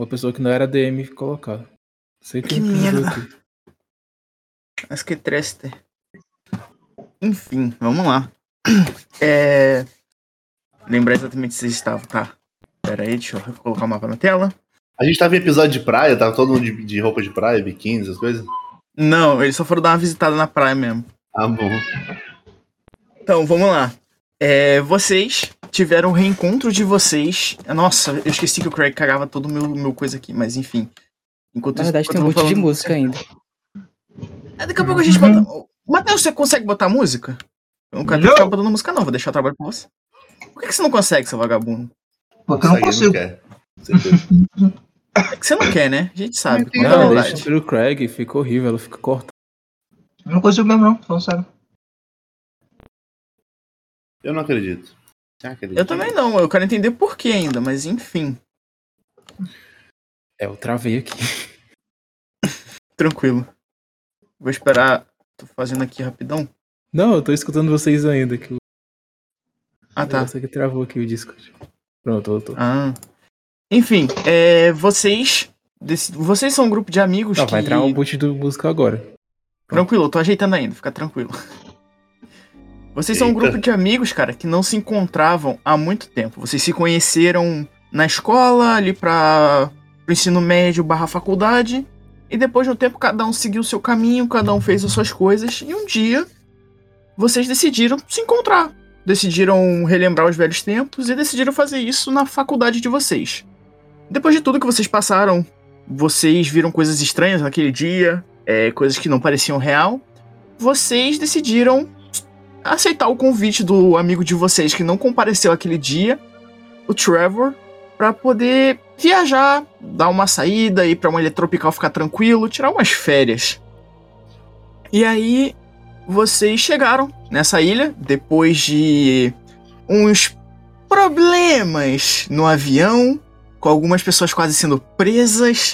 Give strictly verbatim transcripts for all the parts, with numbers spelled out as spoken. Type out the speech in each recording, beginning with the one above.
uma pessoa que não era D M colocar. Sei que merda. Mas que triste. Enfim, vamos lá. É... Lembrar exatamente se vocês estavam, tá? Pera aí, deixa eu colocar o mapa na tela. A gente tava em episódio de praia, tava todo mundo de, de roupa de praia, biquíni, essas coisas? Não, eles só foram dar uma visitada na praia mesmo. Ah, bom. Então, vamos lá. É, vocês tiveram o reencontro de vocês. Nossa, eu esqueci que o Craig cagava todo o meu, meu coisa aqui, mas enfim. Enquanto Na verdade, enquanto tem um eu vou monte de falando- música ainda. É, daqui a pouco a gente bota. Matheus, você consegue botar música? Eu não quero Não. ficar botando música, não. Vou deixar o trabalho pra você. Por que, que você não consegue, seu vagabundo? Porque eu não Consegue, consigo. quer. Certeza. É que você não quer, né? A gente sabe. Não, Conta a Não, verdade. deixa pro Craig, fica horrível, ela fica corta. Eu não consigo mesmo, não. Falando sério. Eu não acredito. Você acredita? Eu também não. Eu quero entender por que ainda, mas enfim. É, eu travei aqui. Tranquilo. Vou esperar. Tô fazendo aqui rapidão. Não, eu tô escutando vocês ainda, que o Ah, tá. negócio aqui travou aqui o Discord. Pronto, eu tô. Ah. Enfim, é, vocês. dec- Vocês são um grupo de amigos Não, que. vai entrar um boot do música agora. Tranquilo, eu tô ajeitando ainda, fica tranquilo. Vocês são um Eita. grupo de amigos, cara, que não se encontravam há muito tempo. Vocês se conheceram na escola, ali pra pro ensino médio barra faculdade. E depois de um tempo, cada um seguiu o seu caminho, cada um fez as suas coisas. E um dia, vocês decidiram se encontrar. Decidiram relembrar os velhos tempos e decidiram fazer isso na faculdade de vocês. Depois de tudo que vocês passaram, vocês viram coisas estranhas naquele dia, é, coisas que não pareciam real. Vocês decidiram aceitar o convite do amigo de vocês que não compareceu aquele dia, o Trevor, pra poder viajar, dar uma saída, ir pra uma ilha tropical, ficar tranquilo, tirar umas férias. E aí, vocês chegaram nessa ilha, depois de uns problemas no avião, com algumas pessoas quase sendo presas,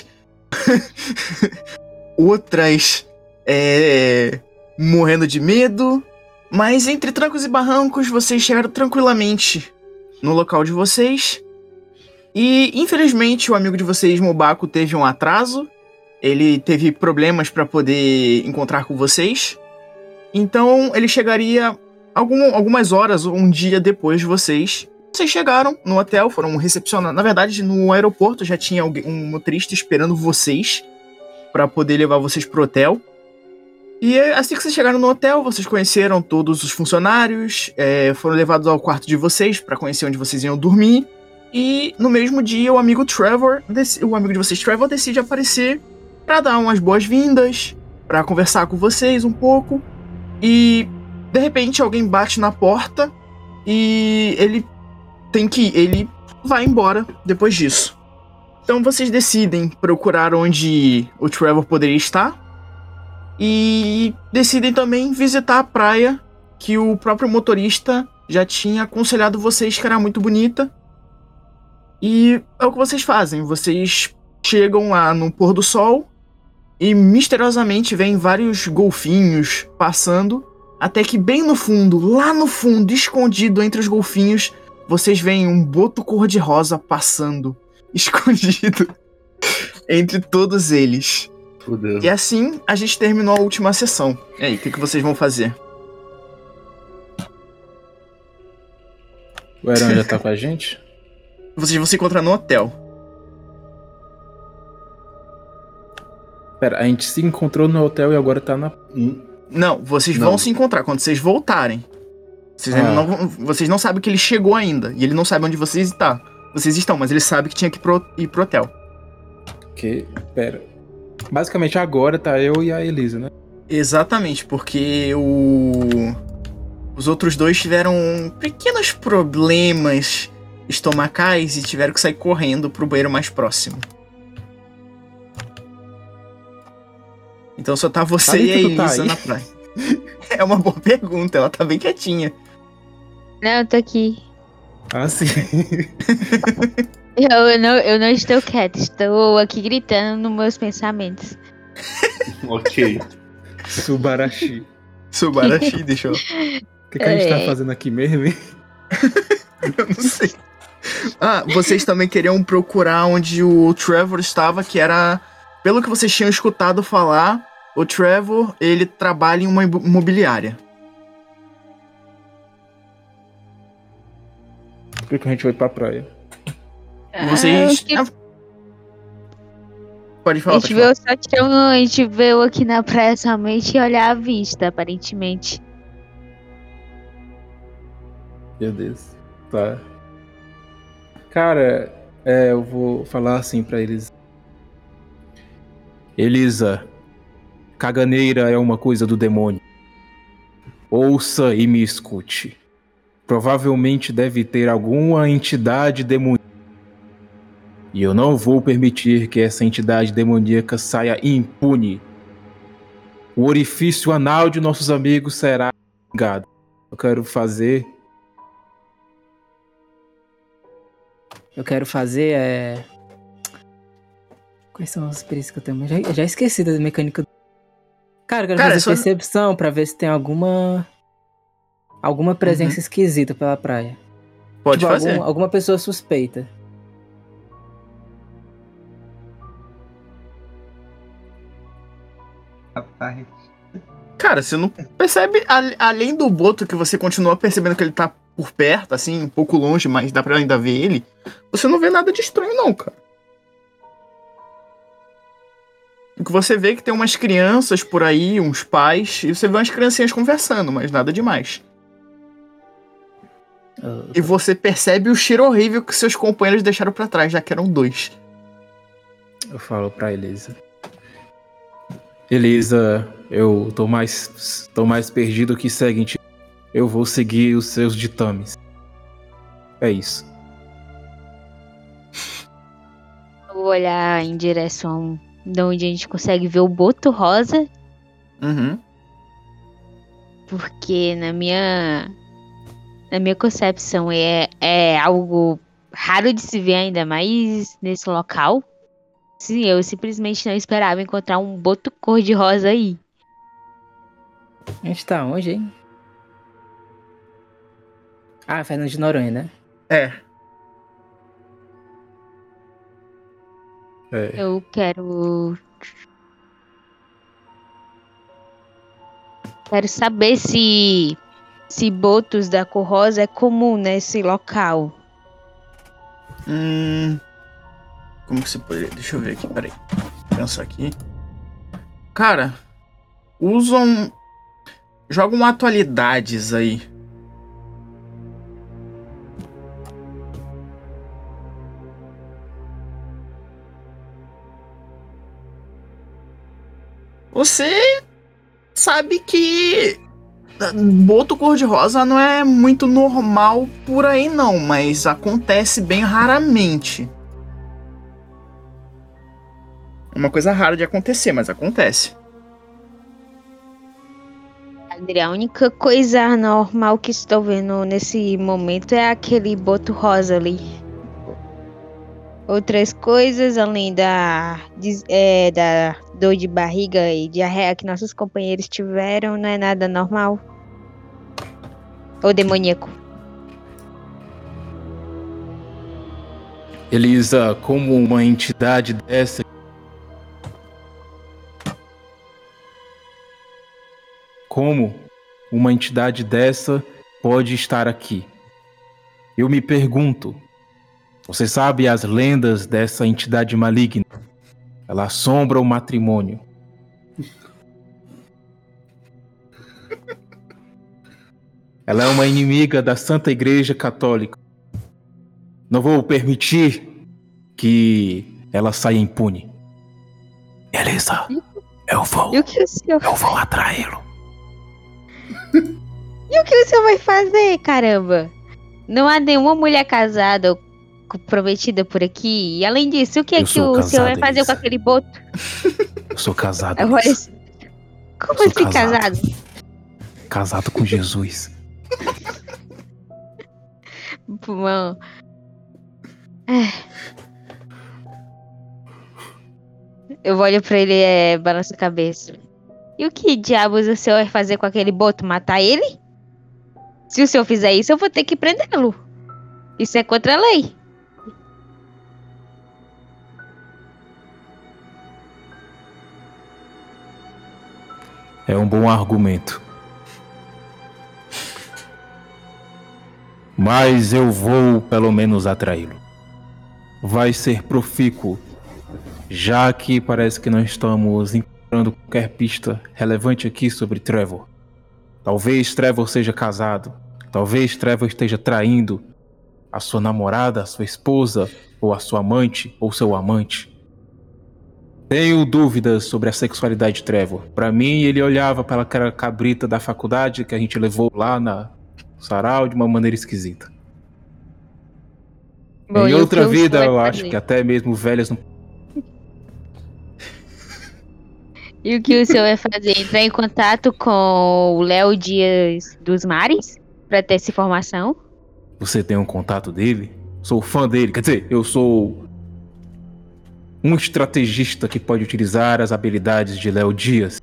outras é, morrendo de medo. Mas entre trancos e barrancos, vocês chegaram tranquilamente no local de vocês. E, infelizmente, o amigo de vocês, Mobako, teve um atraso. Ele teve problemas para poder encontrar com vocês. Então, ele chegaria algum, algumas horas ou um dia depois de vocês. Vocês chegaram no hotel, foram recepcionados. Na verdade, no aeroporto já tinha alguém, um motorista esperando vocês para poder levar vocês pro hotel. E assim que vocês chegaram no hotel, vocês conheceram todos os funcionários, é, foram levados ao quarto de vocês para conhecer onde vocês iam dormir. E no mesmo dia, o amigo Trevor, dec- o amigo de vocês, Trevor, decide aparecer para dar umas boas-vindas, para conversar com vocês um pouco. E de repente alguém bate na porta e ele tem que ele vai embora depois disso. Então vocês decidem procurar onde o Trevor poderia estar. E decidem também visitar a praia que o próprio motorista já tinha aconselhado vocês que era muito bonita. E é o que vocês fazem. Vocês chegam lá no pôr do sol e misteriosamente vêm vários golfinhos passando. Até que bem no fundo, lá no fundo, escondido entre os golfinhos, vocês veem um boto cor-de-rosa passando, escondido entre todos eles. Fudeu. E assim, a gente terminou a última sessão. E aí, o que, que vocês vão fazer? O Heron já tá com a gente? Vocês vão se encontrar no hotel. Pera, a gente se encontrou no hotel e agora tá na... Hum, Não, vocês Não. vão se encontrar quando vocês voltarem. Vocês, ainda Ah. não, vão- vocês não sabem que ele chegou ainda. E ele não sabe onde vocês estão. Vocês estão, mas ele sabe que tinha que ir pro, ir pro hotel. Que... Pera. Basicamente agora tá eu e a Elisa, né? Exatamente, porque o... os outros dois tiveram pequenos problemas estomacais e tiveram que sair correndo pro banheiro mais próximo. Então só tá você Sabe e a que tu tá Elisa aí? na praia. É uma boa pergunta, ela tá bem quietinha. Não, eu tô aqui. Ah, sim. Eu, eu não, eu não estou quieta, estou aqui gritando nos meus pensamentos. ok. Subarashi. Subarashi, deixa eu... O que, que a gente tá É. fazendo aqui mesmo, hein? Eu não sei. Ah, vocês também queriam procurar onde o Trevor estava, que era... Pelo que vocês tinham escutado falar, o Trevor, ele trabalha em uma imobiliária. Por que que a gente foi pra praia? Vocês... Ah, Ah, Pode a falar, gente pode falar. veio só tirar um, a gente veio aqui na praia somente e olhar a vista, aparentemente. Meu Deus. Tá. Cara, é, eu vou falar assim pra eles. Elisa, caganeira é uma coisa do demônio. Ouça e me escute. Provavelmente deve ter alguma entidade demoníaca. E eu não vou permitir que essa entidade demoníaca saia impune. O orifício anal de nossos amigos será vingado. Eu quero fazer... Eu quero fazer é... Quais são as experiências que eu tenho? Já, já esqueci da mecânica. Cara, eu quero Cara, fazer só- percepção pra ver se tem alguma... Alguma presença Uhum. esquisita pela praia. Pode Tipo, fazer. algum- alguma pessoa suspeita. Rapaz. Cara, você não percebe, a- além do Boto, que você continua percebendo que ele tá por perto, assim, um pouco longe, mas dá pra ainda ver ele, você não vê nada de estranho não, cara. O que você vê é que tem umas crianças por aí, uns pais, e você vê umas criancinhas conversando, mas nada demais. Eu- E você percebe o cheiro horrível que seus companheiros deixaram pra trás, já que eram dois. Eu falo pra Elisa. Elisa, eu tô mais, tô mais perdido que seguinte. Eu vou seguir os seus ditames. É isso. Eu vou olhar em direção de onde a gente consegue ver o boto rosa, Uhum. porque na minha na minha concepção é, é algo raro de se ver, ainda mais nesse local. Sim, eu simplesmente não esperava encontrar um boto cor-de-rosa aí. A gente tá onde, hein? Ah, Fernando de Noronha, né? É. É. Eu quero. Quero saber se. Se botos da cor rosa é comum nesse local. Hum. Como que você poderia. Deixa eu ver aqui, peraí. Pensar aqui. Cara, usam. Jogam atualidades aí. Você sabe que boto cor-de-rosa não é muito normal por aí não, mas acontece bem raramente. É uma coisa rara de acontecer, mas acontece. Adri, a única coisa normal que estou vendo nesse momento é aquele boto rosa ali. Outras coisas, além da, des- é, da dor de barriga e diarreia que nossos companheiros tiveram, não é nada normal. Ou demoníaco. Elisa, como uma entidade dessa. Como uma entidade dessa pode estar aqui? Eu me pergunto. Você sabe as lendas dessa entidade maligna? Ela assombra o matrimônio. Ela é uma inimiga da Santa Igreja Católica. Não vou permitir que ela saia impune. Elisa, eu vou, E o que o senhor, eu vou atraí-lo. e o que o senhor vai fazer, caramba? Não há nenhuma mulher casada ou prometida por aqui. E além disso, o que é Eu que sou o senhor vai casado, fazer Elisa. com aquele boto? Eu sou casado, Agora, Elisa. como Eu sou assim casado. casado? Casado com Jesus. Mano. É. Eu olho pra ele e é, balanço a cabeça. E o que diabos o senhor vai fazer com aquele boto? Matar ele? Se o senhor fizer isso, eu vou ter que prendê-lo. Isso é contra a lei. É um bom argumento. Mas eu vou pelo menos atraí-lo. Vai ser profícuo, já que parece que não estamos encontrando qualquer pista relevante aqui sobre Trevor. Talvez Trevor seja casado. Talvez Trevor esteja traindo a sua namorada, a sua esposa, ou a sua amante, ou seu amante. Tenho dúvidas sobre a sexualidade de Trevor. Pra mim, ele olhava para aquela cabrita da faculdade que a gente levou lá na sarau de uma maneira esquisita. Bom, em e o outra que o vida, senhor eu vai acho fazer? que até mesmo velhas não... E o que o senhor vai fazer? Entrar em contato com o Léo Dias dos Mares pra ter essa informação? Você tem um contato dele? Sou fã dele. Quer dizer, eu sou um estrategista que pode utilizar as habilidades de Léo Dias.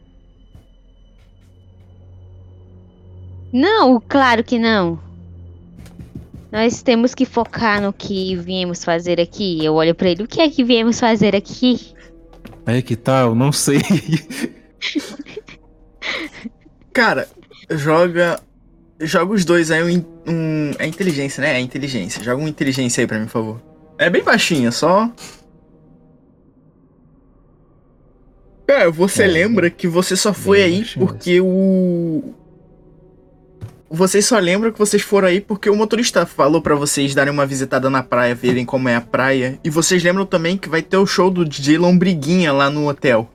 Não, claro que não. Nós temos que focar no que viemos fazer aqui. Eu olho pra ele. O que é que viemos fazer aqui? É que tal? Não sei. Cara, joga. Joga os dois aí um, in- um. É inteligência, né? É inteligência. Joga uma inteligência aí pra mim, por favor. É bem baixinha, só. Cara, você É, lembra que você só foi bem aí baixinho porque o. Vocês só lembram que vocês foram aí porque o motorista falou pra vocês darem uma visitada na praia, verem como é a praia. E vocês lembram também que vai ter o show do D J Lombriguinha lá no hotel.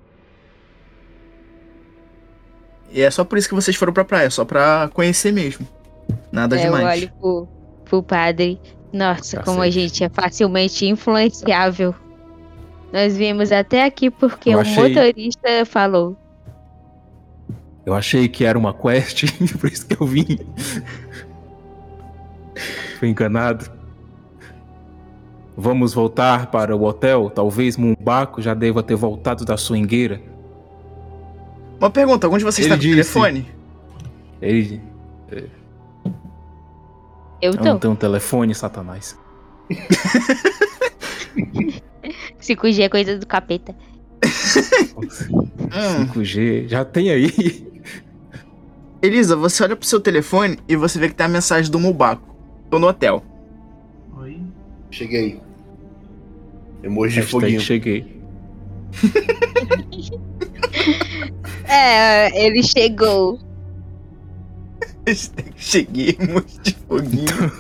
E é só por isso que vocês foram pra praia, só pra conhecer mesmo. Nada É, eu demais. olho pro, pro padre. Nossa, Tá como a certo. gente é facilmente influenciável. Nós viemos até aqui porque Eu o achei- motorista falou. Eu achei que era uma quest, por isso que eu vim. Fui enganado. Vamos voltar para o hotel? Talvez Mumbaco já deva ter voltado da swingueira. Uma pergunta, algum de vocês Ele tá com o disse- telefone? Ele Eu eu não tô. tem um telefone, Satanás. cinco G é coisa do capeta. Hum. cinco G, já tem aí. Elisa, você olha pro seu telefone e você vê que tem a mensagem do Mubaco. Tô no hotel. Oi. Cheguei. Emoji de Hashtag foguinho. cheguei. É, ele chegou. Cheguei, muito de foguinho.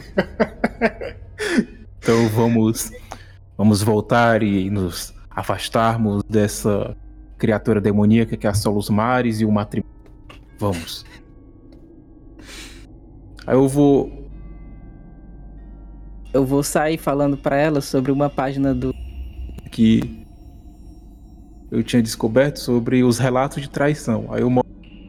Então vamos, vamos voltar e nos afastarmos dessa criatura demoníaca que assola os mares e o matrimônio. Vamos. Aí eu vou... Eu vou sair falando pra ela sobre uma página do. que eu tinha descoberto sobre os relatos de traição. Aí eu mo-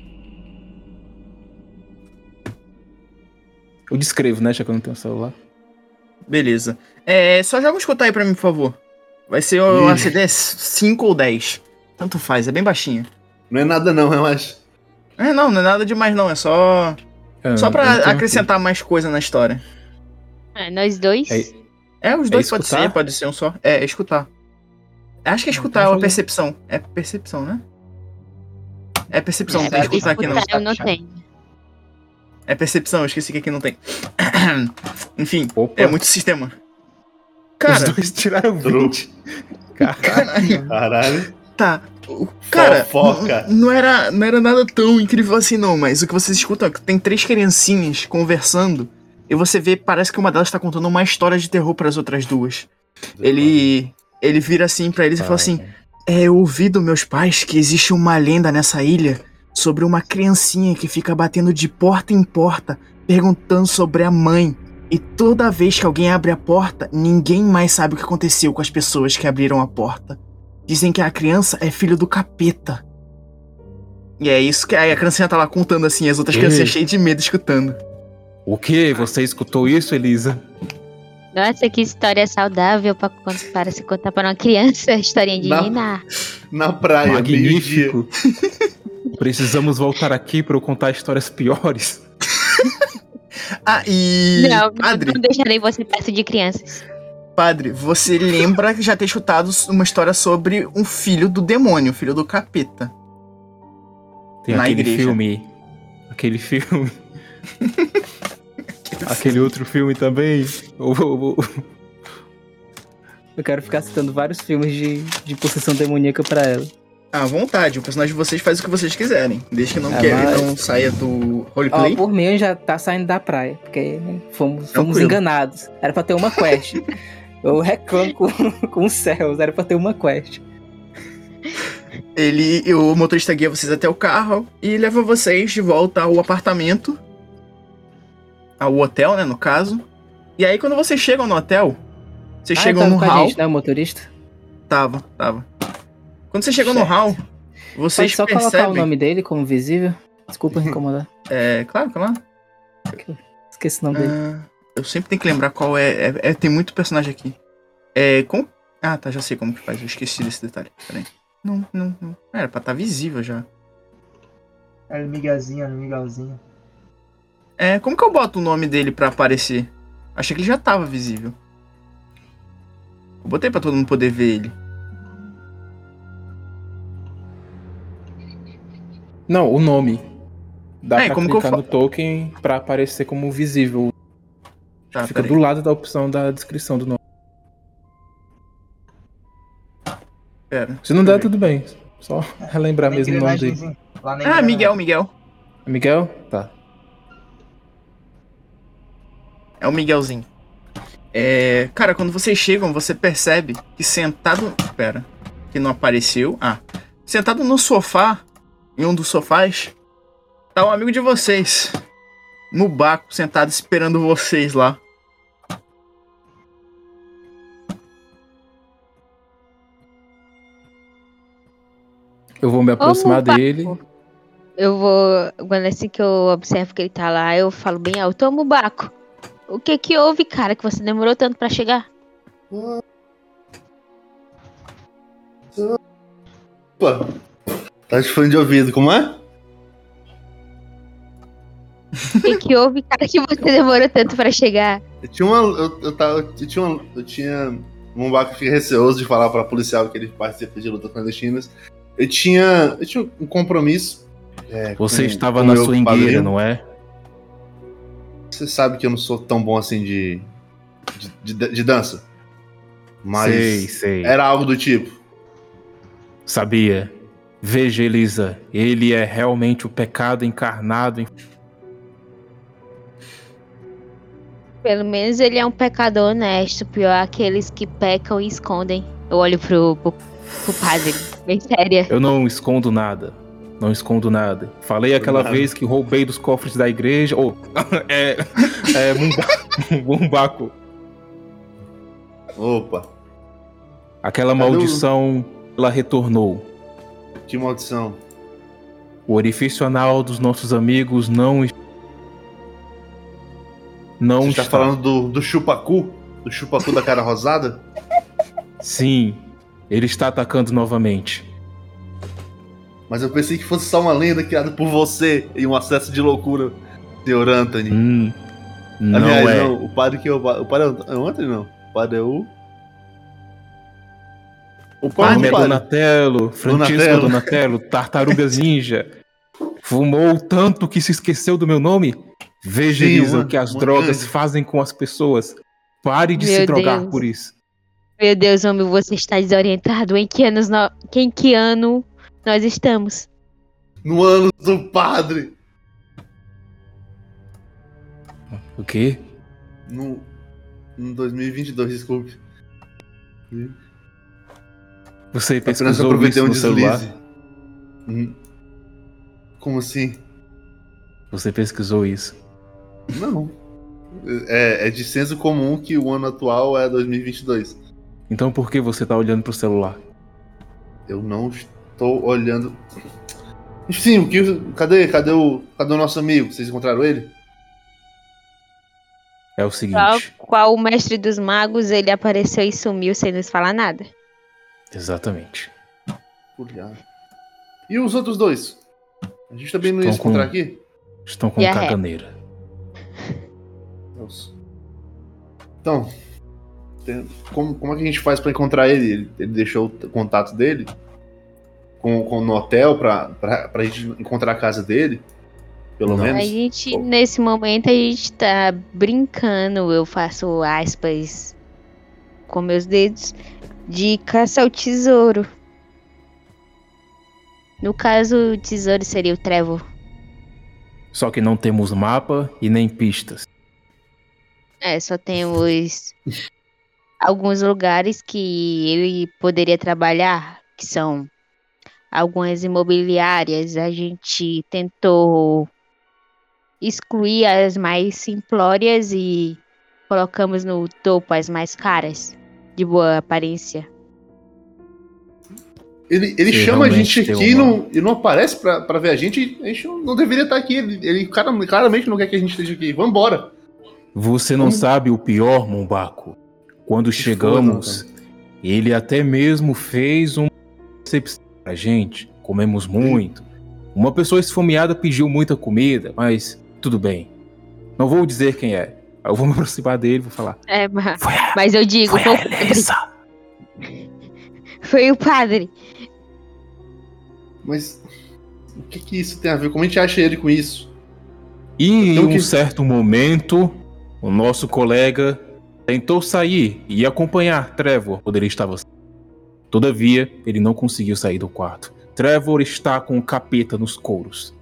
eu descrevo, né, já que eu não tenho celular. Beleza. É, só joga um escutar aí pra mim, por favor. Vai ser o Ih. A C D cinco ou dez. Tanto faz, é bem baixinha. Não é nada não, relaxa. É, não, não é nada demais não, é só... É, Só eu não pra tenho acrescentar mais coisa na história. É, nós dois. É- É, os É dois pode escutar? ser, pode ser um só. É, é escutar. Acho que é escutar, Então é joga. percepção. É percepção, né? É percepção, É, não tem pra escutar aqui não. escutar eu não tenho. É percepção, eu esqueci que aqui não tem. Enfim, Opa, é muito sistema. Cara, os dois tiraram vinte. Caralho. caralho. Caralho. Tá. O- Cara, Fofoca. n- não era, não era nada tão incrível assim não, mas o que vocês escutam é que tem três criancinhas conversando e você vê, parece que uma delas tá contando uma história de terror pras outras duas. Ele ele vira assim pra eles e fala assim: "É, eu ouvi dos meus pais que existe uma lenda nessa ilha sobre uma criancinha que fica batendo de porta em porta perguntando sobre a mãe. E toda vez que alguém abre a porta, ninguém mais sabe o que aconteceu com as pessoas que abriram a porta. Dizem que a criança é filho do capeta." E é isso que aí a criancinha tá lá contando assim, as outras Ei. crianças cheias de medo escutando. O que? Você escutou isso, Elisa? Nossa, que história saudável pra, cont- para se contar para uma criança. Historinha de Não. Nina. Na praia, meio-dia. Magnífico. Precisamos voltar aqui para eu contar histórias piores. Ah, e... Não, Padre, não deixarei você perto de crianças. padre, você lembra já ter escutado uma história sobre um filho do demônio, filho do capeta. Tem Na aquele igreja. filme. Aquele filme. Aquele outro filme também. O- o- o- Eu quero ficar citando vários filmes de, de possessão demoníaca pra ela. À vontade, o personagem de vocês faz o que vocês quiserem. Desde que não, Ah, quer, mas- não saia do Ó, roleplay. por mim já tá saindo da praia, porque fomos, fomos Tranquilo. enganados. Era pra ter uma quest. Eu reclamo com, com os céus, era pra ter uma quest. Ele, o motorista guia vocês até o carro e leva vocês de volta ao apartamento. Ao hotel, né, no caso. E aí, quando vocês chegam no hotel, vocês Ah, chegam tava no com a hall. gente, né, o motorista? Tava, tava. Quando vocês chegam no Certo. hall, Pode vocês só colocar o percebem... nome dele como visível? Desculpa me incomodar. É, claro, claro. Esqueci o nome dele. Ah, eu sempre tenho que lembrar qual é, é, é- Tem muito personagem aqui. É. Com... Ah, tá, já sei como que faz. Eu esqueci desse detalhe. Peraí. Não, não, não. Era pra estar visível já. Era Miguelzinho, era Miguelzinho. É, como que eu boto o nome dele pra aparecer? Achei que ele já tava visível. Eu botei pra todo mundo poder ver ele. Não, o nome. Dá É, pra como que eu clicar fa- no token pra aparecer como visível. Tá, Fica peraí. do lado da opção da descrição do nome. Pera. Se não der, Deixa eu tudo bem. Só relembrar Na mesmo o nome dele. engrenagemzinho, lá na ver. Ah, engrenagem. Miguel, Miguel. Miguel? Tá. É o Miguelzinho. É, cara, quando vocês chegam, você percebe que sentado... Pera. Que não apareceu. Ah. Sentado no sofá, em um dos sofás, tá um amigo de vocês. No Baco, sentado esperando vocês lá. Eu vou me aproximar Opa! dele. Eu vou. Quando assim que eu observo que ele tá lá, eu falo bem alto, ô Mubaco. O que que houve, cara, que você demorou tanto pra chegar? Opa. Tá de fone de ouvido, como é? O que que houve, cara, que você demorou tanto pra chegar? Eu tinha uma. Eu, eu, tava, eu tinha uma. Eu tinha. Um Baco fica receoso de falar pra policial que ele participa de lutas clandestinas. Eu tinha. Eu tinha um compromisso. é, Você com- estava com na meu swingueira, padrinho. não é? Você sabe que eu não sou tão bom assim de. de, de- de dança. Mas. Sei, sei. Era algo do tipo. Sabia. Veja, Elisa. Ele é realmente o pecado encarnado em... Pelo menos ele é um pecador honesto, pior aqueles que pecam e escondem. Eu olho pro, pro, pro padre, bem séria. Eu não escondo nada. Não escondo nada. Falei aquela Nada. vez que roubei dos cofres da igreja. Oh, é. É. Mumba- Mumbaco. Opa, Aquela Cadê o- maldição, ela retornou. que maldição. O orifício anal dos nossos amigos não. Não Você está. tá falando do, do chupacu? Do chupacu da cara rosada? Sim, ele está atacando novamente. Mas eu pensei que fosse só uma lenda criada por você em um acesso de loucura, senhor Anthony. Hum, não Aliás, é. não, o padre que eu. O padre é o Anthony, não. O padre é o. O O nome é padre. Donatello, Francisco Donatello. Donatello, Tartarugas Ninja. Fumou tanto que se esqueceu do meu nome? Veja, Sim, Elisa, uma- o que as uma drogas grande. fazem com as pessoas. Pare de Meu se drogar Deus. por isso. Meu Deus, homem, você está desorientado. Em que, anos no... em que ano nós estamos? No ano do padre. O quê? No. No dois mil e vinte e dois, desculpe. Você Apenas pesquisou aproveitei isso um no celular? deslize. Hum. Como assim? Você pesquisou isso? Não. É, é de senso comum que o ano atual é dois mil e vinte e dois. Então por que você tá olhando pro celular? Eu não estou olhando. Sim, o que. Cadê? Cadê o. Cadê o nosso amigo? Vocês encontraram ele? É o Tal seguinte. qual o mestre dos magos, ele apareceu e sumiu sem nos falar nada. Exatamente. Peculiar. E os outros dois? A gente também não ia Estão se encontrar com- aqui? Estão com E a ré? caganeira. Nossa. Então. tem- Como, como é que a gente faz pra encontrar ele? Ele, ele deixou o contato dele? com, com no hotel pra, pra, pra gente encontrar a casa dele? Pelo Não. menos? A gente, nesse momento, a gente tá brincando, eu faço aspas com meus dedos, de caça ao tesouro. No caso, o tesouro seria o Trevor. Só que não temos mapa e nem pistas. É, só temos alguns lugares que ele poderia trabalhar, que são algumas imobiliárias. A gente tentou excluir as mais simplórias e colocamos no topo as mais caras, de boa aparência. Ele, ele Você chama a gente realmente aqui tem e uma- não, e não aparece pra, pra ver a gente. A gente não, não deveria estar aqui. Ele, ele cara- claramente não quer que a gente esteja aqui. Vambora. Você não Como? sabe o pior, Mombaco. Quando chegamos, ele até mesmo fez uma recepção pra gente. Comemos muito. Uma pessoa esfomeada pediu muita comida, mas tudo bem. Não vou dizer quem é. Eu vou me aproximar dele e vou falar. É, ma- Foi a, mas eu digo, foi foi, a o padre. Elisa. Foi o padre. Mas o que que isso tem a ver? Como a gente acha ele com isso? E em Então um que- certo momento, o nosso colega tentou sair e acompanhar Trevor quando ele estava. Todavia, ele não conseguiu sair do quarto. Trevor está com o capeta nos couros.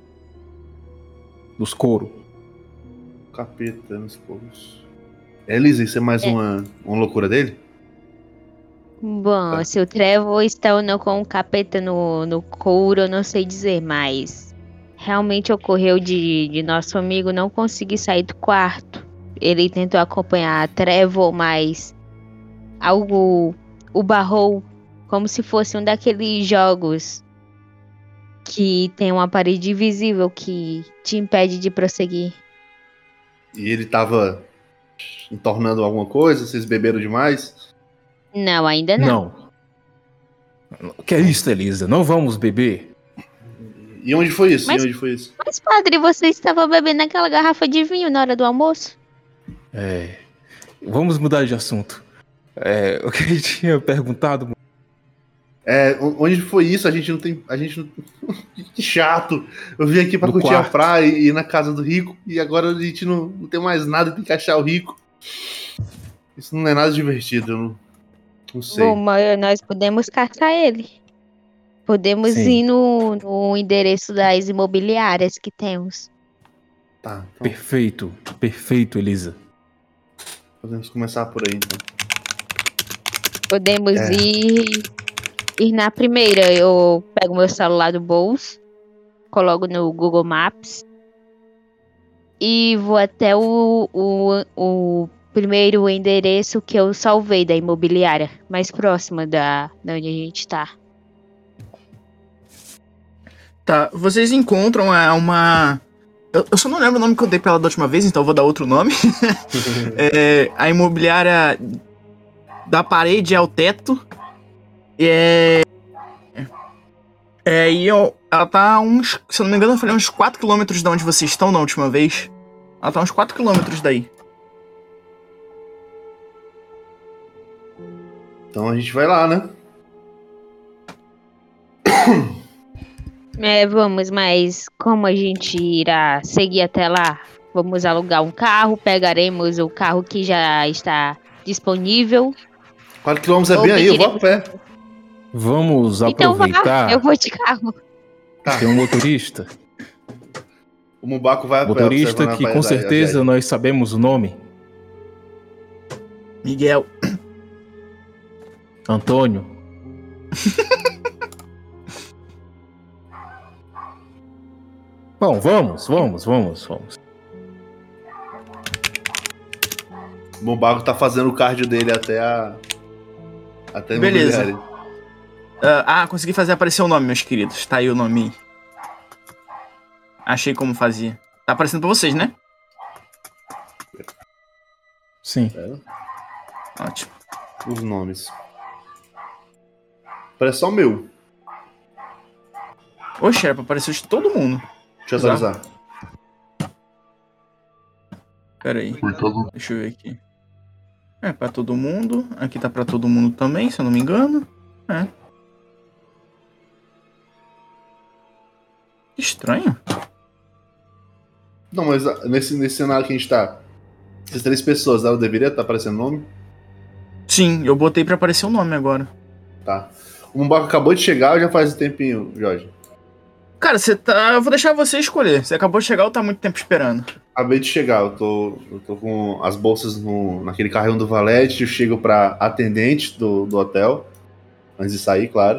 Nos couros. Capeta nos povos. Elisa, isso é mais É. uma, uma loucura dele? Bom, Tá. se o Trevor está ou não com o capeta no, no couro, eu não sei dizer, mas realmente ocorreu de, de nosso amigo não conseguir sair do quarto. Ele tentou acompanhar a Trevor, mas algo o barrou, como se fosse um daqueles jogos que tem uma parede invisível que te impede de prosseguir. E ele tava entornando alguma coisa? Vocês beberam demais? Não, ainda não. Não. O que é isso, Elisa? Não vamos beber? E onde foi isso? Mas- E onde foi isso? Mas, padre, você estava bebendo aquela garrafa de vinho na hora do almoço? É. Vamos mudar de assunto. É, o que ele tinha perguntado. É, o- onde foi isso? A gente não tem. A gente não. Que chato! Eu vim aqui pra No curtir quarto. a praia e ir na casa do rico, e agora a gente não, não tem mais nada, tem que achar o rico. Isso não é nada divertido, eu não, não sei. Bom, mas nós podemos caçar ele. Podemos Sim. ir no, no endereço das imobiliárias que temos. Tá, então Perfeito, perfeito, Elisa. podemos começar por aí então. Podemos É. ir, ir na primeira. Eu pego meu celular do bolso, coloco no Google Maps e vou até o, o, o primeiro endereço que eu salvei da imobiliária, mais próxima da, da onde a gente tá. Tá, vocês encontram é, uma. Eu, eu só não lembro o nome que eu dei pra ela da última vez, então eu vou dar outro nome. É, a imobiliária da parede ao teto. É. É, e eu, ela tá a uns. Se eu não me engano, eu falei uns quatro quilômetros de onde vocês estão da última vez. Ela tá a uns quatro quilômetros daí. Então a gente vai lá, né? É, vamos, mas como a gente irá seguir até lá? Vamos alugar um carro, pegaremos o carro que já está disponível. quatro quilômetros é Ou bem aí, eu vou a pediremos- pé. Vamos Então vá, aproveitar. eu vou de carro. Tá. Tem um motorista. O Mubaco vai a pé. Motorista observando a que com paisagem, a certeza viagem. nós sabemos o nome. Miguel. Antônio. Bom, vamos, vamos, vamos, vamos. O Mubaco tá fazendo o cardio dele até a. Até a Beleza. imobiliária. Ah, ah, consegui fazer aparecer o nome, meus queridos. Tá aí o nome. Achei como fazia. Tá aparecendo pra vocês, né? Sim. Ótimo. Os nomes. Parece só o meu. Oxe, era pra aparecer de todo mundo. Deixa eu atualizar. Pera aí. Por todo. Deixa eu ver aqui. É, pra todo mundo. Aqui tá pra todo mundo também, se eu não me engano. É. Que estranho. Não, mas ah, nesse, nesse cenário que a gente tá, essas três pessoas, ela deveria estar aparecendo nome? Sim, eu botei pra aparecer o nome agora. Tá. O Mumbaco acabou de chegar já faz um tempinho, Jorge? Cara, você tá. Eu vou deixar você escolher. Você acabou de chegar ou tá muito tempo esperando? Acabei de chegar, eu tô, eu tô com as bolsas no, naquele carrinho do valete, eu chego pra atendente do, do hotel, antes de sair, claro.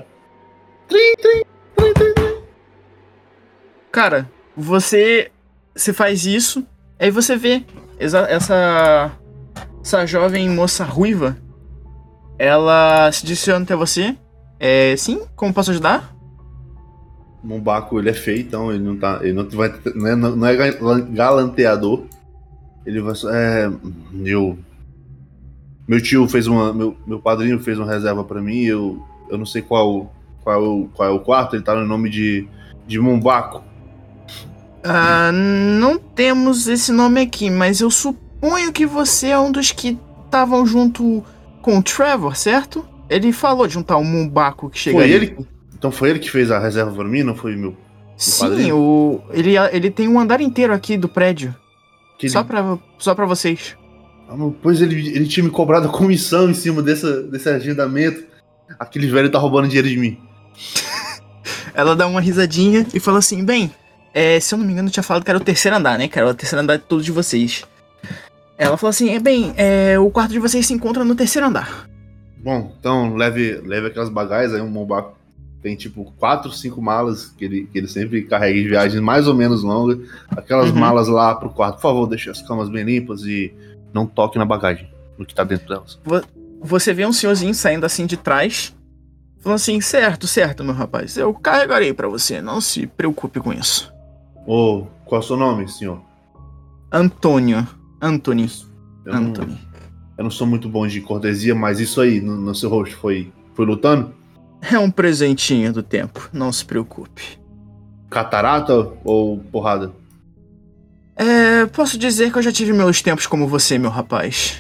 Cara, você. Você faz isso, aí você vê essa. Essa, essa jovem moça ruiva. Ela se direciona até você. É. Sim? Como posso ajudar? O Mumbaco, ele é feio, então ele não tá. Ele não, vai, não, é, não é galanteador. Ele vai. É. Meu. Meu tio fez uma. Meu, meu padrinho fez uma reserva pra mim. Eu, eu não sei qual, qual, qual é o quarto. Ele tá no nome de. De Mumbaco. Ah, não temos esse nome aqui, mas eu suponho que você é um dos que estavam junto com o Trevor, certo? Ele falou de um tal Mumbaco que chega Foi aí. ele? Então foi ele que fez a reserva pra mim, não foi meu? Sim, padrinho? o, ele, ele tem um andar inteiro aqui do prédio. Que Só, ele- pra, só pra vocês. Ah, mas pois ele, ele tinha me cobrado a comissão em cima dessa, desse agendamento. Aquele velho tá roubando dinheiro de mim. Ela dá uma risadinha e fala assim, bem, é, se eu não me engano eu tinha falado que era o terceiro andar, né? Que era o terceiro andar de todos de vocês. Ela falou assim, é bem, é, o quarto de vocês se encontra no terceiro andar. Bom, então leve, leve aquelas bagagens aí, um Mumbaco tem tipo quatro, cinco malas que ele, que ele sempre carrega em viagens mais ou menos longas. Aquelas Uhum. malas lá pro quarto, por favor, deixe as camas bem limpas e não toque na bagagem, no que tá dentro delas. Você vê um senhorzinho saindo assim de trás, falando assim, certo, certo, meu rapaz, eu carregarei pra você, não se preocupe com isso. Ô, qual é o seu nome, senhor? Antônio, Anthony, Eu não, Anthony. eu não sou muito bom de cortesia, mas isso aí no, no seu rosto foi, foi lutando? É um presentinho do tempo, não se preocupe. Catarata ou porrada? É, posso dizer que eu já tive meus tempos como você, meu rapaz.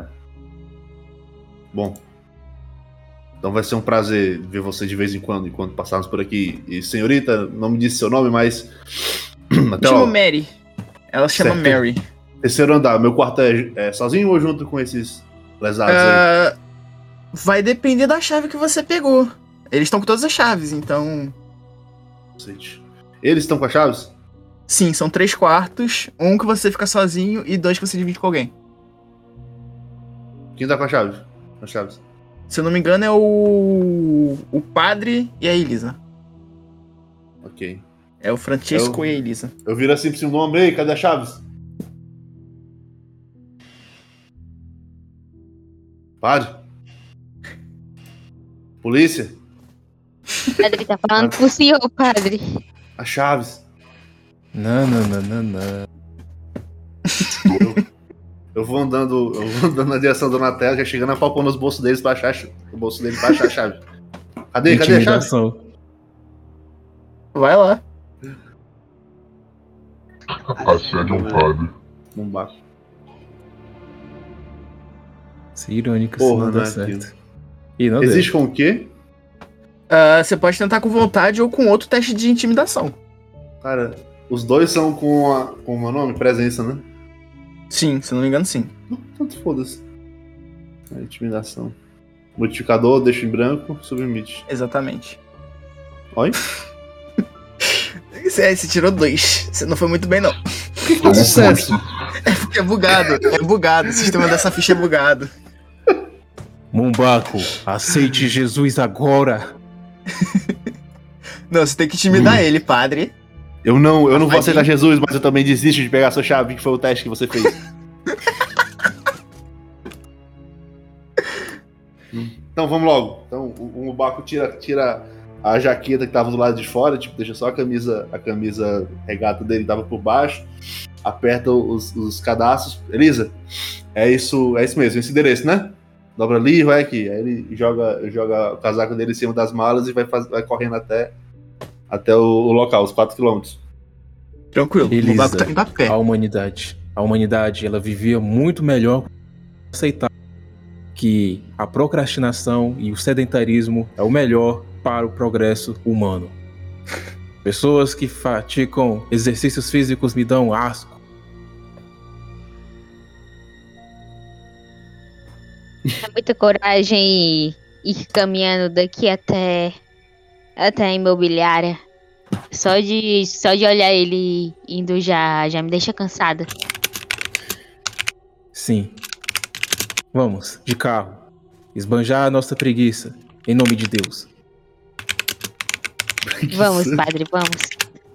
Bom, então vai ser um prazer ver você de vez em quando, enquanto passarmos por aqui. E senhorita, não me disse seu nome, mas até Chama o Mary. Ela chama Certo. Mary. terceiro andar. Meu quarto é, é sozinho ou junto com esses lesados aí? Ah, vai depender da chave que você pegou. Eles estão com todas as chaves, então... Cacete. Eles estão com as chaves? Sim, são três quartos. Um que você fica sozinho e dois que você divide com alguém. Quem tá com a chave? As chaves. Se eu não me engano, é o... O padre e a Elisa. Ok. É o Francisco Eu- e a Elisa. Eu viro assim pro seu nome, ei, cadê as chaves? Padre? Polícia? Padre tá falando pro senhor, padre. As chaves. Não, não, não, não, não. Eu, eu vou andando, eu vou andando na direção do Donatello, já chegando a palpando os bolsos deles pra achar a ch- o bolso dele pra achar a chave. Cadê? Cadê a chave? Intimidação. Vai lá. Assédio um padre. Mumbaco. Isso é irônico, Porra, se não não der é certo. aquilo. E não Existe com o quê? Ah, você pode tentar com vontade ou com outro teste de intimidação. Cara, os dois são com, a, com o meu nome? Presença, né? Sim, se eu não me engano, sim. Tanto foda-se. É, intimidação. Modificador, deixa em branco, submite. Exatamente. Oi? Você, você tirou dois. Você não foi muito bem, não. Por que que deu sucesso? É porque é bugado. É bugado. O sistema dessa ficha é bugado. Mumbaco, aceite Jesus agora. Não, você tem que intimidar ele, padre. Eu não, eu não vou Rapidinho. aceitar Jesus, mas eu também desisto de pegar a sua chave, que foi o teste que você fez. Então vamos logo. Então o, o Mubaco tira, tira a jaqueta que tava do lado de fora, tipo, deixa só a camisa, a camisa regata dele que tava por baixo, aperta os, os cadastros. Elisa, é isso, é isso mesmo, esse endereço, né? Dobra ali e vai aqui. Aí ele joga, joga o casaco dele em cima das malas e vai, faz, vai correndo até, até o, o local, os quatro quilômetros. Tranquilo. O Elisa, Mubaco tá indo a pé. A humanidade. A humanidade, ela vivia muito melhor aceitar que a procrastinação e o sedentarismo é o melhor para o progresso humano. Pessoas que praticam exercícios físicos me dão asco. É muita coragem ir caminhando daqui até, até a imobiliária. Só de, só de olhar ele indo já, já me deixa cansada. Sim. Vamos, de carro. Esbanjar a nossa preguiça. Em nome de Deus. Vamos, padre, vamos.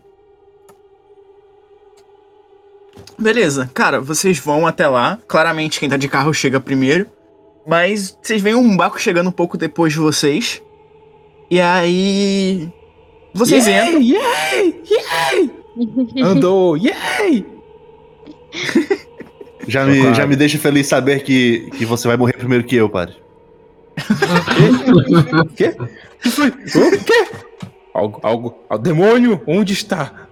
Beleza, cara, vocês vão até lá. Claramente quem tá de carro chega primeiro. Mas vocês veem um barco chegando um pouco depois de vocês. E aí... Vocês Yay, entram. Yay! Yay! Andou! Yay! Já me, Claro. já me deixa feliz saber que, que você vai morrer primeiro que eu, padre. O quê? O que foi? O quê? Algo, algo... O demônio, onde está?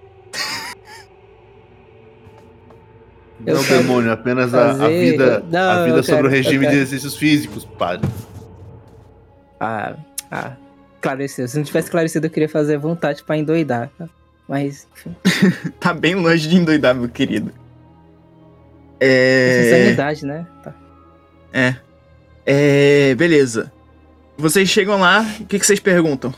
Não, Eu quero demônio, apenas a, a fazer- vida, Não, a vida eu sobre quero- o regime eu de quero- exercícios físicos, padre. Ah, ah, esclareceu. Se não tivesse esclarecido, eu queria fazer vontade pra endoidar. Tá? Mas, enfim, Tá bem longe de endoidar, meu querido. é... É... sanidade, né? Tá. É. É... Beleza. Vocês chegam lá, o que, que vocês perguntam?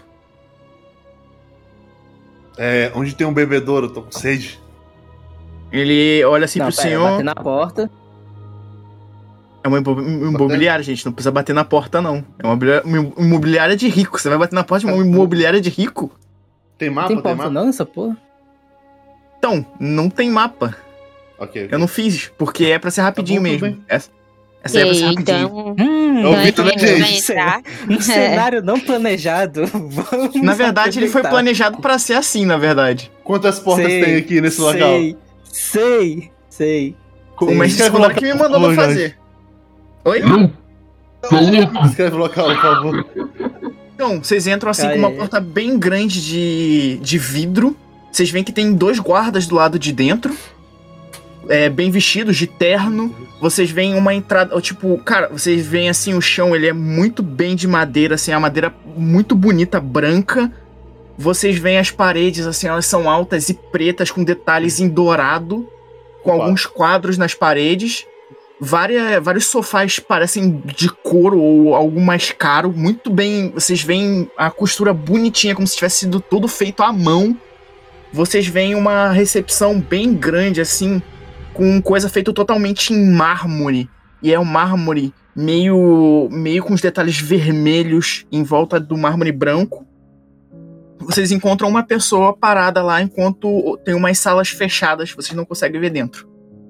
É, onde tem um bebedouro, eu tô com sede. Ele olha assim Não, pro pera, senhor. bater na porta. É uma imo- imobiliária, gente. Não precisa bater na porta, não. É uma imobiliária- uma imobiliária de rico. Você vai bater na porta de uma imobiliária de rico? Tem mapa? Tem Tem, porta mapa? não nessa porra? Então, não tem mapa. Ok. Eu não fiz, porque é pra ser rapidinho Tá bom, tudo mesmo. Essa, essa é pra ser Ok, rapidinho. então, Hum, É o então Vitor, a né, gente vai gente? entrar. um cenário não planejado. Vamos Na verdade, ele foi aproveitar. planejado pra ser assim, na verdade. Quantas portas Sei, tem aqui nesse local? Sei, sei, sei. O Sim. mestre Escreve o Skolar que me local, mandou por pra favor, fazer. Oi? Escreve o local, por favor. Então, vocês entram assim Aí. com uma porta bem grande de, de vidro. Vocês veem que tem dois guardas do lado de dentro. É, bem vestidos, de terno. Vocês veem uma entrada, tipo, cara, vocês veem assim o chão, ele é muito bem de madeira, assim, a madeira muito bonita, branca. Vocês veem as paredes, assim, elas são altas e pretas, com detalhes em dourado, com Opa. alguns quadros nas paredes. Várias, vários sofás parecem de couro ou algo mais caro, muito bem. Vocês veem a costura bonitinha, como se tivesse sido tudo feito à mão. Vocês veem uma recepção bem grande, assim, com coisa feita totalmente em mármore. E é um mármore meio, meio com os detalhes vermelhos em volta do mármore branco. Vocês encontram uma pessoa parada lá enquanto tem umas salas fechadas, vocês não conseguem ver dentro.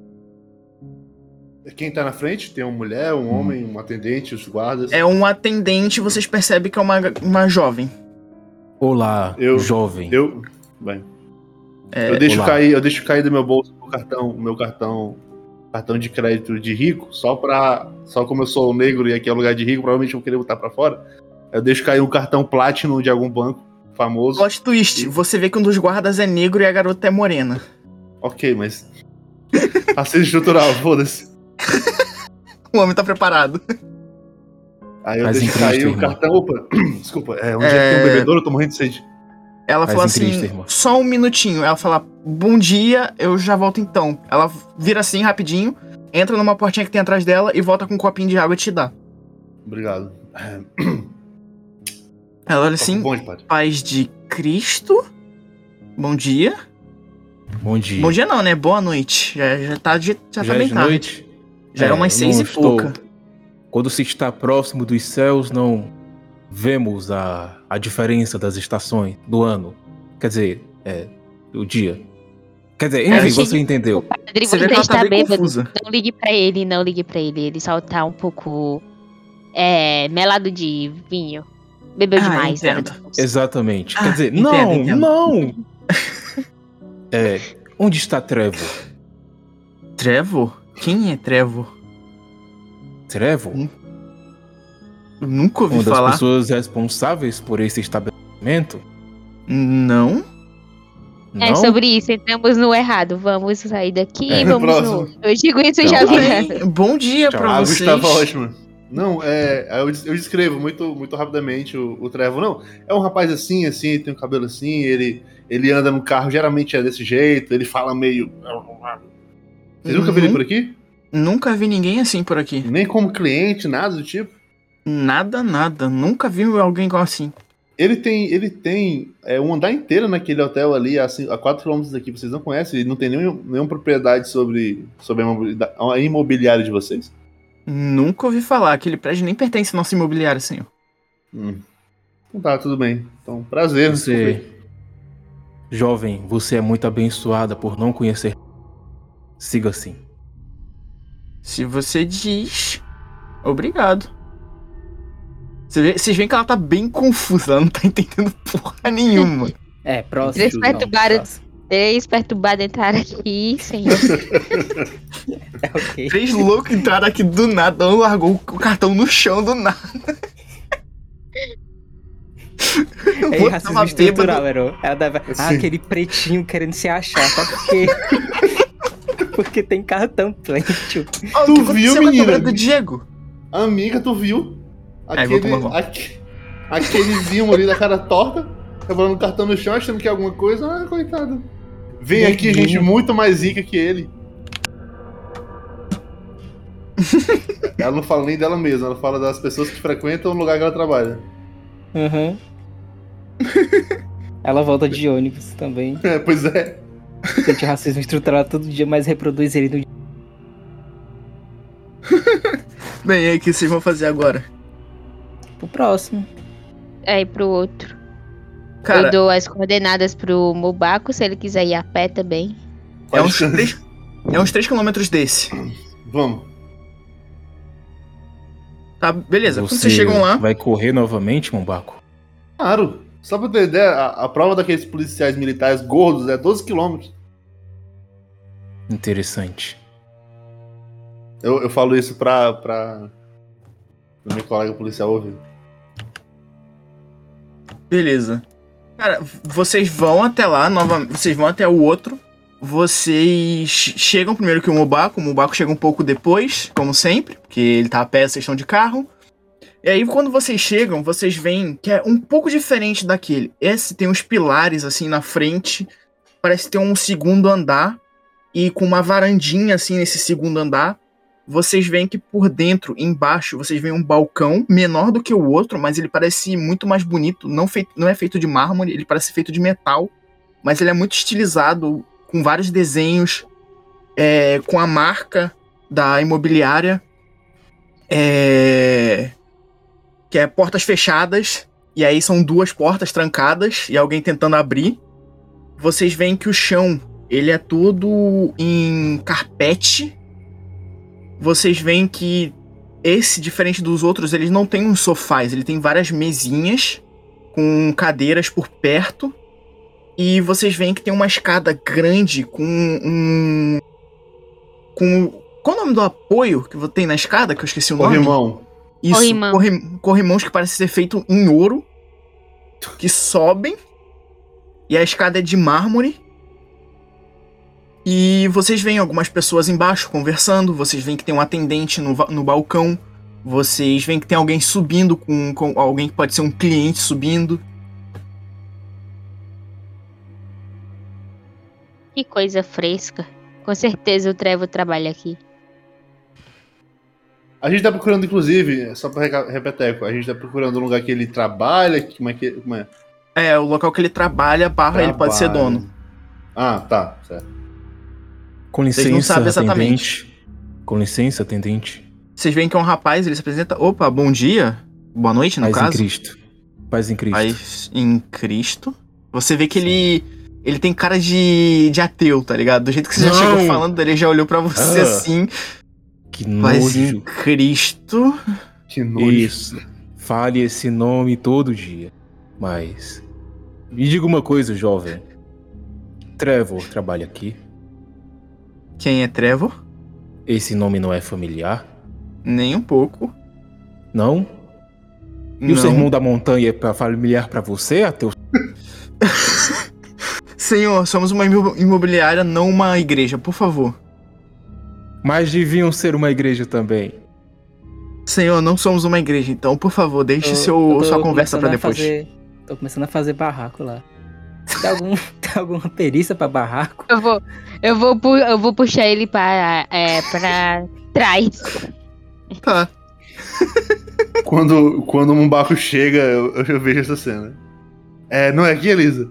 Quem tá na frente? Tem uma mulher, um homem, um atendente, os guardas. É um atendente, vocês percebem que é uma, uma jovem. Olá, Eu- jovem. Eu. Bem. É, eu deixo olá. cair, eu deixo cair do meu bolso o cartão, o meu cartão, cartão de crédito de rico, só pra. Só como eu sou negro e aqui é um lugar de rico, provavelmente eu vou querer botar pra fora. Eu deixo cair um cartão Platinum de algum banco famoso. Plot twist, você vê que um dos guardas é negro e a garota é morena. Ok, mas. Racismo estrutural, foda-se. O homem tá preparado. Aí eu Mas deixo em cair Cristo, o irmão. cartão. Opa, desculpa, é, onde é... É. que tem um bebedouro? Eu tô morrendo de sede. Ela Mas falou em assim, Cristo, irmão. só um minutinho. Ela fala, bom dia, eu já volto então. Ela vira assim, rapidinho, entra numa portinha que tem atrás dela e volta com um copinho de água e te dá. Obrigado. É, Ela olha tá assim, bom, padre. paz de Cristo, bom dia. Bom dia. Bom dia não, né? Boa noite. Já, já tá, de, já Já tá é bem de tarde. noite? Já é, É, umas eu seis não e estou- pouca. Quando se está próximo dos céus, não vemos a, a diferença das estações do ano. Quer dizer, é, do dia. Quer dizer, enfim, achei você que- entendeu. Padre, Você você vê que ela tá está bem bêbado. confusa. Não ligue pra ele, não ligue pra ele. Ele só tá um pouco é, melado de vinho. Bebeu Ah, demais. né? entendo. Exatamente. Ah, Quer dizer, entendo, não, entendo. não. É, onde está Trevor? Trevor? Quem é Trevor? Trevor? Eu nunca ouvi Uma das falar. pessoas responsáveis por esse estabelecimento? Não? Não? É sobre isso, entramos no errado. Vamos sair daqui É, e vamos próximo. no. Eu digo isso Então, já aí- virando. Bem, bom dia Tchau. pra A água vocês. estava ótima. Não, é. Eu, eu descrevo muito, muito rapidamente o, o Trevor. Não, é um rapaz assim, assim, tem um cabelo assim, ele, ele anda no carro, geralmente é desse jeito, ele fala meio. Vocês nunca viram ele por aqui? Nunca vi ninguém assim por aqui. Nem como cliente, nada do tipo. Nada, nada. Nunca vi alguém igual assim. Ele tem, ele tem é, um andar inteiro naquele hotel ali, a, a quatro quilômetros daqui, vocês não conhecem? Ele não tem nenhum, nenhuma propriedade sobre, sobre a imobiliária, a imobiliária de vocês? Nunca ouvi falar. Aquele prédio nem pertence ao nosso imobiliário, senhor. Hum. Então tá, tudo bem. Então, prazer. Você, jovem, você é muito abençoada por não conhecer. Siga assim. Se você diz... Obrigado. Vocês veem que ela tá bem confusa, ela não tá entendendo porra nenhuma. É, próximo. Três não, perturbados, próximo. três perturbados entraram aqui, senhor. É ok. Três loucos entraram aqui do nada, um largou o cartão no chão do nada. É Vou racismo tava estrutural, bêbado. Ero. Ela deve... Ah, Sim. aquele pretinho querendo se achar, sabe por quê? Porque tem cartão plêntil. Ó, Tu o que viu, aconteceu com a menina? câmera do Diego? Amiga, tu viu? É, vou Aquele, tomar mal. aque- aquele Zimo ali da cara torta, rebolando o cartão no chão, achando que é alguma coisa. Ah, coitado. Vem aqui Neguinho. gente muito mais rica que ele. Ela não fala nem dela mesma, ela fala das pessoas que frequentam o lugar que ela trabalha. Uhum. Ela volta de ônibus também. É, pois é. Sente racismo estrutural todo dia, mas reproduz ele no dia. Bem, e aí, o que vocês vão fazer agora? Pro próximo. Aí pro outro. Cara, Eu dou as coordenadas pro Mobaco, se ele quiser ir a pé também. é uns três, é uns três quilômetros desse. Vamos. Tá, beleza. Quando Você vocês chegam lá... vai correr novamente, Mombaco? Claro. Só pra ter ideia, a, a prova daqueles policiais militares gordos é doze quilômetros. Interessante. Eu, eu falo isso pra, pra... pra meu colega policial ouvir. Beleza. Cara, vocês vão até lá, nova... vocês vão até o outro. Vocês chegam primeiro que o Mobaco. O Mobaco chega um pouco depois, como sempre, porque ele tá a pé, vocês estão de carro. E aí, quando vocês chegam, vocês veem que é um pouco diferente daquele. Esse tem uns pilares, assim, na frente. Parece ter um segundo andar. E com uma varandinha, assim, nesse segundo andar. Vocês veem que por dentro, embaixo, vocês veem um balcão menor do que o outro, mas ele parece muito mais bonito. Não, feito, não é feito de mármore, ele parece feito de metal. Mas ele é muito estilizado, com vários desenhos, é, com a marca da imobiliária. É... Que é portas fechadas, e aí são duas portas trancadas, e alguém tentando abrir. Vocês veem que o chão, ele é todo em carpete. Vocês veem que esse, diferente dos outros, ele não tem uns sofás, ele tem várias mesinhas com cadeiras por perto. E vocês veem que tem uma escada grande com um... com... Qual é o nome do apoio que tem na escada, que eu esqueci o nome? Corrimão. Isso, Corrimão. corri- corrimãos que parecem ser feitos em ouro, que sobem, e a escada é de mármore. E vocês veem algumas pessoas embaixo conversando, vocês veem que tem um atendente no, va- no balcão, vocês veem que tem alguém subindo, com, com alguém que pode ser um cliente subindo. Que coisa fresca. Com certeza o Trevor trabalha aqui. A gente tá procurando, inclusive, só pra reca- repeteco, a gente tá procurando um lugar que ele trabalha, que- como é que... Como é? É, o local que ele trabalha, barra, ele pode ser Trabalha. dono. Ah, tá, certo. Com Vocês licença, não sabem exatamente. atendente. Com licença, atendente. Vocês veem que é um rapaz, ele se apresenta, opa, bom dia, boa noite no Paz em caso. Cristo. Paz em Cristo. Paz em Cristo. Você vê que ele ele tem cara de, de ateu, tá ligado? Do jeito que você já Não. chegou falando, ele já olhou pra você Ah. assim. Que Paz em nojo. Cristo. Que nojo. Isso. Fale esse nome todo dia. Mas... me diga uma coisa, jovem. Trevor trabalha aqui. Quem é Trevor? Esse nome não é familiar? Nem um pouco. Não? E Não. o Sermão da Montanha é pra familiar pra você, ateu? Senhor, somos uma imo- imobiliária, não uma igreja, por favor. Mas deviam ser uma igreja também. Senhor, não somos uma igreja, então, por favor, deixe Eu- seu, eu tô sua conversa pra começando a depois. fazer- tô começando a fazer barraco lá. Tem, algum, tem alguma perícia pra barraco? Eu vou, eu vou, pu- eu vou puxar ele para, é, para trás. Tá. Quando, quando o Mumbaco chega, eu, eu vejo essa cena. É, não é aqui, Elisa?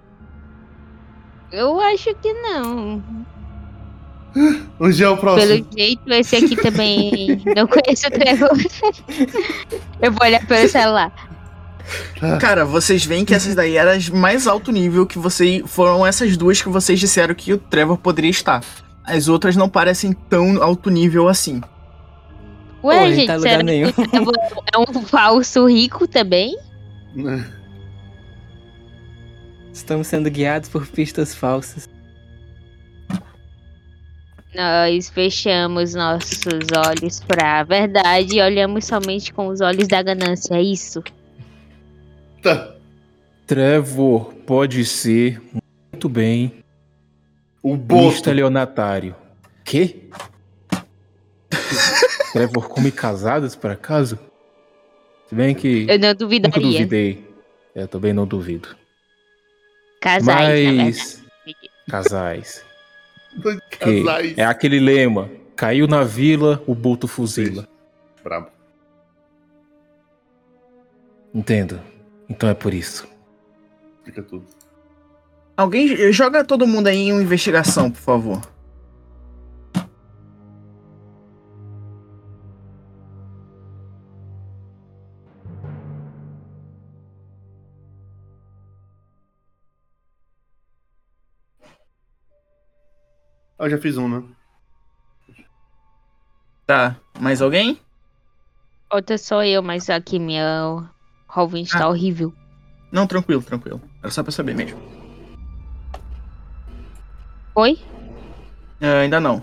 Eu acho que não. Onde é o próximo? Pelo jeito, esse aqui também não conhece o Trevor. Eu vou olhar pelo celular. Cara, vocês veem que essas daí eram as mais alto nível que vocês. Foram essas duas que vocês disseram que o Trevor poderia estar. As outras não parecem tão alto nível assim. Ué, Pô, ele gente, tá em lugar será nenhum. que o Trevor é um falso rico também? Estamos sendo guiados por pistas falsas. Nós fechamos nossos olhos para a verdade e olhamos somente com os olhos da ganância, é isso? Tá. Trevor pode ser muito bem O um Boto. estelionatário. Quê? Trevor come casadas, por acaso? Se bem que Eu não nunca duvidaria. duvidei. Eu também não duvido. Casais, na verdade. Mas... Casais. Que Casais. é aquele lema. Caiu na vila, o boto fuzila. Brabo. Entendo. Então é por isso. Explica tudo. Alguém joga todo mundo aí em uma investigação, por favor. Ah, eu já fiz um, né? Tá. Mais alguém? Outra sou eu, mas aqui meu roll vinte tá Ah. horrível. Não, tranquilo, tranquilo. Era só pra saber mesmo. Oi? Ah, ainda não.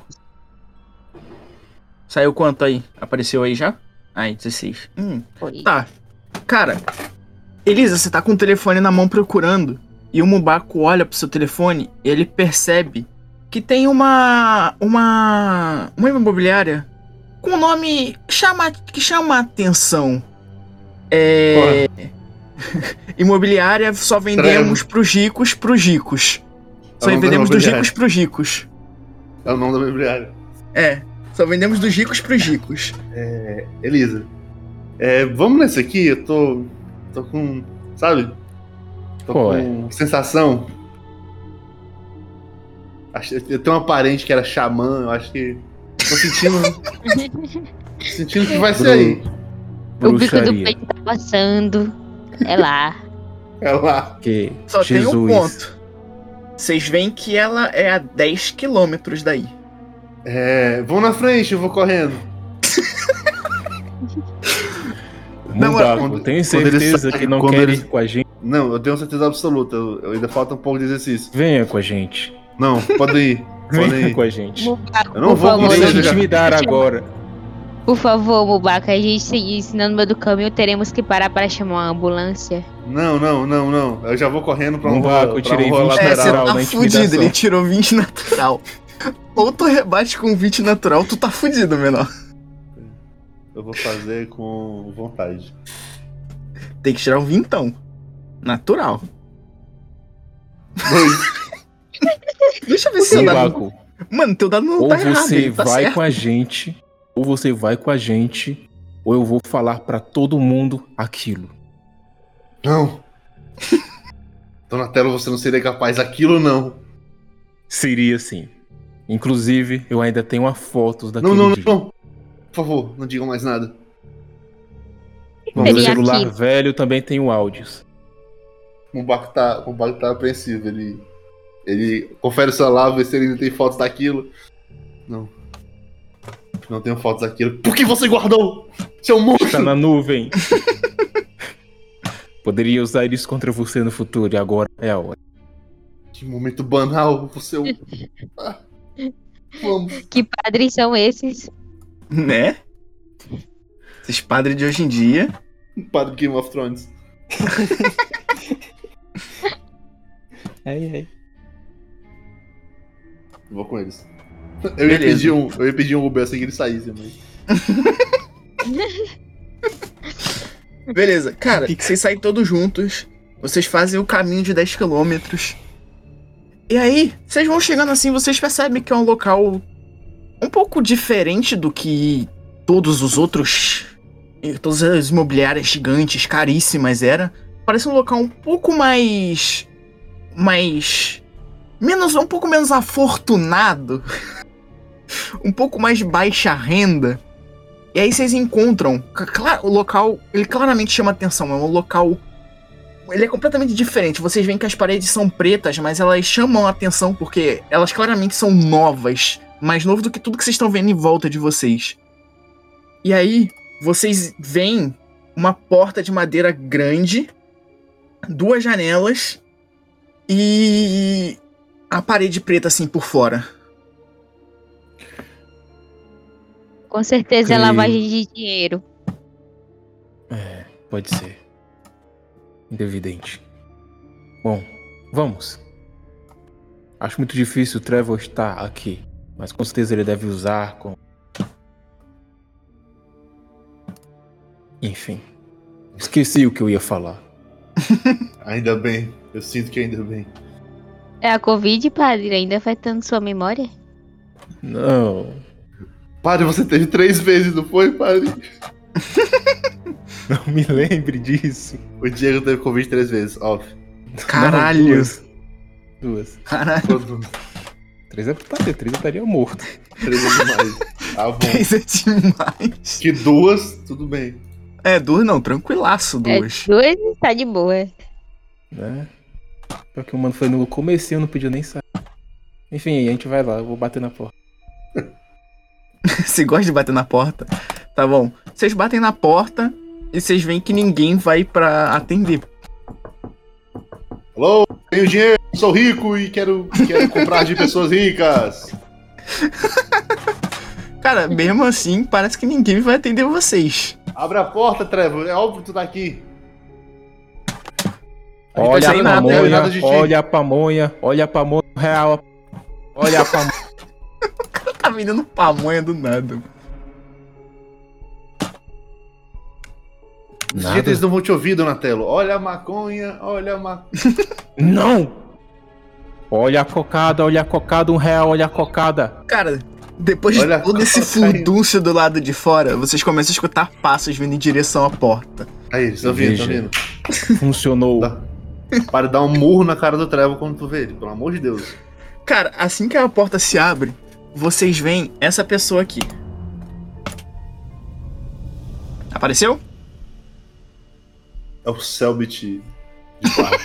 Saiu quanto aí? Apareceu aí já? Ai, dezesseis. Hum, Oi. tá. Cara, Elisa, você tá com o telefone na mão procurando. E o Mubako olha pro seu telefone e ele percebe que tem uma. Uma. Uma imobiliária com um nome chama, que chama a atenção. É. Imobiliária só vendemos pros ricos pros ricos. Só É o nome da vendemos dos imobiliária. ricos pros ricos. É o nome da imobiliária. É, só vendemos dos ricos pros ricos. Elisa. É, vamos nesse aqui, eu tô. Tô com. Sabe? Tô Qual com sensação. Acho- Eu tenho uma parente que era xamã, eu acho que. Tô sentindo. tô sentindo que vai ser aí. O bico do Bruxaria. peito tá passando. É lá. É lá. Que Só Jesus. tem um ponto. Vocês veem que ela é a dez quilômetros daí. É, vão na frente, eu vou correndo. Não, Mundako, quando- tenho quando ele certeza sai- que não quando quer ele- ir com a gente. Não, eu tenho certeza absoluta. Eu, eu ainda falta um pouco de exercício. Venha com a gente. Não, podem ir. Podem Venha ir. com a gente. Eu Por não vou favor, Vou conseguir te gente. chegar. intimidar agora. Por favor, Mubaka, a gente seguir ensinando no meio do caminho, teremos que parar para chamar uma ambulância. Não, não, não, não. Eu já vou correndo pra um Mumbaco, rolo- eu pra tirei um rolo vinte É, você lateral. natural tá na fudido, intimidação. ele tirou vinte natural. Ou tu rebate com vinte natural, tu tá fudido, menor. Eu vou fazer com vontade. Tem que tirar o vintão. Natural. Dois. Deixa eu ver se seu dado. Mumbaco, Mano, teu dado não ou tá errado. você ele tá vai certo. com a gente, ou você vai com a gente, ou eu vou falar pra todo mundo aquilo. Não. Donatello, você não seria capaz daquilo, não. Seria assim. Inclusive, eu ainda tenho uma fotos daquele Não, não, não, dia. não. Por favor, não digam mais nada. No Seria meu celular aquilo. velho também tenho áudios. O Mumbaco tá, o Mumbaco tá apreensivo. Ele, ele confere o celular, vê se ele ainda tem fotos daquilo. Não. Não tenho fotos daquilo. Por que você guardou? Seu monstro! Está na nuvem. Poderia usar isso contra você no futuro e agora é a hora. Que momento banal. Você é um... Ah, vamos. Que padres são esses? Né? Esses padres de hoje em dia. Padre Game of Thrones. Ai, ai. Vou com eles. Eu ia, Beleza. pedir um, eu ia pedir um Uber assim que ele saísse, mas. Beleza, cara, vocês saem todos juntos. Vocês fazem o caminho de dez quilômetros. E aí, vocês vão chegando assim, vocês percebem que é um local um pouco diferente do que todos os outros... Todas as imobiliárias gigantes, caríssimas, era. Parece um local um pouco mais... Mais... Menos, um pouco menos afortunado. Um pouco mais baixa renda. E aí vocês encontram... Claro, o local, ele claramente chama atenção. É um local... Ele é completamente diferente. Vocês veem que as paredes são pretas, mas elas chamam a atenção porque elas claramente são novas. Mais novo do que tudo que vocês estão vendo em volta de vocês. E aí, vocês veem uma porta de madeira grande, duas janelas e a parede preta assim por fora. Com certeza é Creio. lavagem de dinheiro. É, pode ser. Indevidente. Bom, vamos. Acho muito difícil o Trevor estar aqui, mas com certeza ele deve usar com... Enfim. Esqueci o que eu ia falar. Ainda bem. Eu sinto que ainda bem. É a Covid, padre, ainda afetando sua memória? Não. Padre, você teve três vezes, não foi, padre? Não me lembre disso. O Diego teve Covid três vezes, óbvio. Caralho! Não, duas. Duas. Caralho, Todo- Três é putaria, três eu estaria morto. Três é demais. Ah, bom. três é demais. Que duas, tudo bem. É, duas não, tranquilaço, duas. É, dois tá de boa. Né? Pior que o mano foi no comecinho, não podia nem sair. Enfim, a gente vai lá, eu vou bater na porta. Você gosta de bater na porta? Tá bom. Vocês batem na porta e vocês veem que ninguém vai pra atender. Alô, tenho dinheiro, sou rico e quero, quero comprar de pessoas ricas. Cara, mesmo assim, parece que ninguém vai atender vocês. Abre a porta, Trevor, é óbvio que tu tá aqui. A gente Olha tá a sem nada, não tem pamonha, nada de ti. olha a pamonha, olha a pamonha real. Olha a pamonha. Tá vendendo pamonha do nada. Desse jeito eles não vão te ouvir, Donatello. Olha a maconha, olha a maconha. Não! Olha a cocada, olha a cocada, um real, olha a cocada. Cara, depois Olha de todo a esse cocaína. furdúncio do lado de fora, vocês começam a escutar passos vindo em direção à porta. Aí, eles estão vindo, estão Veja. vindo. Funcionou. Dá. Para dar um murro na cara do Trevor quando tu vê ele, pelo amor de Deus. Cara, assim que a porta se abre, vocês veem essa pessoa aqui. Apareceu? É o Selbit de barro.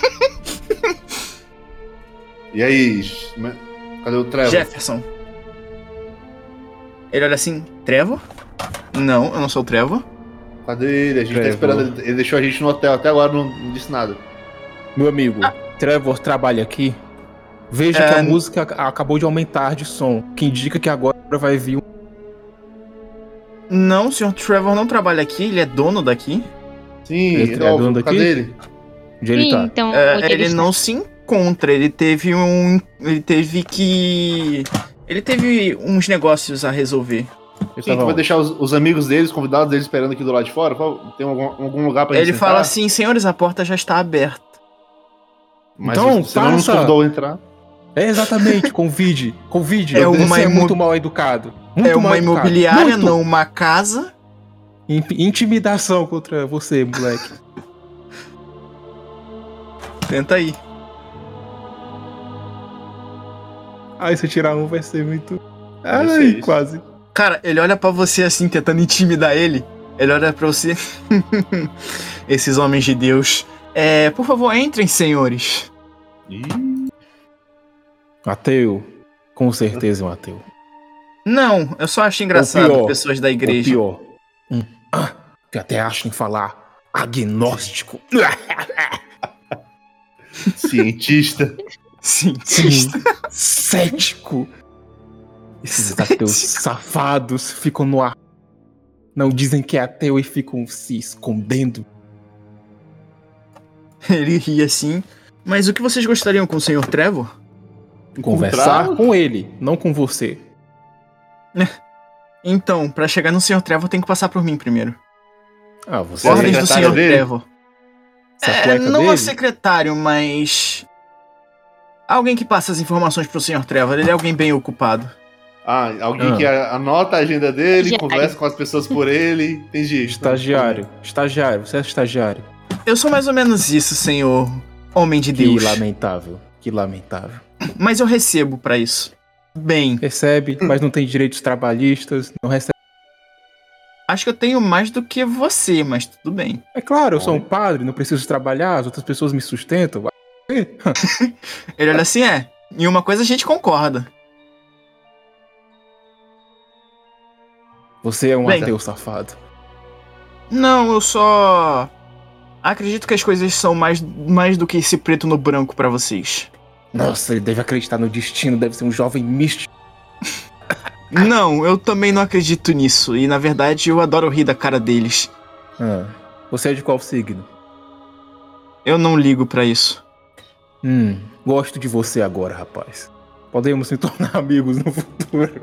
E aí, me- cadê o Trevor? Jefferson. Ele olha assim, Trevor? Não, eu não sou o Trevor. Cadê ele? A gente tá Trevor. esperando ele. Ele deixou a gente no hotel, até agora não, não disse nada. Meu amigo, Trevor trabalha aqui. Veja É, que a música ac- acabou de aumentar de som, que indica que agora vai vir um... Não, o senhor Trevor não trabalha aqui, ele é dono daqui. Sim, Ele ele tá é óbvio, dando cadê aqui? ele? Onde ele Sim, tá? então É, onde ele está? não se encontra, ele teve um. Ele teve que. Ele teve uns negócios a resolver. Ele Sim, tava tu vai onde? deixar os, os amigos deles, convidados deles esperando aqui do lado de fora? Qual- Tem algum, algum lugar pra gente Ele sentar? fala assim, senhores, a porta já está aberta. Mas Então, você não nos passa. convidou a entrar. É exatamente, convide, convide. É Você uma é imo- muito mal educado. Muito é uma mal educado. imobiliária, Muito. não uma casa. In- Intimidação contra você, moleque. Tenta aí. Ai, se eu tirar um vai ser muito... Vai ser Ai, isso. quase. Cara, ele olha pra você assim, tentando intimidar ele. Ele olha pra você. Esses homens de Deus. É, por favor, entrem, senhores. Ih, Ateu. Com certeza é um ateu. Não, eu só acho engraçado pior, pessoas da Ou igreja. pior. Um... Ah, que até acho em falar agnóstico. cientista. Cientista. Cético. Esses ateus safados ficam no ar. Não dizem que é ateu e ficam se escondendo. Ele ri assim. Mas o que vocês gostariam com o senhor Trevor? Conversar Encontrar- com ele, não com você. Então, pra chegar no senhor Trevor, tem que passar por mim primeiro. Ah, você Ordens é do secretário senhor dele? Trevor. essa É, cueca não dele? é secretário, mas... Alguém que passa as informações pro senhor Trevor. Ele é alguém bem ocupado. Ah, alguém Ah. que a- anota a agenda dele, Estagiário. conversa com as pessoas por ele. Entendi. Estagiário. Estagiário. Você é estagiário. Eu sou mais ou menos isso, senhor homem de Que Deus. lamentável. Que lamentável. Mas eu recebo pra isso. Bem, Recebe, mas não tem direitos trabalhistas, não recebe. acho que eu tenho mais do que você, mas tudo bem. É claro, eu sou um padre, não preciso trabalhar, as outras pessoas me sustentam. Vai. Ele olha assim, é. Em uma coisa a gente concorda. Você é um Bem. ateu safado. Não, eu só... Acredito que as coisas são mais, mais do que esse preto no branco pra vocês. Nossa, ele deve acreditar no destino, deve ser um jovem místico. Não, eu também não acredito nisso. E na verdade eu adoro rir da cara deles. Ah, você é de qual signo? Eu não ligo pra isso. Hum, gosto de você agora, rapaz. Podemos se tornar amigos no futuro.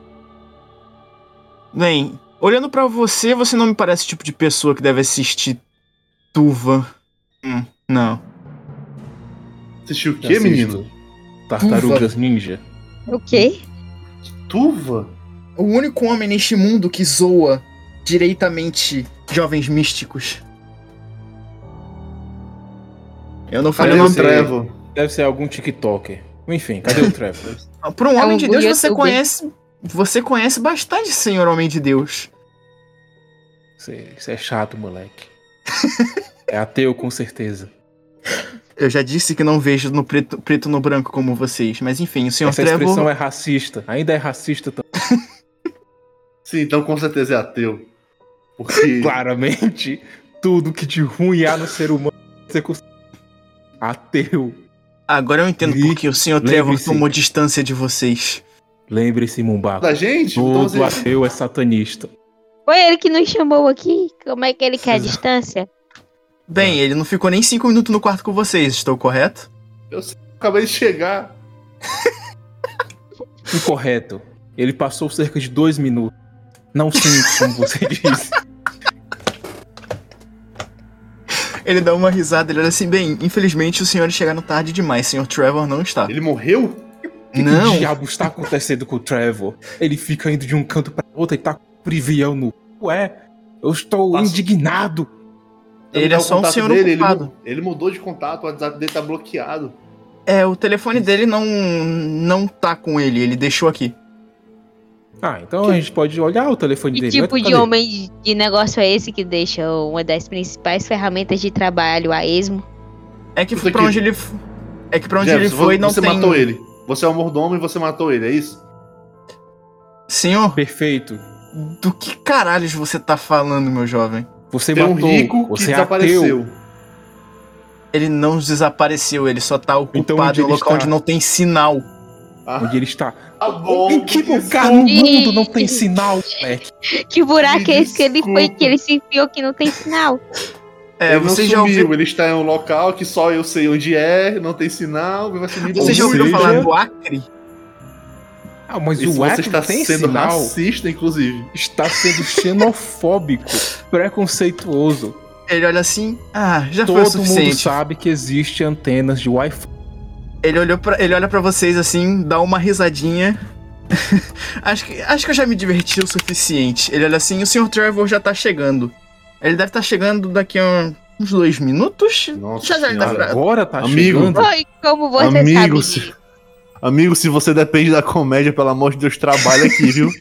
Bem, olhando pra você, você não me parece o tipo de pessoa que deve assistir Tuva. Hum, não. Assistiu o quê, menino? Tartarugas Ninja. O quê? Tuva? O único homem neste mundo que zoa direitamente jovens místicos. Eu não falei Cadê o o nome. Trevor? Deve ser algum TikToker. Enfim, cadê o Trevor? Por um É homem um de Deus, você youtuber. conhece. Você conhece bastante, senhor homem de Deus. Você, você é chato, moleque. É ateu, com certeza. Eu já disse que não vejo no preto, preto no branco como vocês, mas enfim, o senhor Essa Trevor. expressão é racista. Ainda é racista também. Sim, então com certeza é ateu. Porque. Claramente, tudo que de ruim há no ser humano você consegue. Ateu. Agora eu entendo Vi- por que o senhor Trevor lembre-se. tomou distância de vocês. Lembre-se, Mumbaco. Da gente? Então Todo você- ateu é satanista. Foi ele que nos chamou aqui? Como é que ele quer a distância? Bem, ele não ficou nem cinco minutos no quarto com vocês, estou correto? Eu sei, acabei de chegar. Incorreto. Ele passou cerca de dois minutos. Não cinco, como você disse. Ele dá uma risada, ele olha assim, bem, infelizmente os senhores chegaram tarde demais, senhor Trevor não está. Ele morreu? O que Não, que diabo está acontecendo com o Trevor? Ele fica indo de um canto para outro e tá com o privião no... Ué, eu estou Passa- indignado. ele Dá é o só um contato senhor dele, ele ocupado. mu- Ele mudou de contato, o WhatsApp dele tá bloqueado. É, o telefone dele não, não tá com ele, ele deixou aqui. Ah, então a gente pode olhar o telefone Que dele. tipo Vai- de cadê? homem de negócio é esse que deixa uma das principais ferramentas de trabalho a esmo? É que Isso pra aqui. onde ele f- É que pra onde Jefferson, ele foi não você tem... matou ele. Você é o mordomo e você matou ele, é isso? Senhor, Perfeito. do que caralhos você tá falando, meu jovem? Você Tem um matou. rico que você é ateu. desapareceu. Ele não desapareceu, ele só tá ocupado Então onde em um ele local está? onde não tem sinal. Ah, Onde ele está. tá bom. Em que me lugar no desculpe. mundo não tem sinal, moleque? Que buraco Me é esse que ele foi, desculpa. que ele se enfiou que não tem sinal? É, Ele não você sumiu, já ouviu, ele está em um local que só eu sei onde é, não tem sinal, vai sumir. você já Ou ouviu seja- falar do Acre? Ah, mas Isso o você Acre está tem sendo sinal. racista, inclusive. Está sendo xenofóbico, preconceituoso. Ele olha assim, ah, já foi o Todo mundo suficiente. sabe que existe antenas de Wi-Fi. Ele, olhou pra, ele olha pra vocês assim, dá uma risadinha. acho, que, acho que eu já me diverti o suficiente. Ele olha assim, o senhor Trevor já tá chegando. Ele deve estar chegando daqui a uns dois minutos. Nossa já já ele tá senhora. pra... Agora tá Amigo. chegando. Foi como você Amigo, sabe se... disso? Amigo, se você depende da comédia, pelo amor de Deus, trabalha aqui, viu?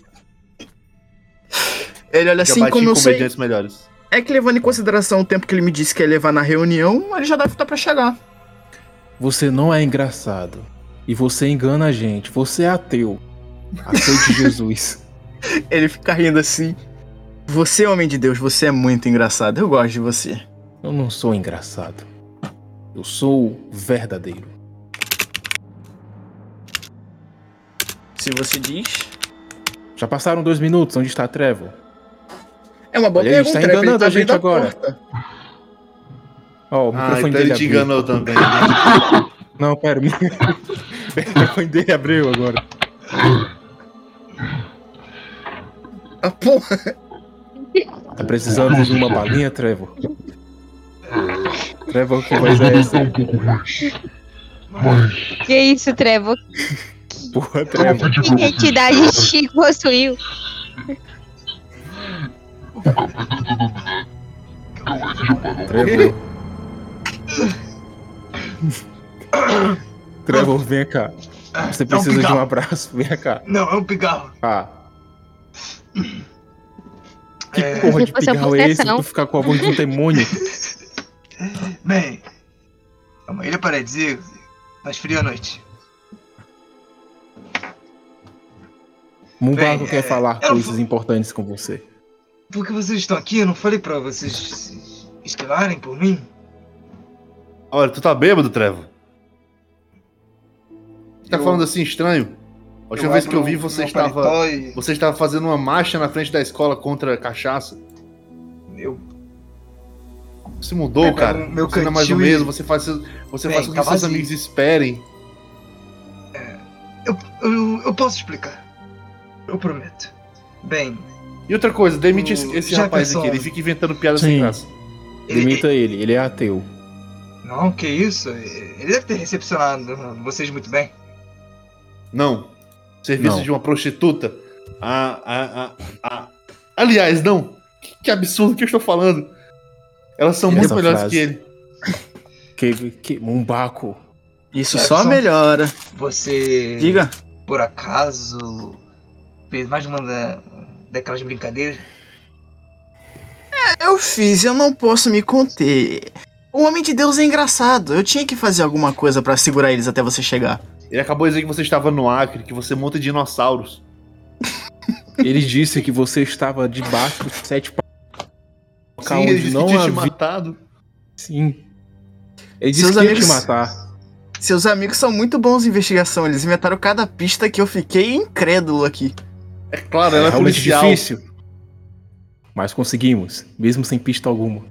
Ele olha Já assim, bati como em eu sei. comediantes melhores. É que levando em consideração o tempo que ele me disse que ia levar na reunião, ele já deve estar pra chegar. Você não é engraçado. E você engana a gente. Você é ateu. Aceite Jesus. Ele fica rindo assim. Você, homem de Deus, você é muito engraçado. Eu gosto de você. Eu não sou engraçado. Eu sou verdadeiro. Se você diz. Já passaram dois minutos. Onde está Trevor? É uma boa Olha aí, pergunta, está né? Ele enganando tá a gente abrindo agora. porta. Ó, o Ah, microfone então dele ele te abriu. enganou também. Não, pera. O microfone dele abriu agora. Ah, porra. Tá precisando de uma balinha, Trevor? Trevor, que voz é essa? um pouco ruim. Mas Que isso, Trevor? Porra, eu vou Trevor. pedir pra Que entidade vocês. te possuiu? O café tá dando nada. Não vai deixar parar. Trevor. Trevor, vem cá. Você Dá um precisa de um pigarro. abraço, vem cá. Não, é um pigarro. Ah. Que É, porra de Se fosse a pigarro é esse possessão. pra ficar com a voz de um demônio? Bem, é uma ilha paradisíaca, faz frio à noite. Mumbaco Bem, quer é, falar eu coisas vou- importantes com você. Por que vocês estão aqui? Eu não falei pra vocês se esquilarem por mim? Olha, tu tá bêbado, Trevor? Tá Eu- falando assim estranho? A última vez que eu vi, você meu estava. paletó e Você estava fazendo uma marcha na frente da escola contra a cachaça. Eu, Você mudou, É, cara. meu- meu você não é mais o cantil e- mesmo. Você faz, você Bem, faz com que tá seus vazio. amigos esperem. eu, eu, eu posso explicar. Eu prometo. Bem, E outra coisa, demite O esse, esse Jefferson- rapaz aqui. Ele fica inventando piada sem Sim. graça. ele, Demita ele, ele é ateu. Não, que isso? Ele deve ter recepcionado vocês muito bem. Não. Serviço Não. de uma prostituta. Ah, ah, ah, ah. Aliás, não. Que, que absurdo que eu estou falando. Elas são Essa muito melhores frase. que ele. Que, que Mumbaco. Isso É, só só- melhora. Você, Diga. por acaso, fez mais uma da, daquelas brincadeiras? Eu fiz, eu não posso me conter. O Homem de Deus é engraçado. Eu tinha que fazer alguma coisa pra segurar eles até você chegar. Ele acabou de dizer que você estava no Acre, que você monta dinossauros. Ele disse que você estava debaixo dos sete pa- local Sim, ele onde disse não que tinha te havia. matado. Sim. Ele disse Seus que ia amigos- te matar. Seus amigos são muito bons em investigação. Eles inventaram cada pista que eu fiquei incrédulo aqui. É claro, ela é, realmente policial. difícil. Mas conseguimos, mesmo sem pista alguma.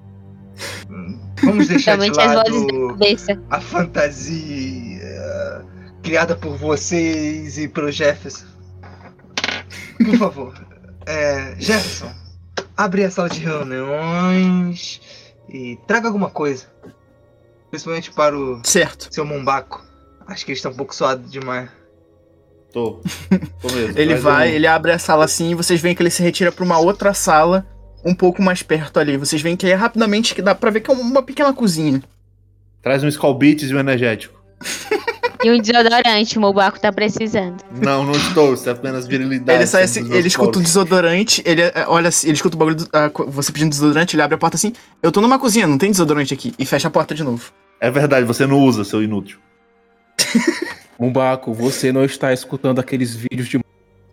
Vamos deixar de Somente as vozes da lado cabeça. a fantasia criada por vocês e pelo Jefferson. Por favor, é, Jefferson, abre a sala de reuniões e traga alguma coisa. Principalmente para o Certo. seu Mumbaco. Acho que ele está um pouco suado demais. Tô. Tô mesmo. Ele Mas vai, eu- ele abre a sala assim e vocês veem que ele se retira pra uma outra sala um pouco mais perto ali. Vocês veem que é rapidamente que dá pra ver que é uma pequena cozinha. Traz um Skull Beats e um energético. E um desodorante, o meu barco tá precisando. Não, não estou. Isso é apenas virilidade. Ele sai dos assim, meus ele escuta o poros. desodorante, ele é, olha assim, ele escuta o bagulho, do- ah, co- você pedindo desodorante, ele abre a porta assim, eu tô numa cozinha, não tem desodorante aqui, e fecha a porta de novo. É verdade, você não usa, seu inútil. Mumbaco, você não está escutando aqueles vídeos de.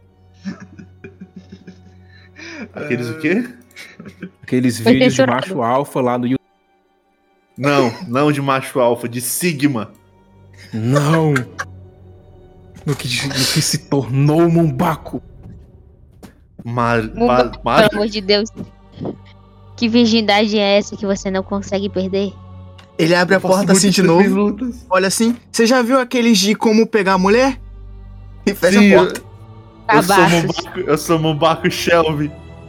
Aqueles o quê? Aqueles Foi vídeos de censurado. macho alfa lá no YouTube. Não, não de macho alfa, de Sigma. Não! No que, no que se tornou o Mumbaco. Mar, Mumba- mar, mar, Pelo amor de Deus. Que virgindade é essa que você não consegue perder? Ele abre a Posso porta assim muito de ter novo, minutos. olha assim, você já viu aqueles de como pegar a mulher? E fecha Sim, a eu, porta. eu sou Cabaços. Mumbaco, eu sou Mumbaco Shelby.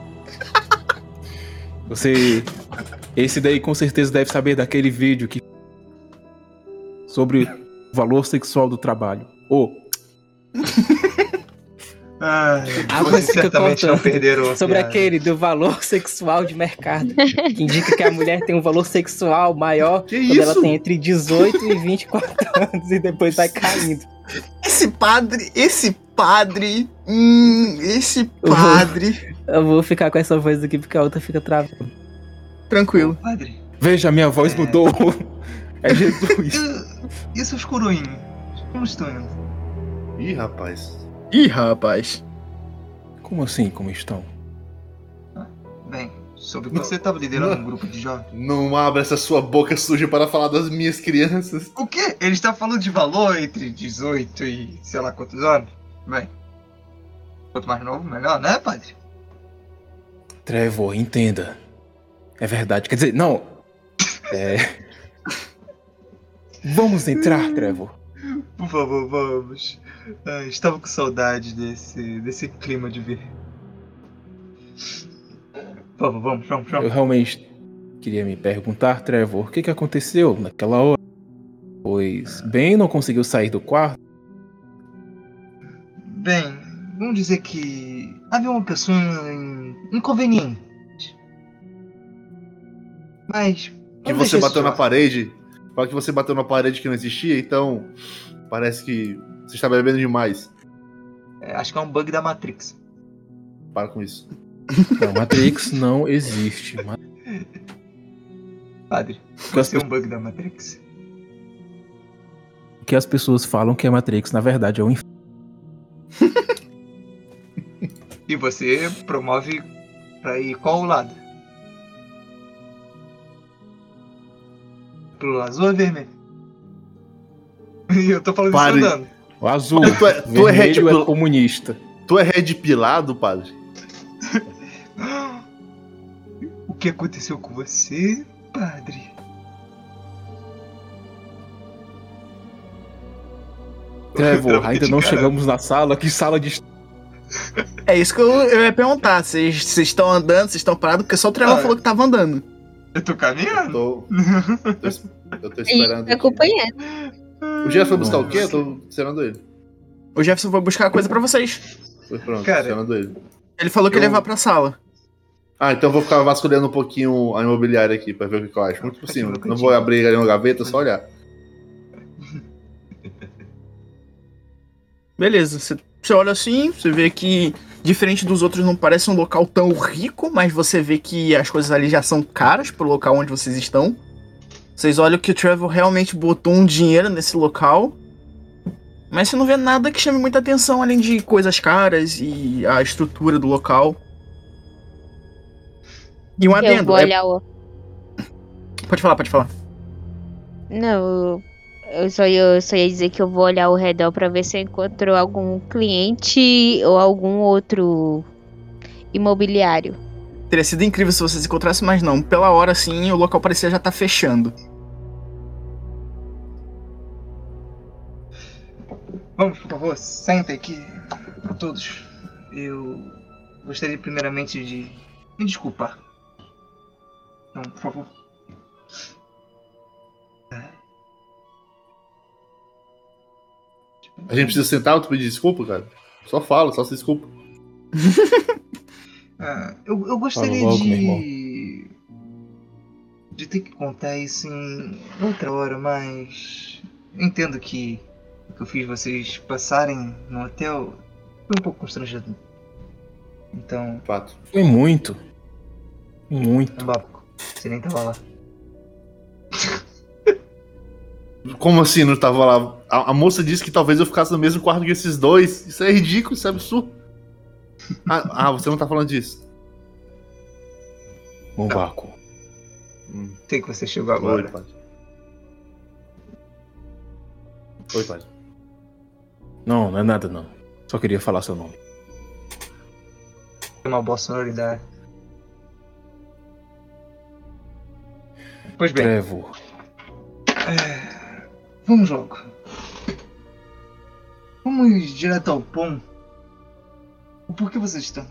Você. Esse daí com certeza deve saber daquele vídeo que. Sobre o valor sexual do trabalho. Ô, Ai, Ah, vocês você fica certamente não contando perderam a Sobre piada. aquele do valor sexual de mercado, que indica que a mulher tem um valor sexual maior Que quando ela isso? tem entre dezoito e vinte e quatro anos e depois vai caindo. Esse padre, esse padre, hum, esse padre, Eu vou ficar com essa voz aqui porque a outra fica travando. tranquilo. Padre, veja, minha voz É. mudou. É Jesus. e, e os seus coroinhos? Como estão indo? Ih, rapaz. Ih, rapaz. Como assim, como estão? Bem, soube que você estava liderando um grupo de jovens. Não abra essa sua boca suja para falar das minhas crianças. O quê? Ele está falando de valor entre dezoito e sei lá quantos anos? Bem, quanto mais novo, melhor, né, padre? Trevor, entenda. É verdade. Quer dizer, não. É. Vamos entrar, Trevor. Por favor, vamos. Ah, estava com saudade desse, desse clima de ver. Vamos, vamos, vamos, Eu vamos. realmente queria me perguntar, Trevor, o que, que aconteceu naquela hora? Pois Ben não conseguiu sair do quarto. Bem, vamos dizer que havia uma pessoa in- inconveniente. Mas. Que vamos você deixar bateu isso na lá. parede. Fala que você bateu na parede que não existia, então. Parece que você está bebendo demais. É, acho que é um bug da Matrix. Para com isso. Não, Matrix não existe. Ma- Padre, Porque as você é um bug da Matrix. O que as pessoas falam que é Matrix, na verdade, é o inferno. E você promove pra ir qual lado? Pro azul ou vermelho? E eu tô falando Pare. isso andando. O azul, Tu é- tu é vermelho red é comunista. Tu é red pilado, padre? O que aconteceu com você, padre? Trevor, Travou ainda de não cara. chegamos na sala. Que sala de... É isso que eu, eu ia perguntar. Vocês vocês estão andando, vocês estão parados, porque só o Trevor Ah, falou que tava andando. Eu tô caminhando? Tô, tô, es- eu tô A gente esperando. tá aqui. acompanhando. O Jeff foi buscar o Nossa. quê? Eu tô esperando ele. O Jefferson foi buscar coisa pra vocês. Foi pronto, Cara. esperando ele. Ele falou que Eu- ia levar pra sala. Ah, então eu vou ficar vasculhando um pouquinho a imobiliária aqui pra ver o que, que eu acho. Muito por Aqui cima. no Não cantinho. vou abrir ali uma gaveta, só olhar. Beleza, você, você olha assim, você vê que, diferente dos outros, não parece um local tão rico, mas você vê que as coisas ali já são caras pro local onde vocês estão. Vocês olham que o Trevor realmente botou um dinheiro nesse local, mas você não vê nada que chame muita atenção, além de coisas caras e a estrutura do local. E um Eu adendo, vou é- olhar o. pode falar, pode falar. Não, eu só, eu só ia dizer que eu vou olhar ao redor pra ver se eu encontro algum cliente ou algum outro imobiliário. Teria sido incrível se vocês encontrassem, mas não. Pela hora, assim, o local parecia já tá fechando. Vamos, por favor, sentem aqui, todos. Eu gostaria primeiramente de me desculpar. Não, por favor. A gente precisa sentar ou tu pedir desculpa, cara? Só fala, só se desculpa. Ah, eu, eu gostaria Fala logo, meu de. de ter que contar isso em outra hora, mas. Eu entendo que o que eu fiz vocês passarem no hotel foi um pouco constrangedor. Então, Fato. Foi muito. Muito. um babaco. Você nem tava lá. Como assim não tava lá? A, a moça disse que talvez eu ficasse no mesmo quarto que esses dois. Isso é ridículo, isso é absurdo. Ah, ah, você não tá falando disso. Mombaco. Hum. Sei que você chegou Oi, agora. padre. Oi, padre. Não, não é nada não. Só queria falar seu nome. Tem uma boa sonoridade. Pois bem, Trevor. é, vamos logo. Vamos direto ao ponto. O porquê vocês estão?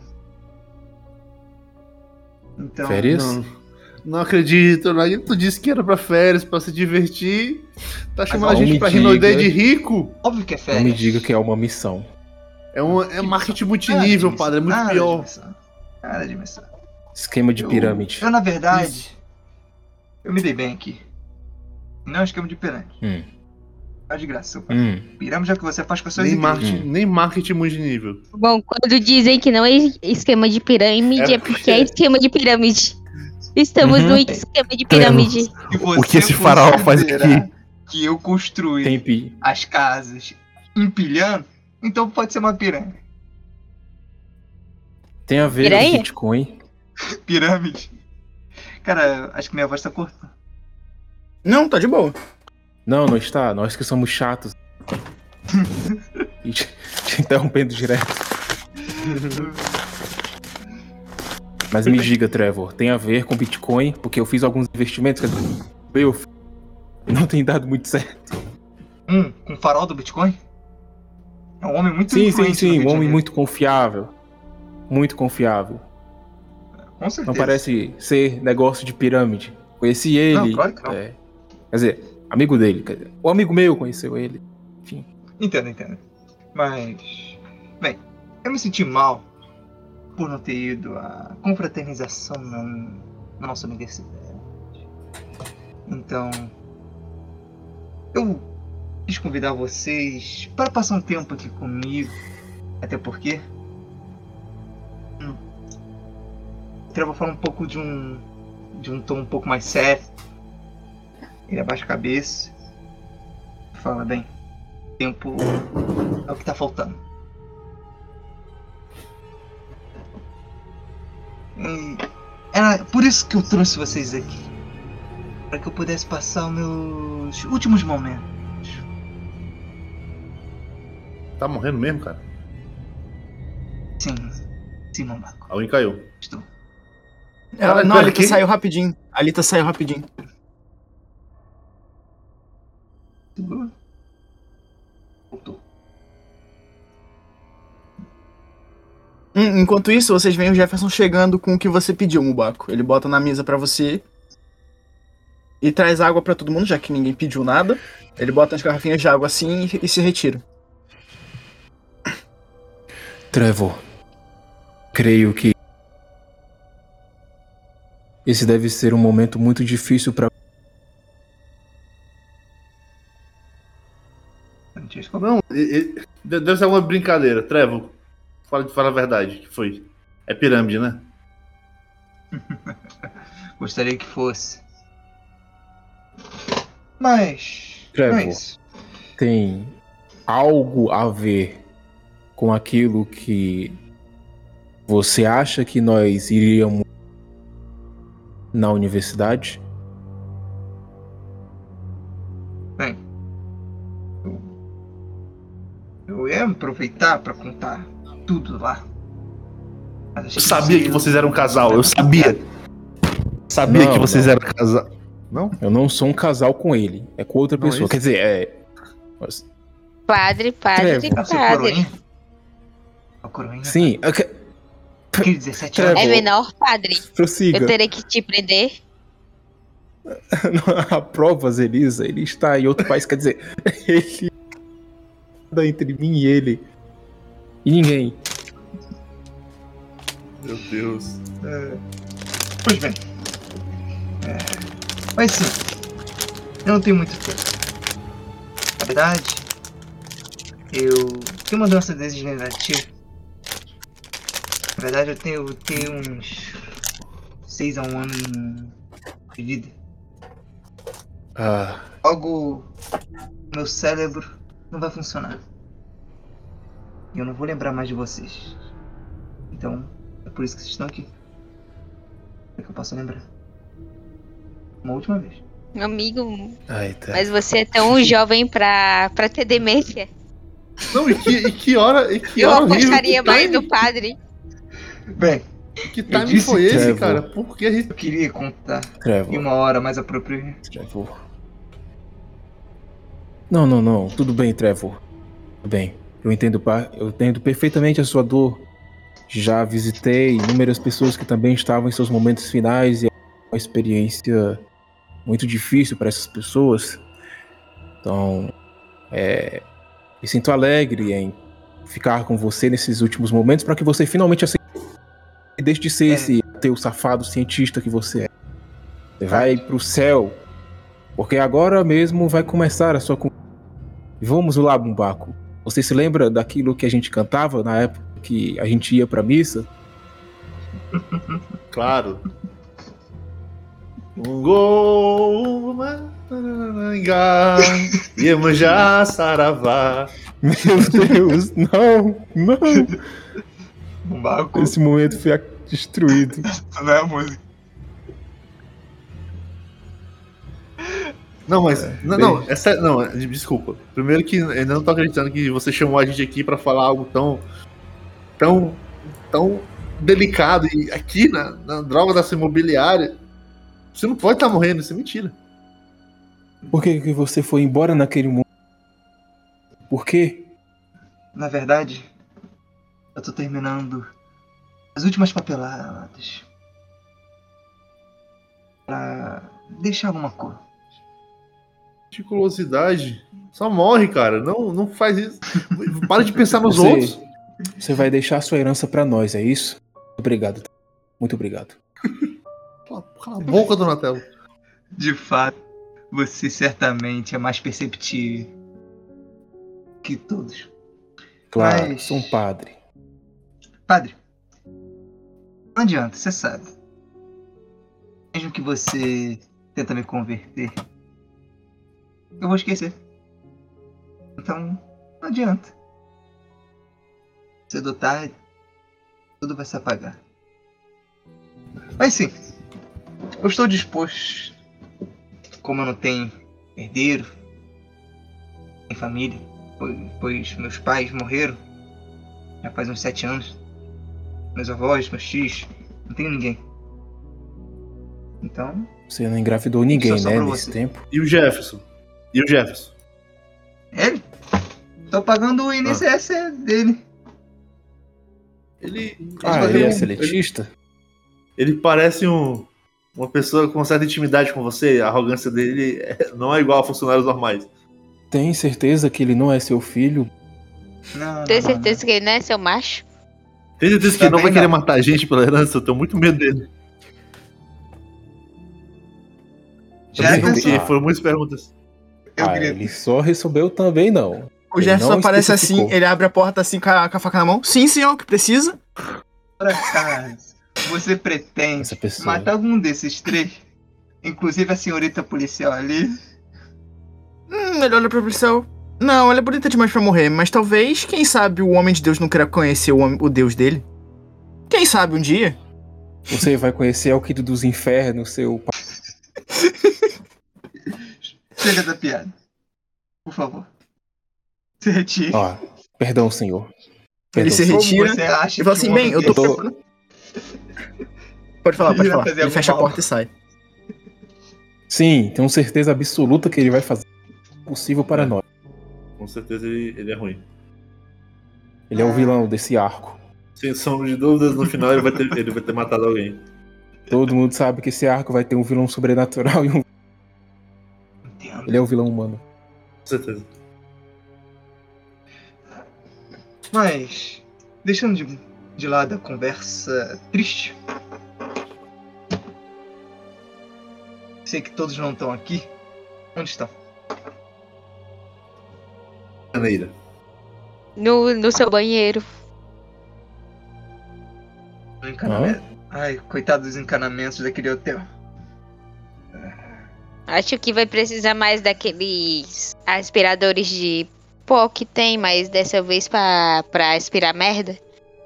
Então, Férias? Não, não acredito, Nagui. Tu disse que era pra férias, pra se divertir. Tá chamando a não gente me pra diga. Rinodê de rico? óbvio que é Não férias. me diga que é uma missão. É, um, é marketing Nada multinível, de padre. É muito missão, nada pior. de missão, Nada de missão. Esquema de Eu- pirâmide. Eu, na verdade, eu me dei bem aqui. Não é um esquema de pirâmide. Hum. Tá de graça, seu pai. Hum. Pirâmide é o que você faz com as suas Nem empresas. marketing, Hum. nem marketing multinível. Bom, quando dizem que não é esquema de pirâmide, É é porque é esquema de pirâmide. Estamos Uhum. no esquema de pirâmide. Se O que você esse faraó faz considerar aqui? Que eu construí Tem pi... as casas empilhando, então pode ser uma pirâmide. Tem a ver Piranha? com Bitcoin. Pirâmide. Cara, acho que minha voz tá cortando. Não, tá de boa. Não, não está. Nós que somos chatos. E te, te interrompendo direto. Mas me diga, Trevor, tem a ver com Bitcoin? Porque eu fiz alguns investimentos que eu não tem dado muito certo. Um, com o farol do Bitcoin? É um homem muito Sim, sim, influente no sim. Rio Um de homem Janeiro. muito confiável. Muito confiável. Com certeza. Não parece ser negócio de pirâmide. Conheci ele. Não, claro que não. é, quer dizer, amigo dele. Quer dizer, o amigo meu conheceu ele. Enfim. Entendo, entendo. Mas, bem, eu me senti mal por não ter ido à confraternização na, na nossa universidade. Então, eu quis convidar vocês para passar um tempo aqui comigo. Até porque hum, o Trevor fala um pouco de um de um tom um pouco mais sério. Ele abaixa a cabeça e fala, bem, tempo é o que tá faltando. E era por isso que eu trouxe vocês aqui. Para que eu pudesse passar os meus últimos momentos. Tá morrendo mesmo, cara? Sim, sim, Mombaco. Alguém caiu. Estou. Ela, Ela não, a pera Alita aqui. saiu rapidinho. A Alita saiu rapidinho. Seguro? Voltou. Hum, enquanto isso, vocês veem o Jefferson chegando com o que você pediu, Mubaco. Ele bota na mesa pra você e traz água pra todo mundo, já que ninguém pediu nada. Ele bota as garrafinhas de água assim e, e se retira. Trevor, creio que esse deve ser um momento muito difícil para Francesco? Não, e- e- deve ser uma brincadeira. Trevor, fala, fala a verdade. Que foi? É pirâmide, né? Gostaria que fosse. Mas. Trevor. Mas. tem algo a ver com aquilo que você acha que nós iríamos na universidade? Bem. Eu, eu ia aproveitar pra contar tudo lá. Mas achei Eu sabia que vocês eram um casal. Eu sabia. Sabia Não, que vocês não. eram casal. Não? Eu não sou um casal com ele, é com outra Não, pessoa. isso- Quer dizer, é. mas- Padre, padre, Trevor. Ah, seu padre. coroinha? A coroinha? Sim, é que- Aquele dezessete Trevor. anos. É menor, padre. prossiga. Eu terei que te prender. Não há provas, Elisa. Ele está em outro país. Quer dizer, ele está entre mim e ele. E ninguém. Meu Deus. Pois bem. É, mas sim, eu não tenho muito tempo. Na verdade, eu tenho uma doença degenerativa. Na verdade, eu tenho, eu tenho uns seis a um ano de vida. Ah, Logo, meu cérebro não vai funcionar. E eu não vou lembrar mais de vocês. Então, é por isso que vocês estão aqui. Para que eu possa lembrar. Uma última vez. Amigo, ai, tá. mas você é tão jovem pra, pra ter demência. Não, e que, e que hora. E que Eu hora horrível, apostaria que mais time- no padre. Bem, Que Eu time disse foi esse, Trevor. cara? Por que a gente. eu queria contar em Trevor, uma hora mais apropriada. Trevor. Não, não, não. Tudo bem, Trevor. Tudo bem. Eu entendo, pa- eu entendo perfeitamente a sua dor. Já visitei inúmeras pessoas que também estavam em seus momentos finais e é uma experiência muito difícil para essas pessoas. Então, é, me sinto alegre em ficar com você nesses últimos momentos para que você finalmente aceite e deixe de ser É. esse teu safado cientista que você é. Você vai pro céu, porque agora mesmo vai começar a sua con- Vamos lá, Bumbaco. Você se lembra daquilo que a gente cantava na época que a gente ia pra missa? Claro. Um gol. Mananga, Iemanjá, Saravá. Meu Deus, não, não. Um barco. Esse momento foi destruído. Não é a música. Não, mas. não, não, bem. é sério, não, é- desculpa. Primeiro que eu ainda não tô acreditando que você chamou a gente aqui pra falar algo tão. tão. tão delicado. E aqui na, na droga dessa imobiliária. Você não pode estar morrendo, isso é mentira. Por que, que você foi embora naquele momento? Por quê? Na verdade, eu tô terminando as últimas papeladas pra deixar alguma cor. Meticulosidade. Só morre, cara. Não, não faz isso. Para de pensar nos Você- outros. Você vai deixar a sua herança pra nós, é isso? Obrigado. Muito obrigado. Cala, cala a boca, Donatello. De fato, você certamente é mais perceptível que todos. Claro, Mas- sou um padre. Padre, não adianta, você sabe. Mesmo que você tenta me converter, eu vou esquecer. Então, não adianta. Cedo ou tarde, tudo vai se apagar. Mas sim, eu estou disposto. Como eu não tenho herdeiro, nem família, pois, pois meus pais morreram já faz uns sete anos. Meus avós, meus tios, não tenho ninguém. Então, Você não engravidou ninguém, Só né, sobrou nesse você. tempo? E o Jefferson? E o Jefferson? ele? Tô pagando o I N S S dele. Ele. Ah, ele, ele é um- seletista? ele, ele parece um, uma pessoa com certa intimidade com você. A arrogância dele é- não é igual a funcionários normais. Tem certeza que ele não é seu filho? Não, Tenho não, não, certeza que ele não é seu macho? Tem certeza que ele não vai Também querer não. matar a gente pela herança? Eu tenho muito medo dele. Já Tem Porque certeza? foram muitas perguntas. Eu ah, grito. ele só recebeu também, não. O Ele Jefferson não aparece assim, especificou. ele abre a porta assim com a, com a faca na mão. Sim, senhor, o que precisa? Por acaso, você pretende Essa pessoa. matar algum desses três? Inclusive a senhorita policial ali? Hum, ele olha pro policial. Não, ela é bonita demais pra morrer, mas talvez, quem sabe, o homem de Deus não queira conhecer o, homem- o Deus dele. Quem sabe um dia? Você vai conhecer Alquido dos Infernos, seu pai. Chega da piada. Por favor. Se retire. Ah, perdão, senhor. Ele Perdão, se senhor. retira. Como você acha Ele fala que assim, um bem, homem eu tô... Eu tô- desse- Pode falar, pode Ia falar. fazer Ele algum fecha a mal. porta e sai. Sim, tenho certeza absoluta que ele vai fazer o possível para É. nós. Com certeza ele, ele é ruim. Ele é o vilão desse arco. Sem sombra de dúvidas, no final ele vai ter, ele vai ter matado alguém. Todo mundo sabe que esse arco vai ter um vilão sobrenatural e um... Entendo. Ele é o vilão humano. Com certeza. Mas, deixando de, de lado a conversa triste. Sei que todos não estão aqui. Onde estão? Maneira. No, no seu banheiro. No encanamento. Ai, coitado dos encanamentos daquele hotel. Acho que vai precisar mais daqueles aspiradores de pó que tem, mas dessa vez pra, pra aspirar merda.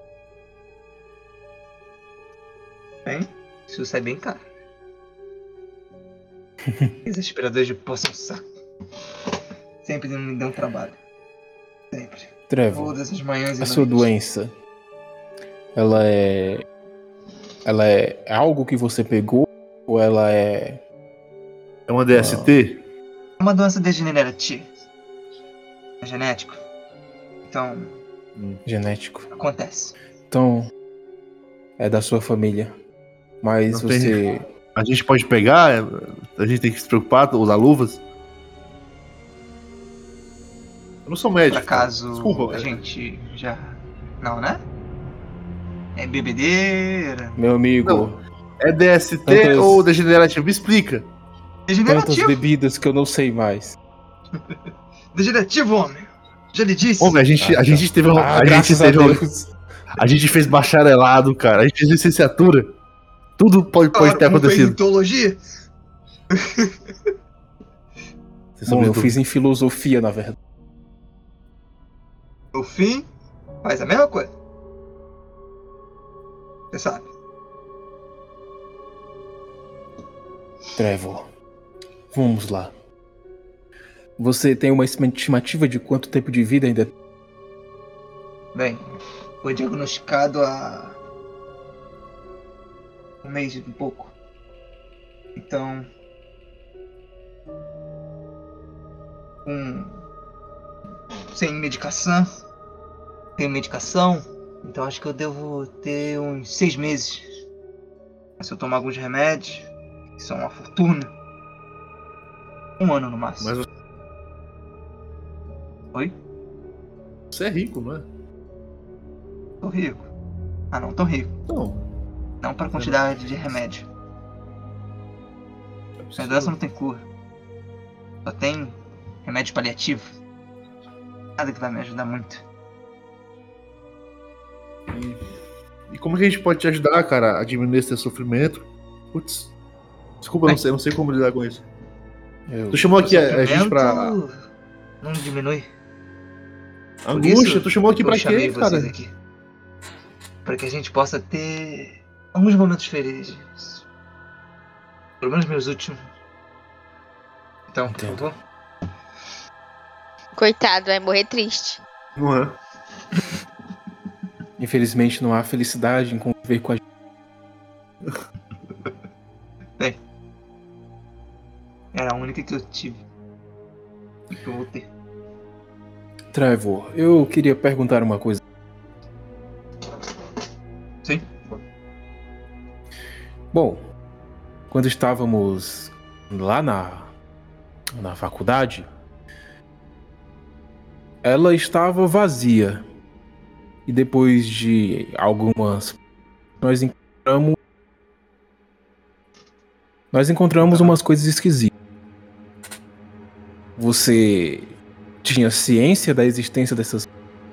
Bem, isso sai bem caro. Esses aspiradores de pó são um saco. Sempre me dão trabalho. Sempre. Trevor, Todas as manhãs e a sua noites. doença, ela é... Ela é algo que você pegou ou ela é... É uma D S T? É uma doença degenerativa. É genético. Então, genético? acontece. Então, é da sua família. Mas Não tem- você... A gente pode pegar? A gente tem que se preocupar, usar luvas? Eu não sou Por médico. acaso, Desculpa, a velho. gente já... Não, né? É bebedeira. Meu amigo, Não. É D S T Tantas- ou degenerativo? Me explica. tantas Degenerativo. bebidas que eu não sei mais. Degenerativo, homem. Já lhe disse. Homem, a gente, Ah, a gente teve uma. Ah, a, gente graças a teve uma- Deus. a gente fez bacharelado, cara. A gente fez licenciatura. Tudo pode, pode Claro, ter não fez acontecido. teologia? Sem Bom, sombra eu de fiz em filosofia, na verdade. No fim, faz a mesma coisa. Você sabe. Trevor, vamos lá. Você tem uma estimativa de quanto tempo de vida ainda... Bem, foi diagnosticado há um mês e um pouco. Então, um, sem medicação, sem medicação, então acho que eu devo ter uns seis meses. Se eu tomar alguns remédios, Isso é uma fortuna. Um ano no máximo. Mas Oi? você é rico, não é? Tô rico. Ah, não tô rico. Não. Não para quantidade de remédio. Minha doença não tem cura. Só tem remédio paliativo. Nada que vai me ajudar muito. E, e como que a gente pode te ajudar, cara, a diminuir esse teu sofrimento? Putz. Desculpa, eu não sei, eu não sei como lidar com isso. Eu- Tu chamou aqui a, a gente Sofrimento pra. não diminui. Por Angústia, isso tu chamou aqui eu pra chamei quê, cara? vocês aqui. Para que a gente possa ter alguns momentos felizes. Pelo menos meus últimos. Então, por Entendo. favor. Coitado, vai morrer triste. Não é? Infelizmente não há felicidade em conviver com a gente. Era a única que eu tive. E que eu vou ter. Trevor, eu queria perguntar uma coisa. Sim. Bom, quando estávamos lá na, na faculdade, ela estava vazia. E depois de algumas... Nós encontramos... Nós encontramos umas coisas esquisitas. Você tinha ciência da existência dessas...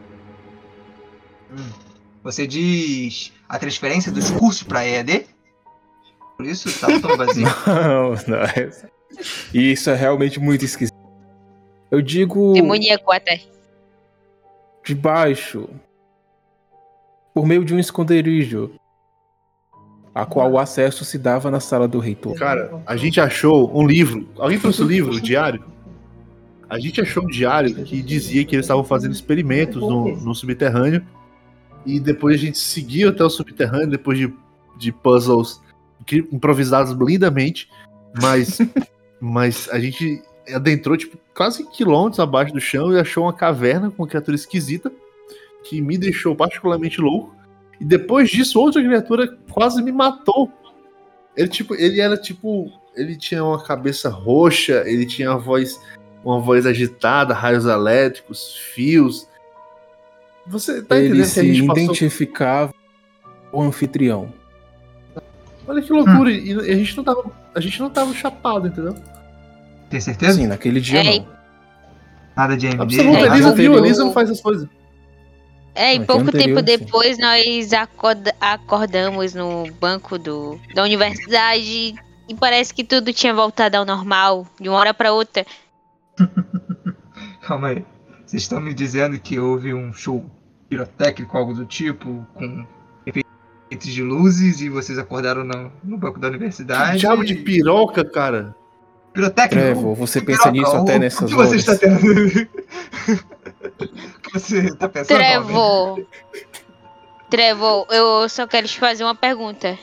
Você diz a transferência dos cursos para E A D? Por isso estava tão vazio. Não, não. é- Isso é realmente muito esquisito. Eu digo Demoníaco até. de baixo, por meio de um esconderijo, a qual o acesso se dava na sala do reitor. Cara, a gente achou um livro. Alguém trouxe o livro, o diário? A gente achou um diário que dizia que eles estavam fazendo experimentos no, no subterrâneo. E depois a gente seguiu até o subterrâneo, depois de, de puzzles que- improvisados lindamente. Mas, mas a gente adentrou tipo, quase quilômetros abaixo do chão e achou uma caverna com uma criatura esquisita que me deixou particularmente louco. E depois disso, outra criatura quase me matou. Ele, tipo, ele era tipo. Ele tinha uma cabeça roxa, ele tinha uma voz, uma voz agitada, raios elétricos, fios. Você tá Ele entendendo que a se gente passou. identificava com o anfitrião. Olha que loucura, e a gente não tava. A gente não tava chapado, entendeu? Tem certeza? Sim, naquele dia É, não. Nada de M D. Absoluta, É, a Elisa anterior- viu, a Elisa não faz essas coisas. É, e Mas pouco anterior, tempo sim. depois nós acorda- acordamos no banco do, da universidade e parece que tudo tinha voltado ao normal, de uma hora pra outra. Calma aí. Vocês estão me dizendo que houve um show pirotécnico, algo do tipo, com efeitos de luzes e vocês acordaram no, no banco da Que universidade? diabo de piroca, cara. Pirotécnico? Trevor, você Que pensa piroca? nisso O- até o nessas que você horas? está tendo? O que você está pensando? homem? Trevor, Trevor, eu só quero te fazer uma pergunta.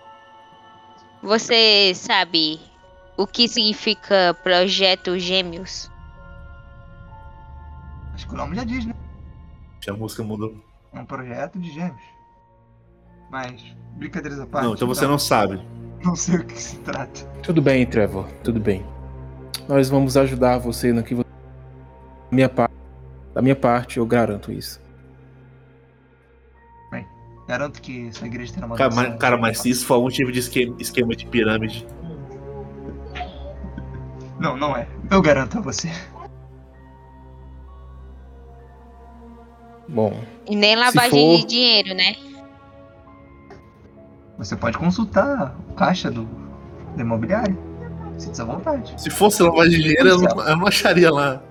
Você sabe o que significa Projeto Gêmeos? Acho que o nome já diz, né? A música mudou. É um projeto de gêmeos. Mas, brincadeiras à parte. Não, então você não sabe. Não sei o que se trata. Tudo bem, Trevor, tudo bem. Nós vamos ajudar você no que você... Da minha, par... da minha parte, eu garanto isso. Garanto que sua igreja terá uma Cara, adoção. mas, cara, mas se isso for algum tipo de esquema, esquema de pirâmide. Não, não é. Eu garanto a você. Bom, E nem lavagem for- de dinheiro, né? Você pode consultar o caixa do, do imobiliário. Sinta-se à vontade. Se fosse lavagem de dinheiro, eu não, eu não acharia lá.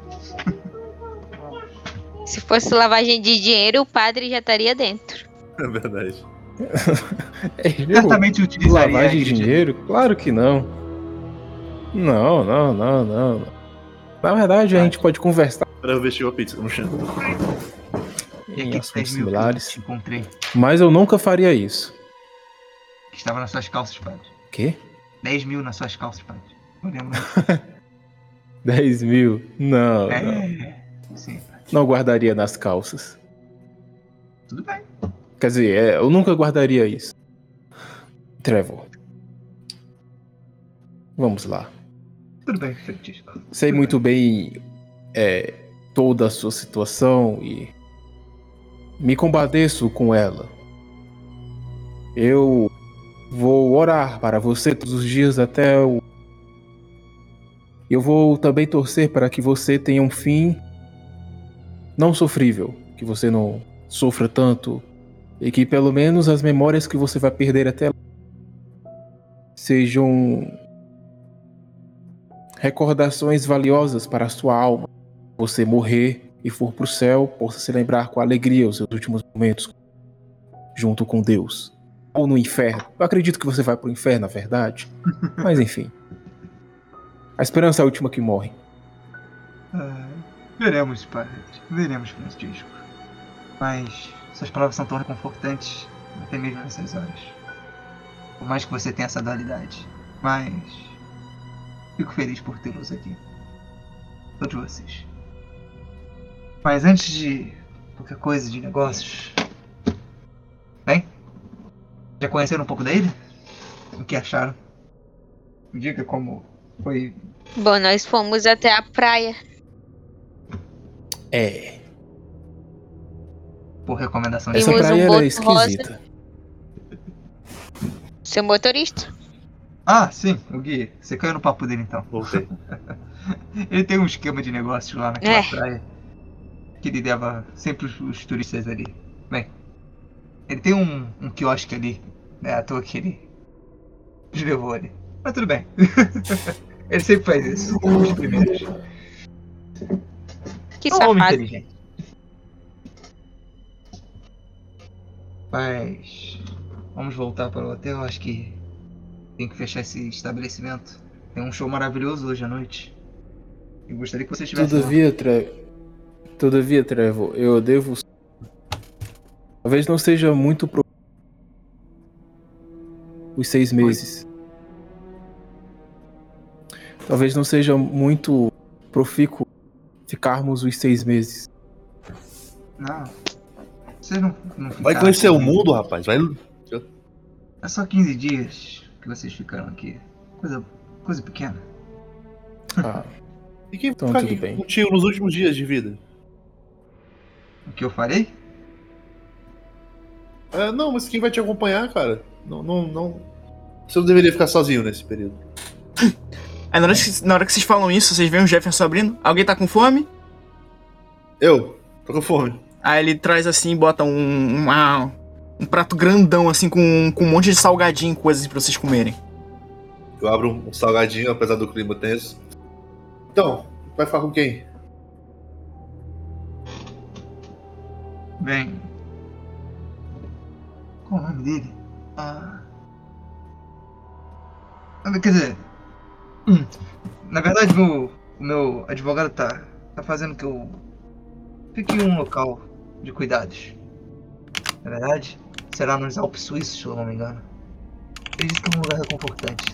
Se fosse lavagem de dinheiro, o padre já estaria dentro. É verdade. eu... Certamente utilizaria a lavagem de igreja. dinheiro? Claro que não. Não, não, não, não. Na verdade, a gente pode conversar Pra ver se chegou a pizza no chão. E em aquele assuntos dez mil que eu similares, te encontrei. mas eu nunca faria isso. Que estava nas suas calças, padre. Quê? dez mil nas suas calças, padre. Eu lembro. dez mil? Não, não. É. Sim, padre. Não guardaria nas calças. Tudo bem. Quer dizer, é, eu nunca guardaria isso. Trevor, Vamos lá. Tudo bem, Francisco. Sei Tudo muito bem é, toda a sua situação e me compadeço com ela. Eu vou orar para você todos os dias até o... Eu vou também torcer para que você tenha um fim não sofrível, que você não sofra tanto e que pelo menos as memórias que você vai perder até lá sejam recordações valiosas para a sua alma. Você morrer e for para o céu, possa se lembrar com alegria os seus últimos momentos junto com Deus. Ou no inferno. Eu acredito que você vai para o inferno, na verdade. Mas enfim. A esperança é a última que morre. Ah, veremos, padre. Veremos, Francisco. Mas suas palavras são tão reconfortantes, até mesmo nessas horas. Por mais que você tenha essa dualidade. Mas fico feliz por tê-los aqui. Todos vocês. Mas antes de qualquer coisa de negócios... Bem? Já conheceram um pouco da ilha? O que acharam? Me diga como foi... Bom, nós fomos até a praia. É. Por recomendação de... Essa Vimos praia um era boto esquisita. Seu motorista. Ah, sim, o Gui. Você caiu no papo dele então. Voltei. Ele tem um esquema de negócios lá naquela É. praia. Que ele leva sempre os, os turistas ali. Bem, ele tem um, um quiosque ali. Né, à toa que ele os levou ali. Mas tudo bem. Ele sempre faz isso. Os primeiros. Que É um homem safado. inteligente. Mas vamos voltar para o hotel. Acho que tem que fechar esse estabelecimento. Tem um show maravilhoso hoje à noite. Eu gostaria que você estivesse lá. Todavia, Tre... Todavia, Trevor, eu devo... Talvez não seja muito pro... os seis meses. Talvez não seja muito profícuo ficarmos os seis meses. Não. Vocês não, não Vai ficaram conhecer o aqui. mundo, rapaz. Vai. É só quinze dias que vocês ficaram aqui. Coisa, coisa pequena. Ah, E quem Então, ficar tudo aqui bem. contigo nos últimos dias de vida? O que eu farei? É, não, mas quem vai te acompanhar, cara? Não, não, não. Você não deveria ficar sozinho nesse período. Aí na hora, que, na hora que vocês falam isso, vocês veem o Jefferson abrindo. Alguém tá com fome? Eu? Tô com fome. Aí ele traz assim, bota um, uma, um prato grandão assim com, com um monte de salgadinho e coisas pra vocês comerem. Eu abro um salgadinho, apesar do clima tenso. Então, vai falar com quem? Bem. Qual o nome dele? Ah. Ah, Quer dizer. hum, Na verdade, meu, o meu advogado tá, tá fazendo que eu fique em um local de cuidados. Na verdade, será nos Alpes Suíços, se eu não me engano. Ele disse que é um lugar reconfortante.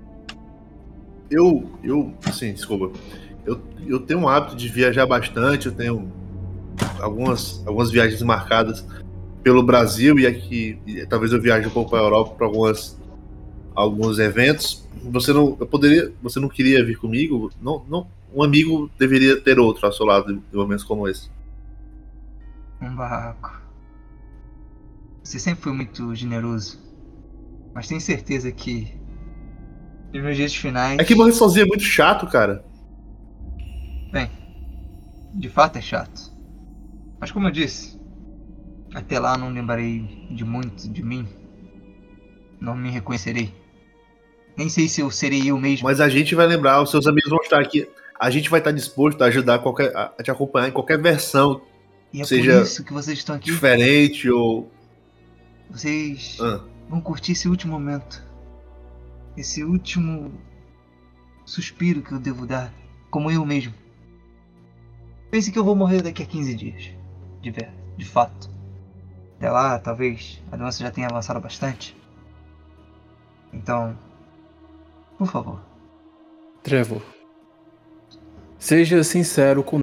Eu, eu, assim, desculpa. Eu, eu tenho um hábito de viajar bastante, eu tenho algumas, algumas viagens marcadas pelo Brasil e aqui, e talvez eu viaje um pouco para a Europa para algumas alguns eventos. Você não, eu poderia, você não queria vir comigo? Não, não, um amigo deveria ter outro ao seu lado em momentos como esse. Um barraco. Você sempre foi muito generoso. Mas tenho certeza que nos meus dias finais. É que morrer sozinho é muito chato, cara. Bem, de fato é chato. Mas como eu disse, até lá não lembrarei de muito de mim. Não me reconhecerei. Nem sei se eu serei eu mesmo. Mas a gente vai lembrar, os seus amigos vão estar aqui. A gente vai estar disposto a ajudar qualquer, a te acompanhar em qualquer versão E é seja por isso que vocês estão aqui. diferente ou. Vocês Ah, vão curtir esse último momento. Esse último suspiro que eu devo dar, como eu mesmo. Pense que eu vou morrer daqui a quinze dias. De ver, de fato. Até lá, talvez a doença já tenha avançado bastante. Então, por favor. Trevor, seja sincero comigo.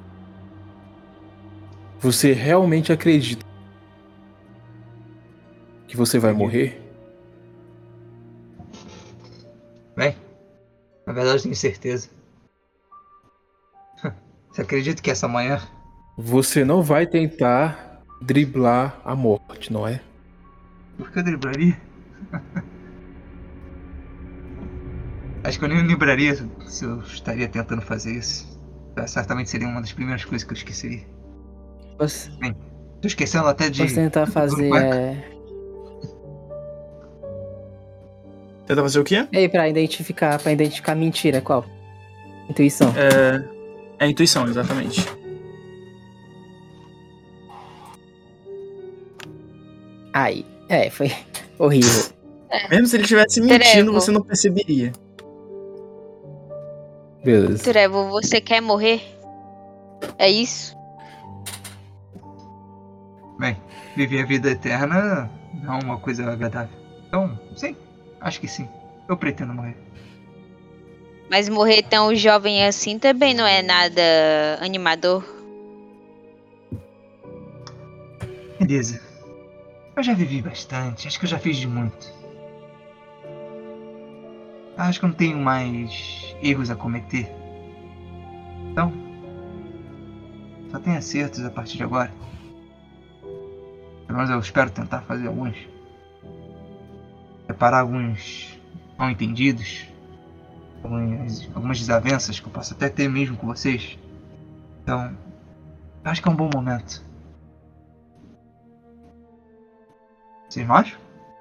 Você realmente acredita que você vai morrer? Bem, verdade, eu tenho certeza. Você acredita que essa manhã... Você não vai tentar driblar a morte, não é? Por que eu driblaria? Acho que eu nem lembraria se eu estaria tentando fazer isso. Certamente seria uma das primeiras coisas que eu esqueceria. Posso, Bem, tô esquecendo até de... posso tentar fazer. É... Tenta fazer o quê? Ei, pra identificar, pra identificar mentira, qual? Intuição. É, é intuição, exatamente. Aí. É, foi horrível. Mesmo se ele estivesse mentindo, Trevo. você não perceberia. Beleza. Trevor, você quer morrer? É isso? Bem, viver a vida eterna não é uma coisa agradável. Então, sim, acho que sim. Eu pretendo morrer. Mas morrer tão jovem assim também não é nada animador. Beleza. Eu já vivi bastante, acho que eu já fiz de muito. Acho que eu não tenho mais erros a cometer. Então, só tenho acertos a partir de agora. Pelo menos eu espero tentar fazer alguns. Reparar alguns mal entendidos. Algumas, algumas desavenças que eu posso até ter mesmo com vocês. Então, eu acho que é um bom momento. Vocês não acham?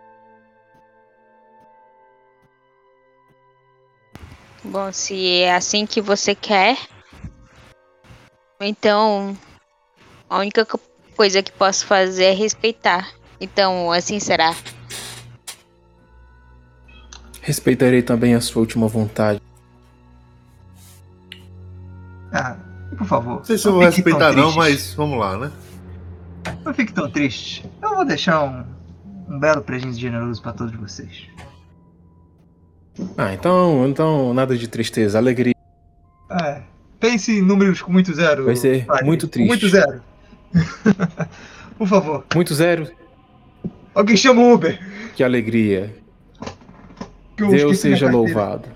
Bom, se é assim que você quer, então a única co- coisa que posso fazer é respeitar. Então, assim será. Respeitarei também a sua última vontade. Ah, por favor. Não sei se eu vou fique tão respeitar não, tristes. mas vamos lá, né? Não fique tão triste. Eu vou deixar um, um belo presente generoso para todos vocês. Ah, então, então nada de tristeza, alegria. É, pense em números com muito zero. Vai ser padre. muito Com triste. muito zero. Por favor, Muito zero, alguém chama o Uber. que alegria. Que eu Deus esqueci minha seja carteira.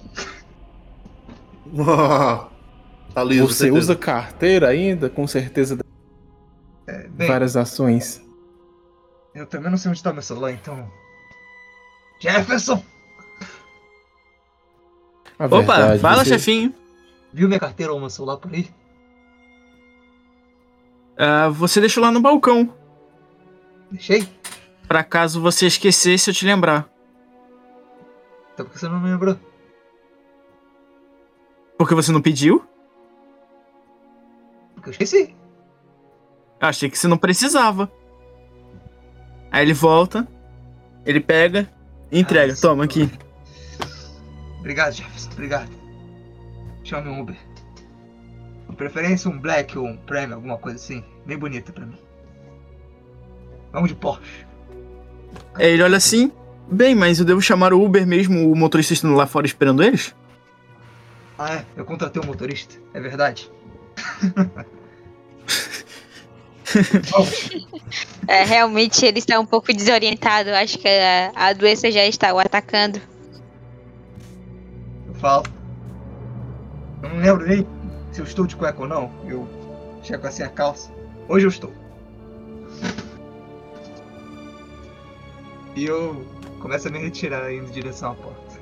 louvado. Tá liso, Você certeza. usa carteira ainda? Com certeza, É, bem, várias ações. eu também não sei onde está meu celular, então. Jefferson! A Opa, verdade, fala, você- chefinho. Viu minha carteira ou meu celular por aí? Ah, você deixou lá no balcão. Deixei? Pra caso você esquecesse, eu te lembrar. Então por que você não me lembrou? Porque você não pediu? Porque eu esqueci. Achei que você não precisava. Aí ele volta, ele pega e entrega. Ah, Toma sim. aqui. Obrigado, Jefferson. Obrigado. Chame um Uber. De preferência um Black ou um Premium, alguma coisa assim. Bem bonita pra mim. Vamos de Porsche. Aí ele olha assim. Bem, mas eu devo chamar o Uber mesmo, o motorista estando lá fora esperando eles? Ah, é? Eu contratei um motorista. É verdade. Vamos. É, realmente ele está um pouco desorientado. Acho que a, a doença já está o atacando. Eu falo. Eu não lembro nem se eu estou de cueca ou não. Eu chego assim a calça. Hoje eu estou. E eu começo a me retirar indo em direção à porta.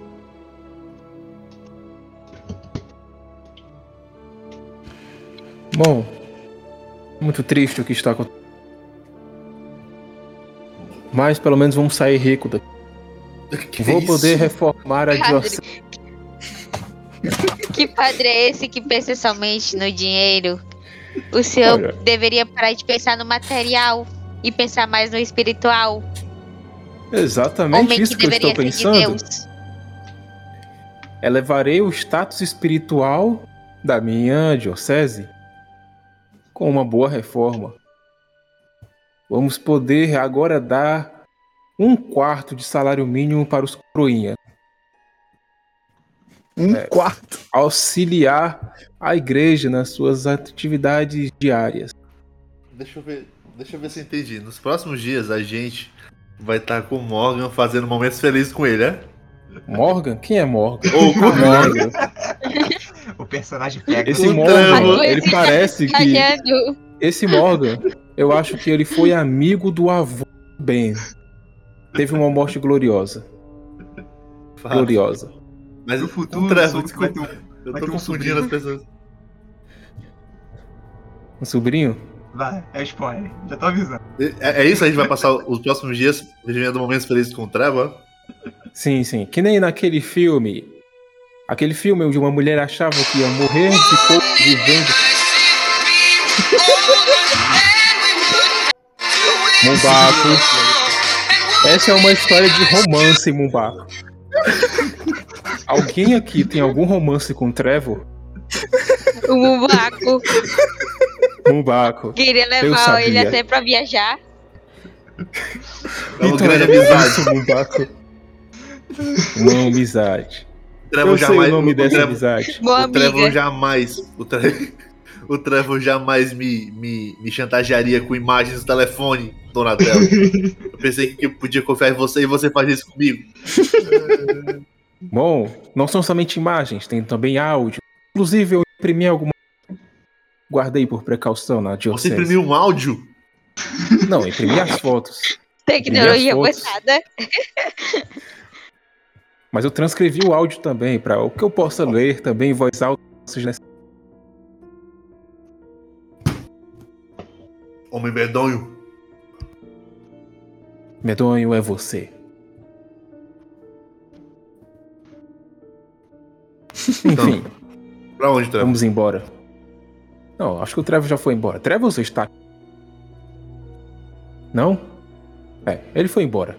Bom, muito triste o que está acontecendo. Mas pelo menos vamos sair rico daqui. Que Vou isso? poder reformar a Padre. diocese. Que padre é esse que pensa somente no dinheiro? O senhor Olha. deveria parar de pensar no material e pensar mais no espiritual. Exatamente Homem isso que que eu estou deveria ser de pensando. Deus. Elevarei o status espiritual da minha diocese com uma boa reforma. Vamos poder agora dar um quarto de salário mínimo para os coroinhas. Um É. quarto. Auxiliar a igreja nas suas atividades diárias. Deixa eu ver, deixa eu ver se eu entendi. Nos próximos dias a gente vai estar com o Morgan fazendo momentos felizes com ele, é? Morgan? Quem é Morgan? Ô, Ah, Morgan. O personagem pega. Esse O Morgan, Trevor. ele parece que... Cagando. Esse Morgan, eu acho que ele foi amigo do avô do Ben. Teve uma morte gloriosa. Gloriosa. Mas No o futuro, Trevor, vai ter um- desculpa. Eu vai tô ter um confundindo sobrinho. as pessoas. Um sobrinho? Vai, é spoiler. Já tô avisando. É, é isso? A gente vai passar os próximos dias vivendo momentos felizes com o Trevor? Sim, sim. Que nem naquele filme. Aquele filme onde uma mulher achava que ia morrer e ficou vivendo. Mumbaco. Essa é uma história de romance, Mumbaco. Alguém aqui tem algum romance com Trevor? O Mumbaco Mumbaco. queria Eu levar sabia. ele até pra viajar. É uma grande era amizade. isso, Mumbaco. Uma amizade. O Trevor Eu sei jamais, o nome o dessa Trevor- amizade. Boa O Trevor amiga. jamais. O, Tre... o Trevor jamais me, me, me chantagearia com imagens do telefone, Donatello. Eu pensei que eu podia confiar em você e você faz isso comigo. Bom, não são somente imagens, tem também áudio. Inclusive, eu imprimi alguma. Guardei por precaução na Você diocese. imprimiu um áudio? Não, imprimi as fotos. Tecnologia Imprimi as fotos. avançada. Mas eu transcrevi o áudio também, para o que eu possa ler também em voz alta. Homem medonho. Medonho é você. Enfim, Pra onde, Trevor? vamos embora. Não, acho que o Trevor já foi embora. Trevor, você está aqui? Não? É, ele foi embora.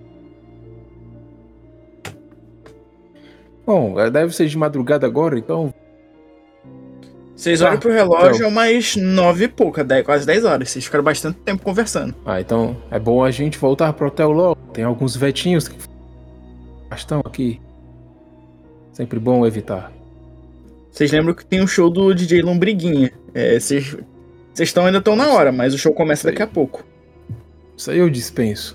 Bom, deve ser de madrugada agora, então. Vocês Tá, olham pro relógio, então. é umas nove e pouca, dez, quase dez horas. Vocês ficaram bastante tempo conversando. Ah, então é bom a gente voltar pro hotel logo. Tem alguns vetinhos que estão aqui. Sempre bom evitar. Vocês lembram que tem um show do D J Lombriguinha. É, vocês vocês estão ainda estão na hora, mas o show começa daqui a pouco. Isso aí eu dispenso.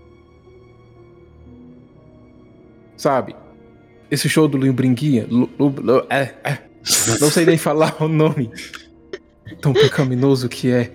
Sabe? Esse show do Lumbringuinha. Lu, Lu, Lu, é, é. Não sei nem falar o nome. Tão pecaminoso que é.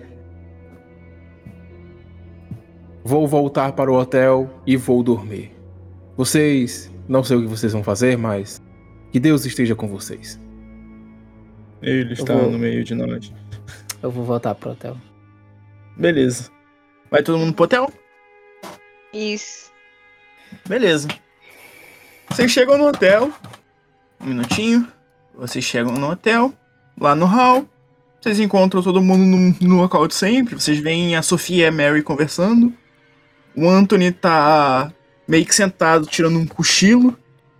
Vou voltar para o hotel e vou dormir. Vocês, não sei o que vocês vão fazer, mas que Deus esteja com vocês. Ele está vou- no meio de nós. Eu vou voltar pro hotel. Beleza. Vai todo mundo pro hotel? Isso. Beleza. Vocês chegam no hotel. Um minutinho. Vocês chegam no hotel. Lá no hall. Vocês encontram todo mundo no, no local de sempre. Vocês veem a Sofia e a Mary conversando. O Anthony tá meio que sentado, tirando um cochilo.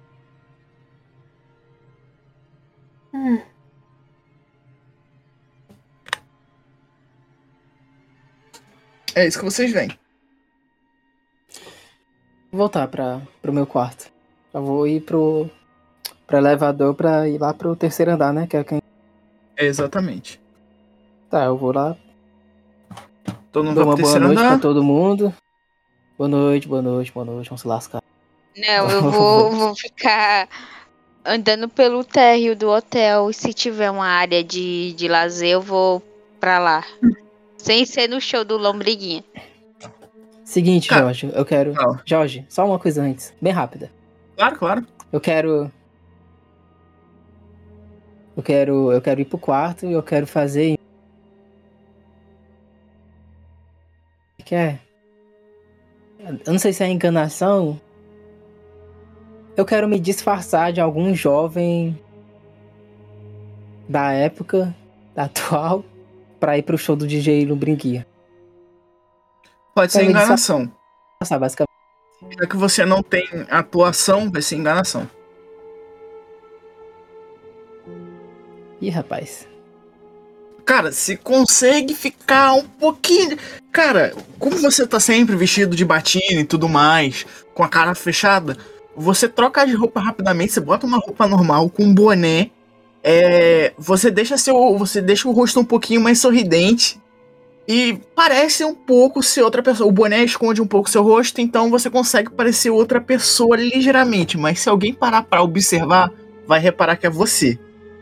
É isso que vocês veem. Vou voltar pra, pro meu quarto. Eu vou ir pro, pro elevador pra ir lá pro terceiro andar, né? Que é quem... É exatamente. Tá, eu vou lá. Todo mundo Dou vai uma pro boa terceiro noite andar. pra todo mundo. Boa noite, boa noite, boa noite. Vamos se lascar. Não, eu vou, vou ficar andando pelo térreo do hotel. E se tiver uma área de, de lazer, eu vou pra lá. Sem ser no show do Lombriguinha. Seguinte, Cara, Jorge, eu quero... fala. Jorge, só uma coisa antes. Bem rápida. Claro, claro. Eu quero... Eu quero, eu quero ir pro quarto e eu quero fazer... O que é? Eu não sei se é enganação. Eu quero me disfarçar de algum jovem da época, da atual, pra ir pro show do D J Lumbringuia. Pode ser É, ele só- enganação. Nossa, basicamente. Já que você não tem atuação, vai ser enganação. Ih, rapaz. Cara, se consegue ficar um pouquinho. Cara, como você tá sempre vestido de batina e tudo mais, com a cara fechada, você troca de roupa rapidamente, você bota uma roupa normal com um boné. É, você deixa seu. Você deixa o rosto um pouquinho mais sorridente. E parece um pouco ser outra pessoa. O boné esconde um pouco seu rosto, então você consegue parecer outra pessoa ligeiramente. Mas se alguém parar pra observar, vai reparar que é você.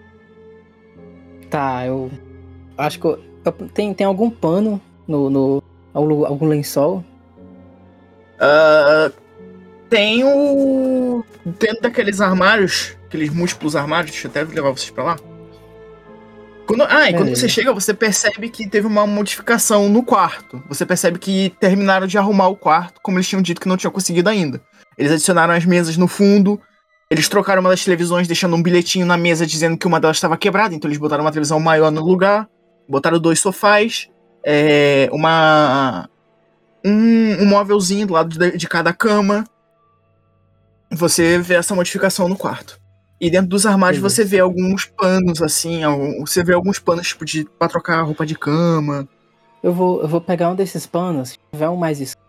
Tá, eu acho que eu, eu- tem, tem algum pano no, no algum algum lençol? Ah, tem o... Dentro daqueles armários, aqueles múltiplos armários, deixa eu até levar vocês pra lá. Quando, ah, e quando Beleza. você chega, você percebe que teve uma modificação no quarto. Você percebe que terminaram de arrumar o quarto, como eles tinham dito que não tinham conseguido ainda. Eles adicionaram as mesas no fundo, eles trocaram uma das televisões, deixando um bilhetinho na mesa dizendo que uma delas estava quebrada, então eles botaram uma televisão maior no lugar, botaram dois sofás, é, uma... Um, um móvelzinho do lado de, de cada cama. Você vê essa modificação no quarto. E dentro dos armários Beleza. você vê alguns panos, assim, algum- você vê alguns panos, tipo, de, pra trocar roupa de cama. Eu vou, eu vou pegar um desses panos, se tiver um mais escuro.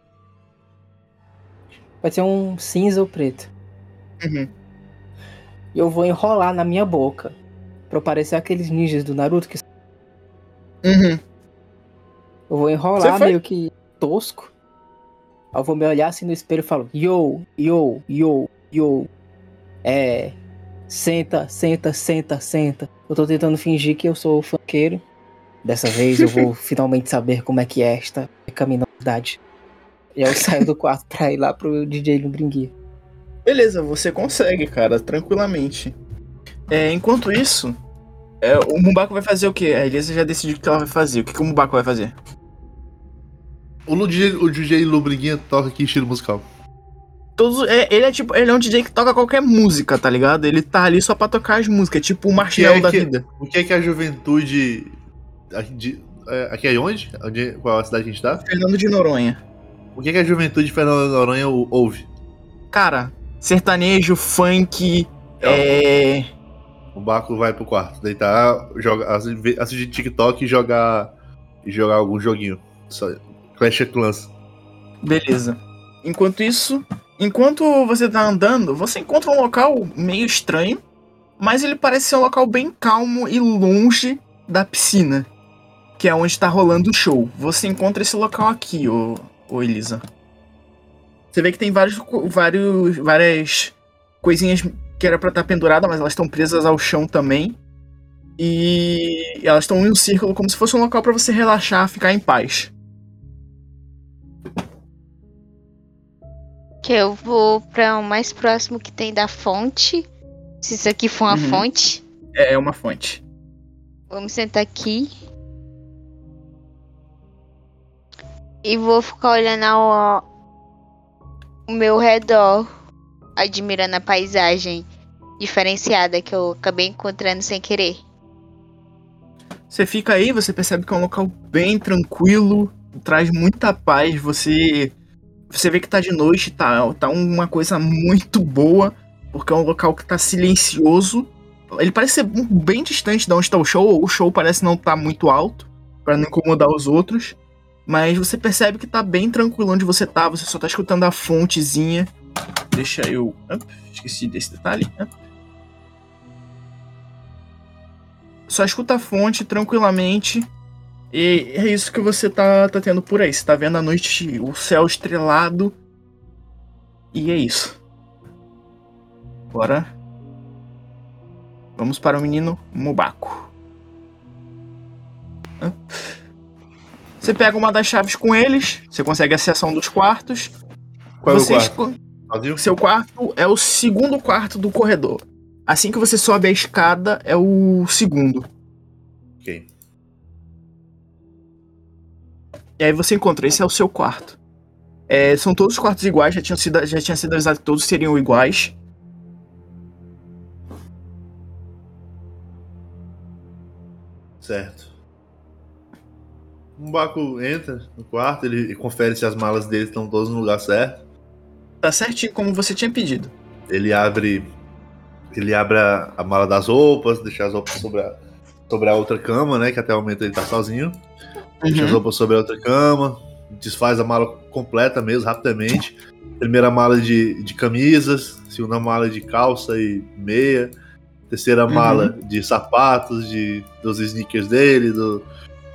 Pode ser um cinza ou preto. Uhum. E eu vou enrolar na minha boca. Pra eu parecer aqueles ninjas do Naruto que Uhum. eu vou Você enrolar foi? meio que tosco. Aí eu vou me olhar assim no espelho e falo, yo, yo, yo, yo. É. Senta, senta, senta, senta. Eu tô tentando fingir que eu sou funkeiro. Dessa vez eu vou finalmente saber como é que é esta pecaminosidade. E aí eu saio do quarto pra ir lá pro D J Lumbringui. Beleza, você consegue, cara, tranquilamente. É, enquanto isso, é, o Mubako vai fazer o quê? A Elisa já decidiu o que ela vai fazer. O que, que o Mubako vai fazer? O D J, o D J Lubriguinha toca aqui estilo musical. Todos, é, ele é tipo, ele é um D J que toca qualquer música, tá ligado? Ele tá ali só pra tocar as músicas, tipo o Marshmallow é da que- vida. O que é que a juventude. a- de- é, aqui é onde? onde? Qual a cidade que a gente tá? Fernando de Noronha. O que é que a juventude de Fernando de Noronha ou- ouve? Cara, sertanejo, funk, Ó. é... O Baco vai pro quarto, deitar, joga, assi- assistir TikTok e jogar. E jogar algum joguinho. Só, Clash of Clans. Beleza. Enquanto isso, enquanto você tá andando, você encontra um local meio estranho, mas ele parece ser um local bem calmo e longe da piscina, que é onde tá rolando o show. Você encontra esse local aqui, ô, ô Elisa. Você vê que tem vários, co- vários, várias coisinhas que era pra estar pendurada, mas elas estão presas ao chão também. E elas estão em um círculo como se fosse um local pra você relaxar, ficar em paz. Que eu vou pra o mais próximo que tem da fonte. Se isso aqui for uma Uhum. fonte. É uma fonte. Vamos sentar aqui. E vou ficar olhando ao, o meu redor. Admirando a paisagem diferenciada que eu acabei encontrando sem querer. Você fica aí, você percebe que é um local bem tranquilo, traz muita paz. Você você vê que tá de noite, tá, tá uma coisa muito boa, porque é um local que tá silencioso. Ele parece ser bem distante de onde tá o show, o show parece não tá muito alto, pra não incomodar os outros. Mas você percebe que tá bem tranquilo onde você tá, você só tá escutando a fontezinha. Deixa eu... Up, esqueci desse detalhe. Up. Só escuta a fonte tranquilamente. E é isso que você tá, tá tendo por aí. Você tá vendo a noite, o céu estrelado. E é isso. Agora vamos para o menino Mubako. Up. Você pega uma das chaves com eles. Você consegue acesso a um dos quartos. Qual é o Você quarto? esco- Vazio? Seu quarto é o segundo quarto do corredor. Assim que você sobe a escada, é o segundo. Ok. E aí você encontra, esse é o seu quarto. É, são todos os quartos iguais, já tinha sido, já tinha sido avisado que todos seriam iguais. Certo. O Baco entra no quarto, ele confere se as malas dele estão todas no lugar certo. Tá certinho como você tinha pedido. Ele abre. Ele abre a, a mala das roupas, deixa as roupas sobre a, sobre a outra cama, né? Que até o momento ele tá sozinho. Deixa as Uhum. roupas sobre a outra cama. Desfaz a mala completa mesmo, rapidamente. Primeira mala de, de camisas. Segunda mala de calça e meia. Terceira Uhum. mala de sapatos, de, dos sneakers dele, do,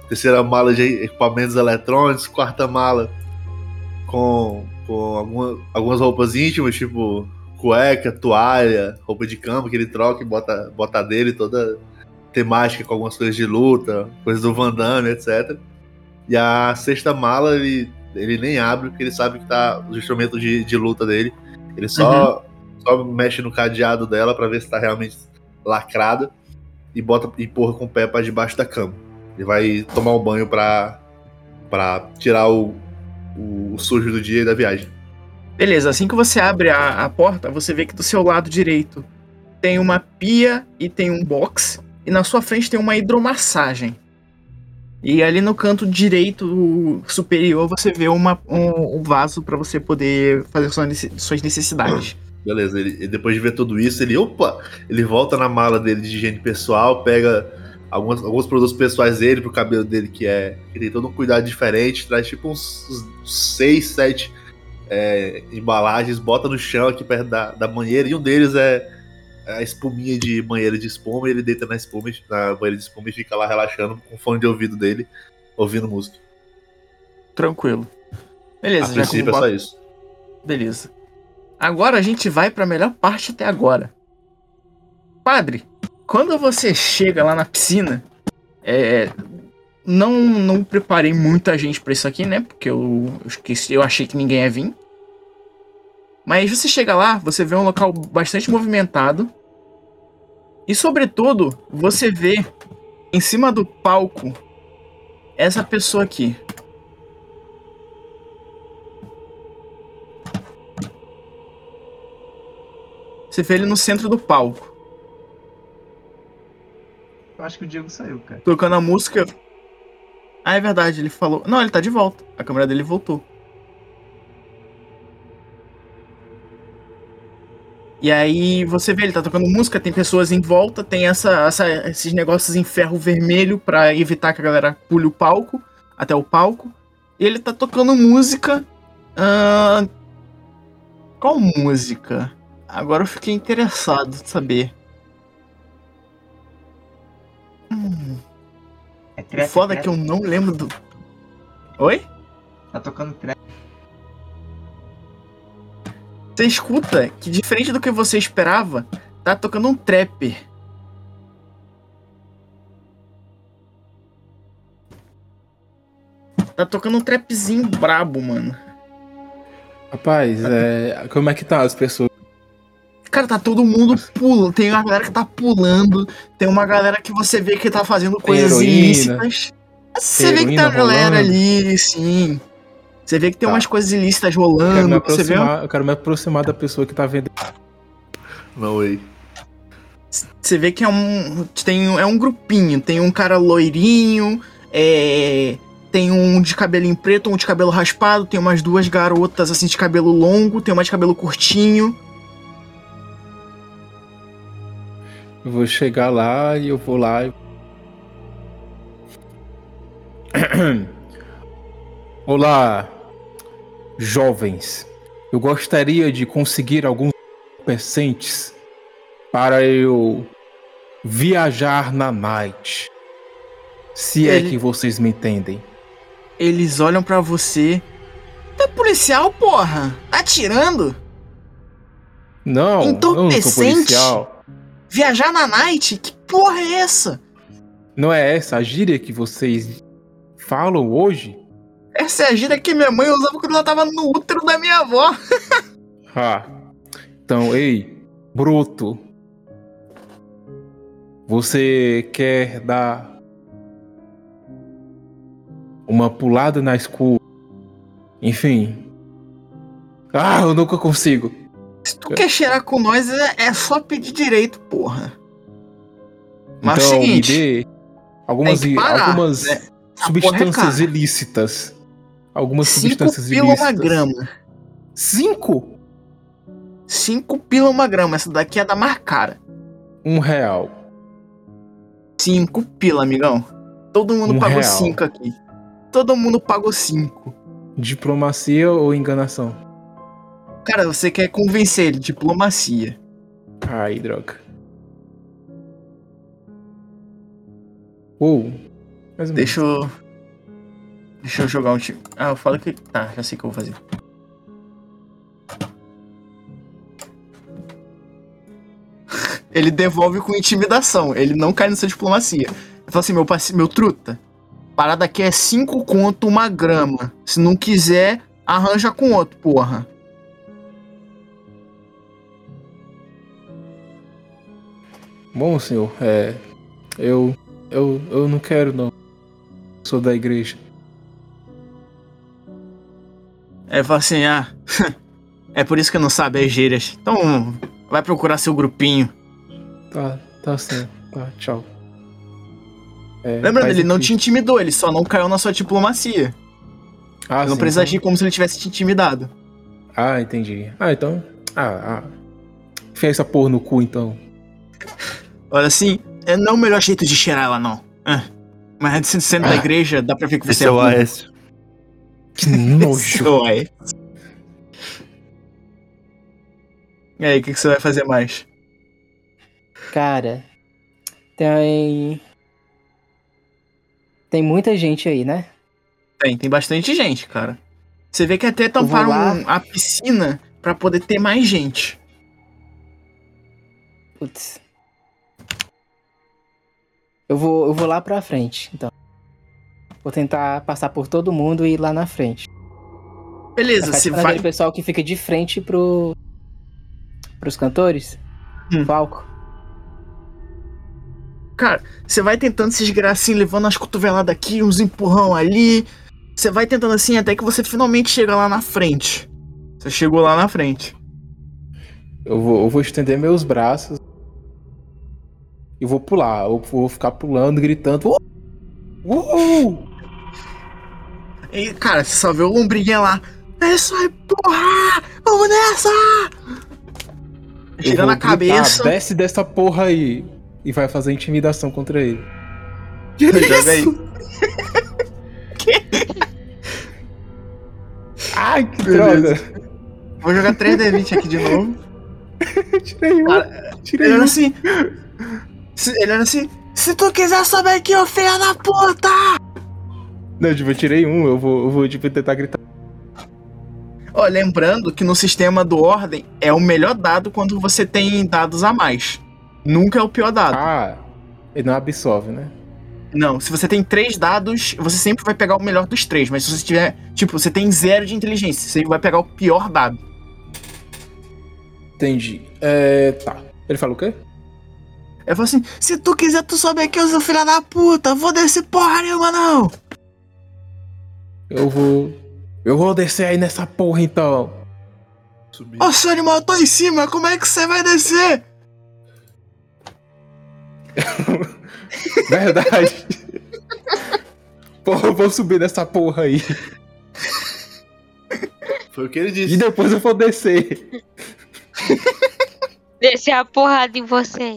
terceira mala de equipamentos eletrônicos, quarta mala com, com alguma, algumas roupas íntimas, tipo cueca, toalha, roupa de cama que ele troca e bota, bota a dele, toda temática com algumas coisas de luta, coisas do Van Damme, etcétera. E a sexta mala ele, ele nem abre, porque ele sabe que tá os instrumentos de, de luta dele. Ele só, uhum. só mexe no cadeado dela pra ver se tá realmente lacrada e bota e empurra com o pé pra debaixo da cama. Ele vai tomar um banho pra, pra tirar o, o, o sujo do dia e da viagem. Beleza, assim que você abre a, a porta, você vê que do seu lado direito tem uma pia e tem um box, e na sua frente tem uma hidromassagem. E ali no canto direito superior você vê uma, um, um vaso para você poder fazer suas necessidades. Beleza, ele, depois de ver tudo isso, ele, opa, ele volta na mala dele de higiene pessoal, pega alguns, alguns produtos pessoais dele pro cabelo dele, que é que tem todo um cuidado diferente, traz tipo uns, uns seis, sete é, embalagens, bota no chão aqui perto da, da banheira, e um deles é a espuminha de banheira de espuma, e ele deita na espuma, na banheira de espuma e fica lá relaxando com o fone de ouvido dele, ouvindo música. Tranquilo. Beleza, a já princípio é só isso. Beleza. Agora a gente vai pra melhor parte até agora. Padre, quando você chega lá na piscina, é, não, não preparei muita gente pra isso aqui, né? Porque eu, eu esqueci, eu achei que ninguém ia vir. Mas você chega lá, você vê um local bastante movimentado. E sobretudo, você vê em cima do palco essa pessoa aqui. Você vê ele no centro do palco. Eu acho que o Diego saiu, cara. Tocando a música. Ah, é verdade, ele falou. Não, ele tá de volta. A câmera dele voltou. E aí você vê, ele tá tocando música, tem pessoas em volta, tem essa, essa, esses negócios em ferro vermelho pra evitar que a galera pule o palco, até o palco. E ele tá tocando música. Uh... Qual música? Agora eu fiquei interessado em saber. Hum. É trap, o foda trap. é que eu não lembro do... Oi? Tá tocando trap. Você escuta que, diferente do que você esperava, tá tocando um trap. Tá tocando um trapzinho brabo, mano. Rapaz, é... como é que tá as pessoas? Cara, tá todo mundo pulando. Tem uma galera que tá pulando. Tem uma galera que você vê que tá fazendo coisas heroína, ilícitas. Você vê que tá a galera rolando. ali, sim. Você vê que tem Tá. umas coisas ilícitas Eu quero, me rolando. Você vê... aproximar, eu quero me aproximar da pessoa que tá vendo. Não, ei. Você vê que é um, tem, é um grupinho. Tem um cara loirinho, é, tem um de cabelinho preto, um de cabelo raspado, tem umas duas garotas assim de cabelo longo, tem uma de cabelo curtinho. Eu vou chegar lá e eu vou lá. e- Olá, jovens. Eu gostaria de conseguir alguns presentes para eu viajar na night. Se é Ele- que vocês me entendem. Eles olham pra você. Tu é policial, porra? Tá atirando? Não, eu não sou Entorpecente? policial. Viajar na night? Que porra é essa? Não é essa a gíria que vocês falam hoje? Essa é a gíria que minha mãe usava quando ela tava no útero da minha avó. Ah, então, ei, bruto. Você quer dar uma pulada na escura? Enfim. Ah, eu nunca consigo. Se tu quer cheirar com nós, é, é só pedir direito, porra. Mas é o Então, me seguinte, dê algumas, tem que parar, algumas né? Essa substâncias porra é cara. ilícitas. Algumas Cinco substâncias pila ilícitas. uma grama. Cinco? Cinco pila uma grama. Essa daqui é da mais cara. Um real. Cinco pila, amigão. Todo mundo Um pagou real. cinco aqui. Todo mundo pagou cinco. Diplomacia ou enganação? Cara, você quer convencer ele, diplomacia. Ai, droga. Ou, Mais ou menos. Deixa eu. Deixa eu jogar um time. Ah, eu falo que. Tá, já sei o que eu vou fazer. Ele devolve com intimidação. Ele não cai nessa diplomacia. Ele fala assim, meu, parce... meu truta, parada aqui é cinco conto uma grama. Se não quiser, arranja com outro, porra. Bom, senhor, é. Eu. Eu. Eu não quero, não. Sou da igreja. Aí fala assim, ah. É por isso que não sabe as gírias. Então, vai procurar seu grupinho. Tá, tá sim. Tá, tchau. É, Lembrando, paz ele em não Cristo. te intimidou, ele só não caiu na sua diplomacia. Ah, Ele não sim, precisa então- agir como se ele tivesse te intimidado. Ah, entendi. Ah, então. Ah, ah. Enfia essa porra no cu, então. Olha assim, é não o melhor jeito de cheirar ela, não. Ah, mas sendo da igreja, dá pra ver que você Esse é o burro. Aécio. Que nojo. Ué. E aí, o que, que você vai fazer mais? Cara, tem. Tem muita gente aí, né? Tem, tem bastante gente, cara. Você vê que até vou tamparam lá. um- a piscina pra poder ter mais gente. Putz. Eu vou, eu vou lá pra frente, então. Vou tentar passar por todo mundo e ir lá na frente. Beleza, Pra você ficar vai. aquele pessoal que fica de frente pro. Pros cantores. Hum. Palco. Cara, você vai tentando se esgueirar assim, levando as cotoveladas aqui, uns empurrão ali. Você vai tentando assim até que você finalmente chega lá na frente. Você chegou lá na frente. Eu vou, eu vou estender meus braços. E vou pular. Eu vou ficar pulando, gritando. Uhul! E, cara, você só vê o lombriguinha lá. É isso aí, porra! Vamos nessa! Eu Girando vou a gritar, cabeça. desce dessa porra aí. E vai fazer intimidação contra ele. Joga aí. Ai, que Beleza. droga! Vou jogar três D vinte aqui de novo. Tirei um. Cara, Tirei Ele um. olha assim. se- Ele olha assim. Se tu quiser saber aqui, ô filha da puta! Não, tipo, eu tirei um. Eu vou, eu vou tipo, tentar gritar. Ó, lembrando que no sistema do Ordem é o melhor dado quando você tem dados a mais. Nunca é o pior dado. Ah, ele não absorve, né? Não, se você tem três dados, você sempre vai pegar o melhor dos três. Mas se você tiver. Tipo, você tem zero de inteligência, você vai pegar o pior dado. Entendi. É. Tá. Ele falou o quê? Eu falo assim: se tu quiser tu sobe aqui, ô seu filho da puta, vou descer porra nenhuma, não! Eu vou. Eu vou descer aí nessa porra então. Subir. Ô seu animal, eu tô em cima, como é que você vai descer? Verdade. Porra, eu vou subir nessa porra aí. Foi o que ele E disse. depois eu vou descer. Descer a porrada em você.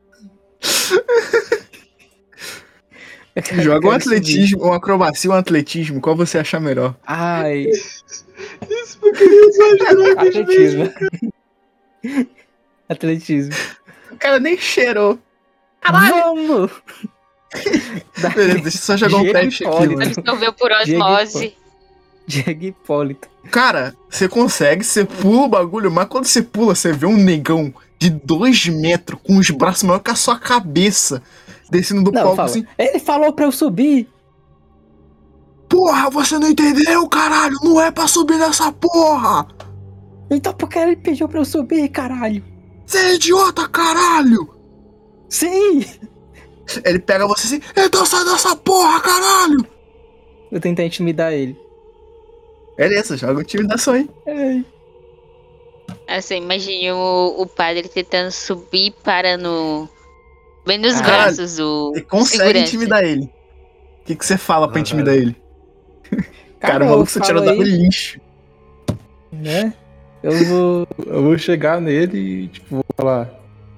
Joga um Quero subir. atletismo, um acrobacia, um atletismo, qual você acha melhor? Ai, Isso porque eu só ajudar atletismo. Atletismo. O cara nem cheirou. Vamos! Da- Beleza, deixa eu só jogar um Diego teste aqui, Hipólito. mano. Absorveu por Diego osmose. Diego Hipólito. Cara, você consegue, você pula o bagulho, mas quando você pula, você vê um negão de dois metros com os braços maiores que a sua cabeça descendo do Não, palco fala. assim. Ele falou pra eu subir. Porra, você não entendeu, caralho? Não é pra subir nessa porra! Então por que ele pediu pra eu subir, caralho? Você é idiota, caralho! Sim! Ele pega você assim, então sai dessa porra, caralho! Eu tentei intimidar ele. Beleza, joga intimidação aí. Ai. Assim, imagine o, o padre tentando subir para no. Bem nos Caralho, braços do. Você consegue segurança. intimidar ele. O que, que você fala pra Ah, intimidar velho. ele? Cara, o eu maluco você tirou falo da aí, lixo. né? Eu vou. Eu vou chegar nele e, tipo, vou falar.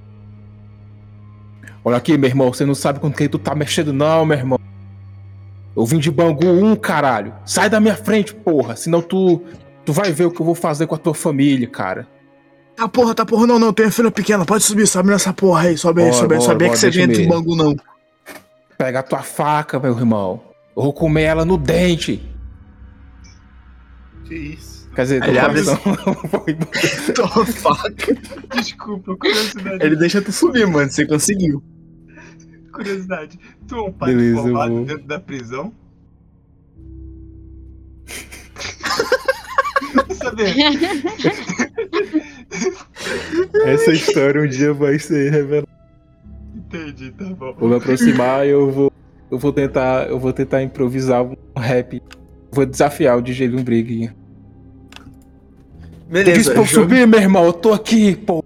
Olha aqui, meu irmão, você não sabe com quem tu tá mexendo, não, meu irmão. Eu vim de Bangu um, caralho. Sai da minha frente, porra. Senão tu. Tu vai ver o que eu vou fazer com a tua família, cara. Tá porra, tá porra, não, não, tem filha pequena, pode subir, sobe nessa porra aí, sobe aí, Bora, sobe aí, bora, sabia bora, que você deixa vinha de eu ver. Bangu, não. Pega a tua faca, meu irmão. Eu vou comer ela no dente. Que isso? Quer dizer, Ele no abre coração. Toma faca. Desculpa, curiosidade. Ele deixa tu subir, mano. Você conseguiu. Curiosidade. Tu é um pai Beleza, eu formado vou. dentro da prisão? Saber. Essa história um dia vai ser revelada. Entendi, tá bom. Vou me aproximar e eu vou. Eu vou tentar. Eu vou tentar improvisar um rap. Vou desafiar o D J Lumbriguinha. Tu disse Beleza. pra eu jogo- subir, meu irmão. Eu tô aqui, pô.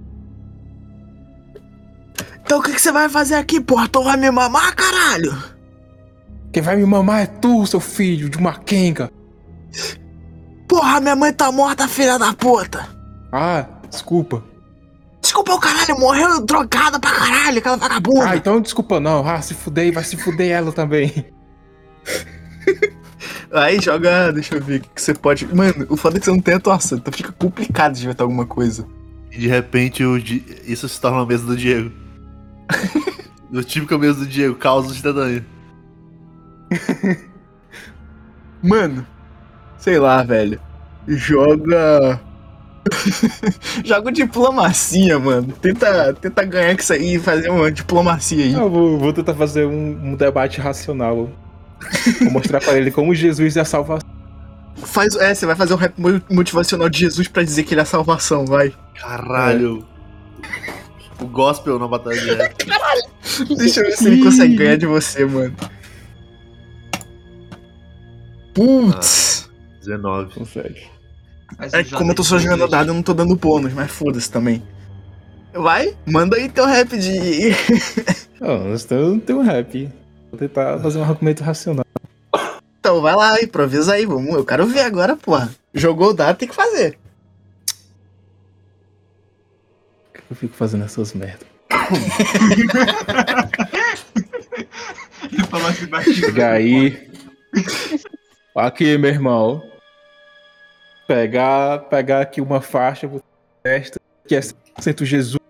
Então o que, que você vai fazer aqui, porra? Tu vai me mamar, caralho? Quem vai me mamar é tu, seu filho de uma quenga. Porra, minha mãe tá morta, filha da puta. Ah, desculpa. Desculpa o caralho, morreu drogada pra caralho, aquela vagabunda. Ah, então desculpa não. Ah, se fuder, vai se fuder ela também. Aí joga, deixa eu ver o que, que você pode... Mano, o foda é que você não tem atuação, então fica complicado de inventar alguma coisa. E de repente o Di- isso se torna a mesa do Diego. O típico mesa do Diego, causa instantânea. Mano, sei lá, velho. Joga... Joga diplomacia, mano. Tenta, tenta ganhar com isso aí e fazer uma diplomacia aí. Eu vou, vou tentar fazer um, um debate racional. Vou mostrar pra ele como Jesus é a salvação. Faz, é, você vai fazer um rap motivacional de Jesus pra dizer que ele é a salvação, vai. Caralho. O gospel na batalha de rap. Deixa eu ver se ele consegue ganhar de você, mano. Putz. dezenove. Consegue. Mas É eu que já como eu tô dei só jogando dois. dado, eu não tô dando bônus, mas foda-se também. Vai, manda aí teu rap de... Não, nós temos tem um rap. Vou tentar fazer um argumento racional. Então vai lá, improvisa aí, vamos. Eu quero ver agora, porra. Jogou o dado, tem que fazer. O que eu fico fazendo essas merdas? Ele falou assim baixinho. Chegar aí. Aqui, meu irmão. Pegar, pegar aqui uma faixa, vou testa, que é cem por cento Jesus.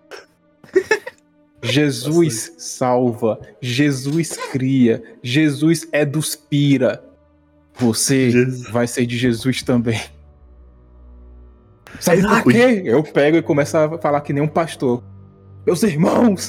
Jesus salva, Jesus cria, Jesus eduspira. Você Jesus. vai ser de Jesus também. Sabe Exato. por quê? Eu pego e começo a falar que nem um pastor. Meus irmãos,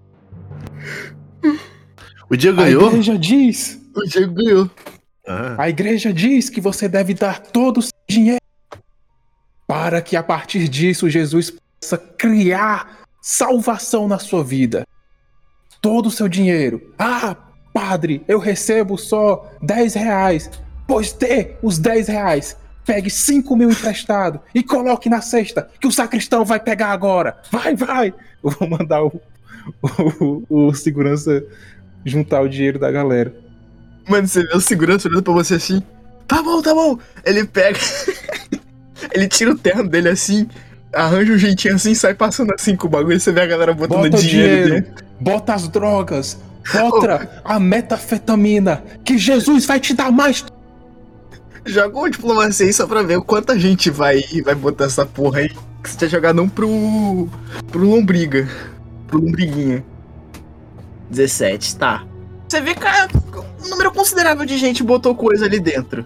O Diego a ganhou? igreja diz, O Diego ganhou. Ah, a igreja diz que você deve dar todo o seu dinheiro para que a partir disso Jesus possa criar salvação na sua vida. Todo o seu dinheiro. Ah, padre, eu recebo só dez reais. Pois dê os dez reais. Pegue cinco mil emprestado e coloque na cesta que o sacristão vai pegar agora. Vai, vai. Eu vou mandar o, o, o segurança juntar o dinheiro da galera. Mano, você vê o segurança olhando pra você assim. Tá bom, tá bom. Ele pega. Ele tira o terno dele assim, arranja um jeitinho assim, sai passando assim com o bagulho. E você vê a galera botando Bota o dinheiro, dinheiro, dentro. bota as drogas, bota a metafetamina, que Jesus vai te dar mais. Joga uma diplomacia aí só pra ver quanta gente vai, vai botar essa porra aí. Que você tinha jogado um pro. pro Lombriga. Pro Lombriguinha. dezessete, tá. Você vê que ah, um número considerável de gente botou coisa ali dentro.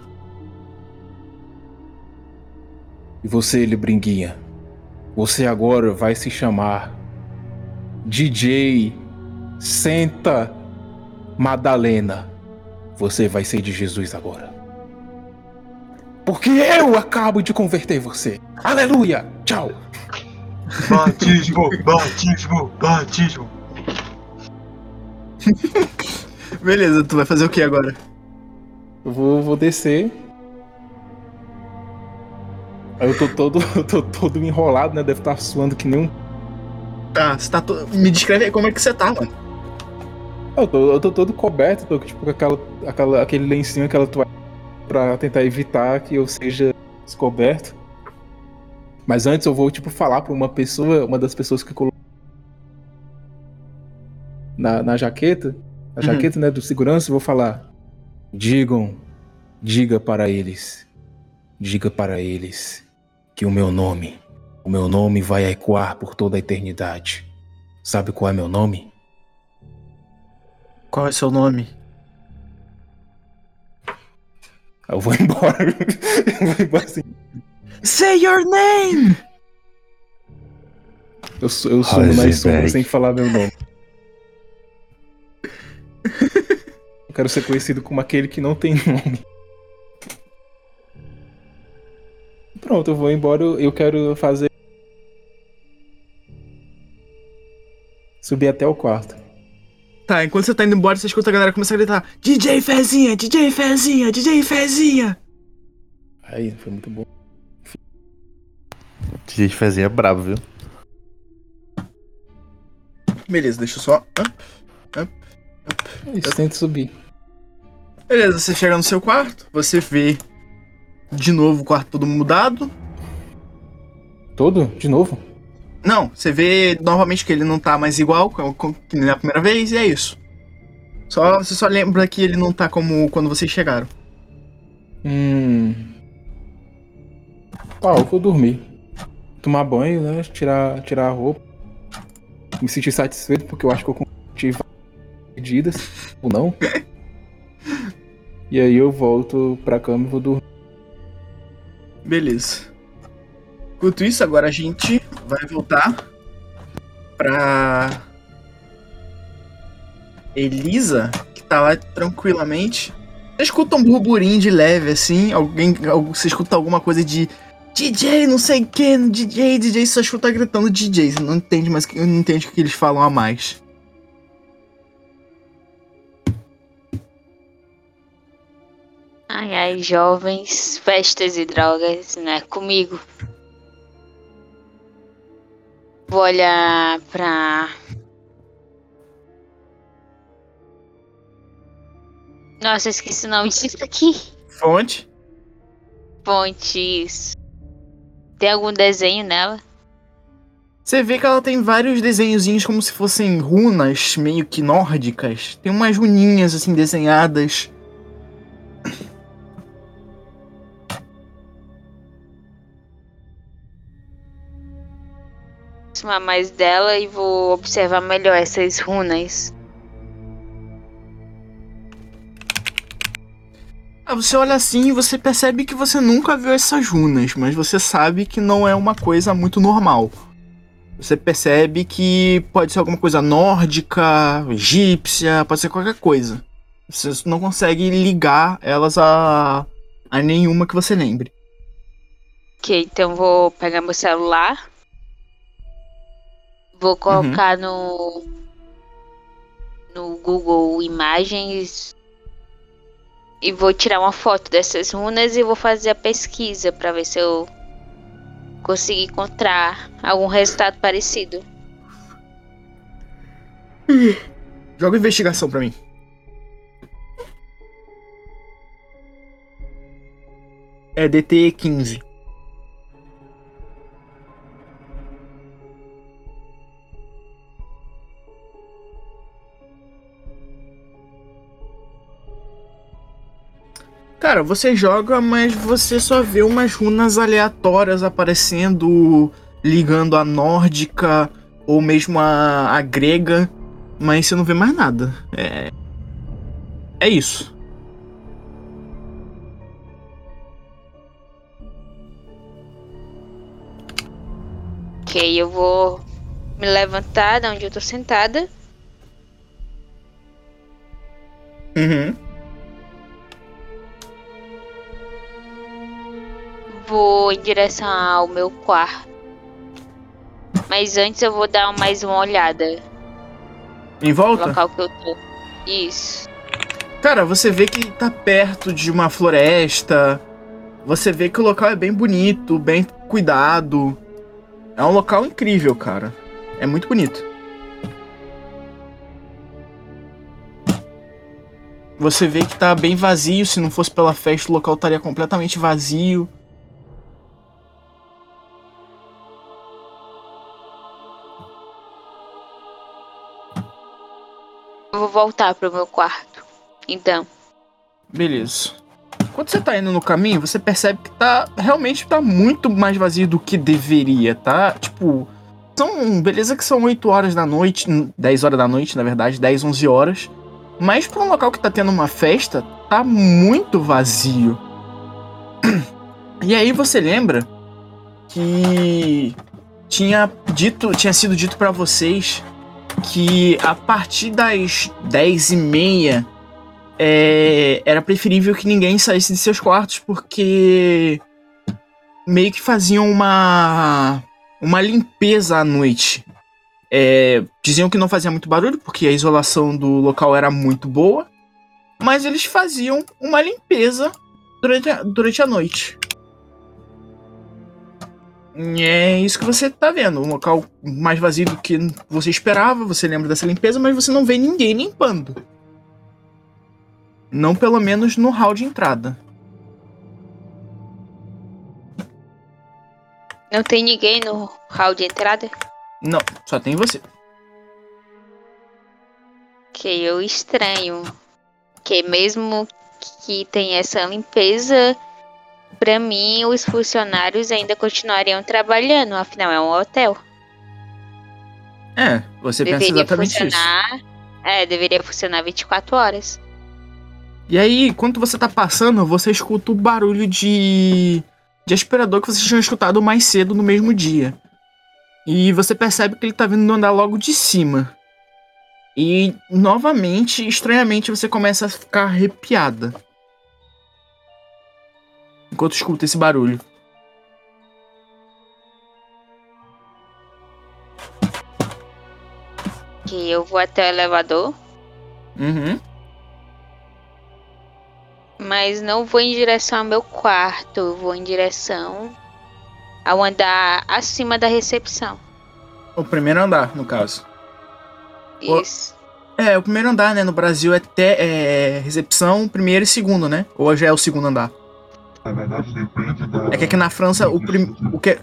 E você, Libringuinha, você agora vai se chamar D J Senta Madalena. Você vai ser de Jesus agora. Porque eu acabo de converter você. Aleluia! Tchau! Batismo, batismo, batismo. Beleza, tu vai fazer o que agora? Eu vou, vou descer. Aí eu tô todo, eu tô todo enrolado, né? Deve estar suando que nem um. Tá, você tá to... Me descreve aí como é que você tá, mano. Eu tô, eu tô todo coberto, tô tipo com aquela, aquela, aquele lencinho, aquela toalha pra tentar evitar que eu seja descoberto. Mas antes eu vou, tipo, falar pra uma pessoa, uma das pessoas que colocou na, na jaqueta, a Uhum. jaqueta, né, do segurança, eu vou falar: digam, diga para eles, diga para eles que o meu nome, o meu nome vai ecoar por toda a eternidade. Sabe qual é meu nome? Qual é seu nome? Eu vou embora. Eu vou embora assim. Say your name! Eu, sou- eu sumo nas sombras sem falar meu nome. Eu quero ser conhecido como aquele que não tem nome. Pronto, eu vou embora. Eu eu quero fazer. Subir até o quarto. Tá, enquanto você tá indo embora, você escuta a galera começar a gritar: D J Fezinha, D J Fezinha, D J Fezinha! Aí, foi muito bom. D J Fezinha é brabo, viu? Beleza, deixa eu só. Isso, tenta subir. Beleza, você chega no seu quarto, você vê de novo o quarto todo mudado. Todo? De novo? Não, você vê novamente que ele não tá mais igual com- com- que nem na primeira vez, e é isso. Só, você só lembra que ele não tá como quando vocês chegaram. Hum. Ah, eu vou dormir. Tomar banho, né? Tirar, tirar a roupa. Me sentir satisfeito porque eu acho que eu tive pedidas. Ou não. E aí eu volto pra cama e vou dormir. Beleza. Enquanto isso, agora a gente vai voltar pra Elisa, que tá lá tranquilamente. Você escuta um burburinho de leve, assim, alguém, algu- você escuta alguma coisa de D J, não sei o que, D J, D J, você só escuta gritando D J, você não entende mais, não entende o que eles falam a mais. Ai, ai, jovens, festas e drogas, né? Comigo. Vou olhar pra. Nossa, eu esqueci o nome disso aqui. Fonte? Fontes. Tem algum desenho nela? Você vê que ela tem vários desenhozinhos como se fossem runas meio que nórdicas. Tem umas runinhas assim desenhadas. Aproximar mais dela e vou observar melhor essas runas. Ah, você olha assim e você percebe que você nunca viu essas runas, mas você sabe que não é uma coisa muito normal. Você percebe que pode ser alguma coisa nórdica, egípcia, pode ser qualquer coisa. Você não consegue ligar elas a, a nenhuma que você lembre. Ok, então vou pegar meu celular. Vou colocar no. No Google Imagens. E vou tirar uma foto dessas runas e vou fazer a pesquisa pra ver se eu consigo encontrar algum resultado parecido. Joga investigação pra mim. É D T quinze. Cara, você joga, mas você só vê umas runas aleatórias aparecendo, ligando a nórdica ou mesmo a, a grega, mas você não vê mais nada. É, é isso. Ok, eu vou me levantar da onde eu tô sentada. Uhum. Vou em direção ao meu quarto. Mas antes eu vou dar mais uma olhada Em no volta? local que eu tô. Isso. Cara, você vê que tá perto de uma floresta. Você vê que o local é bem bonito, bem cuidado. É um local incrível, cara. É muito bonito. Você vê que tá bem vazio. Se não fosse pela festa, o local estaria completamente vazio. Eu vou voltar pro meu quarto. Então. Beleza. Quando você tá indo no caminho, você percebe que tá realmente tá muito mais vazio do que deveria, tá? Tipo, são, beleza que são oito horas da noite, dez horas da noite, na verdade, dez, onze horas. Mas pra um local que tá tendo uma festa, tá muito vazio. E aí você lembra que tinha dito, tinha sido dito pra vocês que a partir das dez e meia é, era preferível que ninguém saísse de seus quartos, porque meio que faziam uma, uma limpeza à noite. É, diziam que não fazia muito barulho, porque a isolação do local era muito boa, mas eles faziam uma limpeza durante a, durante a noite. É isso que você tá vendo, um local mais vazio do que você esperava, você lembra dessa limpeza, mas você não vê ninguém limpando. Não pelo menos no hall de entrada. Não tem ninguém no hall de entrada? Não, só tem você. Que eu estranho. Que mesmo que tenha essa limpeza, pra mim os funcionários ainda continuariam trabalhando, afinal é um hotel. É, você pensa Deveria exatamente isso. funcionar. É, deveria funcionar vinte e quatro horas. E aí, enquanto você tá passando, você escuta o barulho de, de aspirador que vocês tinham escutado mais cedo no mesmo dia. E você percebe que ele tá vindo do andar logo de cima. E, novamente, estranhamente, você começa a ficar arrepiada enquanto escuta esse barulho. Que eu vou até o elevador, Uhum. mas não vou em direção ao meu quarto, eu vou em direção ao andar acima da recepção. O primeiro andar, no caso. O- Isso. É, o primeiro andar, né? No Brasil é, te, é recepção, primeiro e segundo, né? Ou já é o segundo andar? Na verdade, depende da. É que aqui na França, o, prim, o que...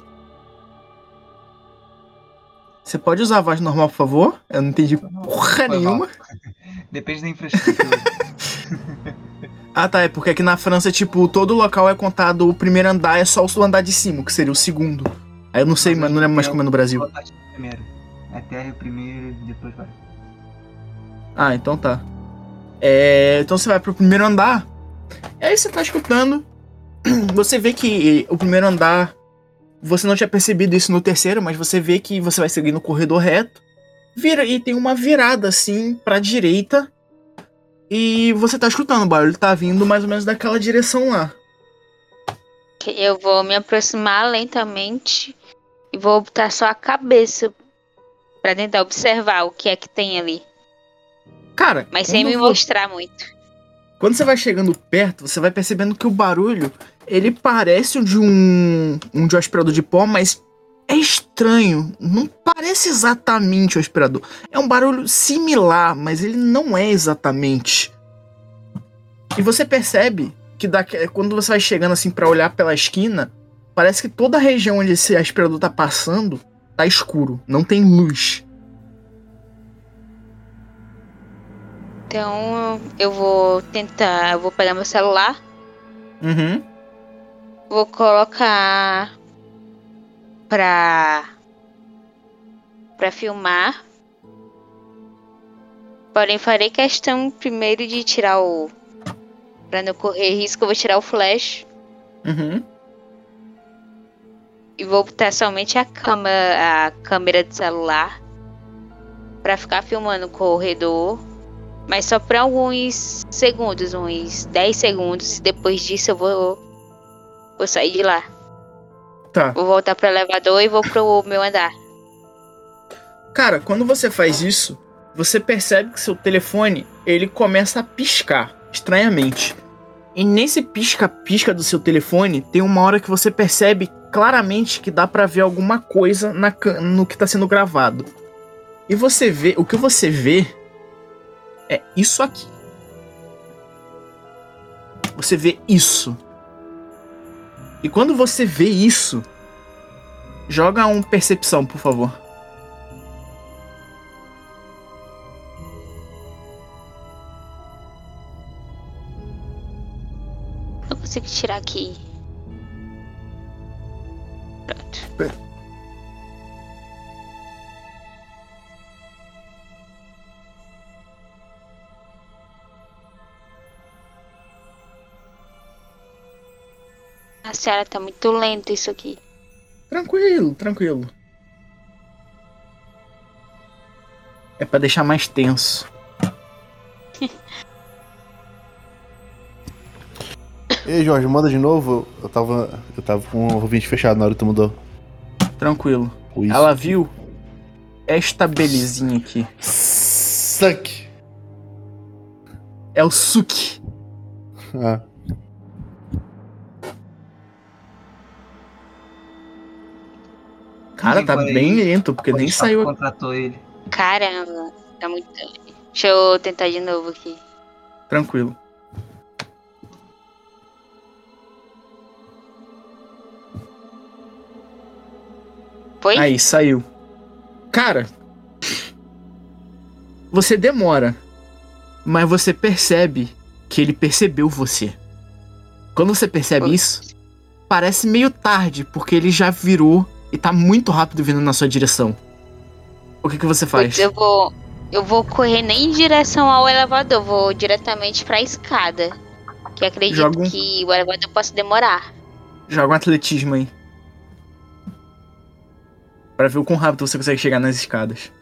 Você pode usar a voz normal, por favor? Eu não entendi porra Foi mal. nenhuma. Depende da infraestrutura. Ah, tá. É porque aqui na França, tipo, todo local é contado, o primeiro andar é só o andar de cima, que seria o segundo. Aí eu não sei, mas não lembro mais como é no Brasil. Só a parte do primeiro. É terra o primeiro e depois vai. Ah, então tá. É, então você vai pro primeiro andar. E aí você tá escutando. Você vê que o primeiro andar... Você não tinha percebido isso no terceiro, mas você vê que você vai seguir no corredor reto. Vira e tem uma virada assim pra direita. E você tá escutando o barulho, tá vindo mais ou menos daquela direção lá. Que eu vou me aproximar lentamente e vou botar só a cabeça pra tentar observar o que é que tem ali. Cara, Mas sem quando me vo- mostrar muito. Quando você vai chegando perto, você vai percebendo que o barulho, ele parece o de um, um de um aspirador de pó, mas é estranho. Não parece exatamente o aspirador. É um barulho similar, mas ele não é exatamente. E você percebe que daqui, quando você vai chegando assim pra olhar pela esquina, parece que toda a região onde esse aspirador tá passando tá escuro, não tem luz. Então eu vou tentar, eu vou pegar meu celular, Uhum. vou colocar pra pra filmar. Porém farei questão primeiro de tirar o, pra não correr risco, eu vou tirar o flash Uhum. e vou botar somente a câmera, a câmera do celular pra ficar filmando o corredor. Mas só por alguns segundos, uns dez segundos. Depois disso eu vou, vou sair de lá. Tá. Vou voltar pro elevador e vou pro meu andar. Cara, quando você faz isso, você percebe que seu telefone, ele começa a piscar, estranhamente. E nesse pisca-pisca do seu telefone, tem uma hora que você percebe claramente que dá pra ver alguma coisa na, ca- no que tá sendo gravado. E você vê, o que você vê é isso aqui. Você vê isso. E quando você vê isso, joga um percepção, por favor. Eu consigo tirar aqui. Pronto. A senhora tá muito lento isso aqui. Tranquilo, tranquilo. É pra deixar mais tenso. Ei, Jorge, manda de novo. Eu tava, eu tava com o ouvinte fechado na hora que tu mudou. Tranquilo. O isso. Ela viu esta belezinha aqui. Suck. É o Suki. Ah. Cara, tá Ninguém bem vai- lento, porque nem Pode falar que saiu. contratou ele. Caramba, tá muito. Deixa eu tentar de novo aqui. Tranquilo. Foi? Aí, saiu. Cara, você demora, mas você percebe que ele percebeu você. Quando você percebe Oi. isso, parece meio tarde, porque ele já virou e tá muito rápido vindo na sua direção. O que que você faz? Putz, eu vou. Eu vou correr nem em direção ao elevador, vou diretamente pra escada. Que acredito Joga um- que o elevador possa demorar. Joga um atletismo aí. Pra ver o quão rápido você consegue chegar nas escadas.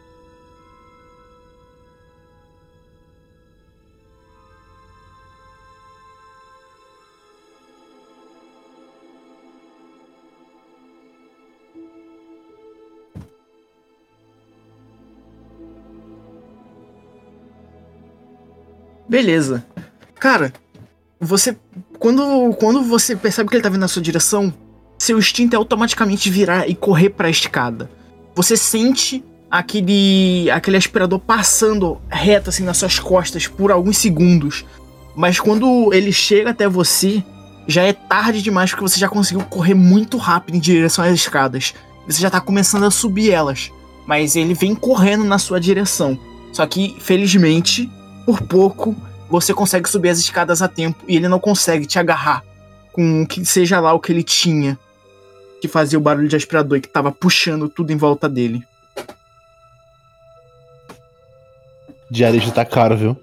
Beleza. Cara, você. Quando, quando você percebe que ele tá vindo na sua direção, seu instinto é automaticamente virar e correr pra escada. Você sente aquele, aquele aspirador passando reto assim nas suas costas por alguns segundos. Mas quando ele chega até você, já é tarde demais porque você já conseguiu correr muito rápido em direção às escadas. Você já tá começando a subir elas. Mas ele vem correndo na sua direção. Só que, felizmente, por pouco, você consegue subir as escadas a tempo e ele não consegue te agarrar com o que seja lá o que ele tinha, que fazia o barulho de aspirador e que tava puxando tudo em volta dele. Diarista tá caro, viu?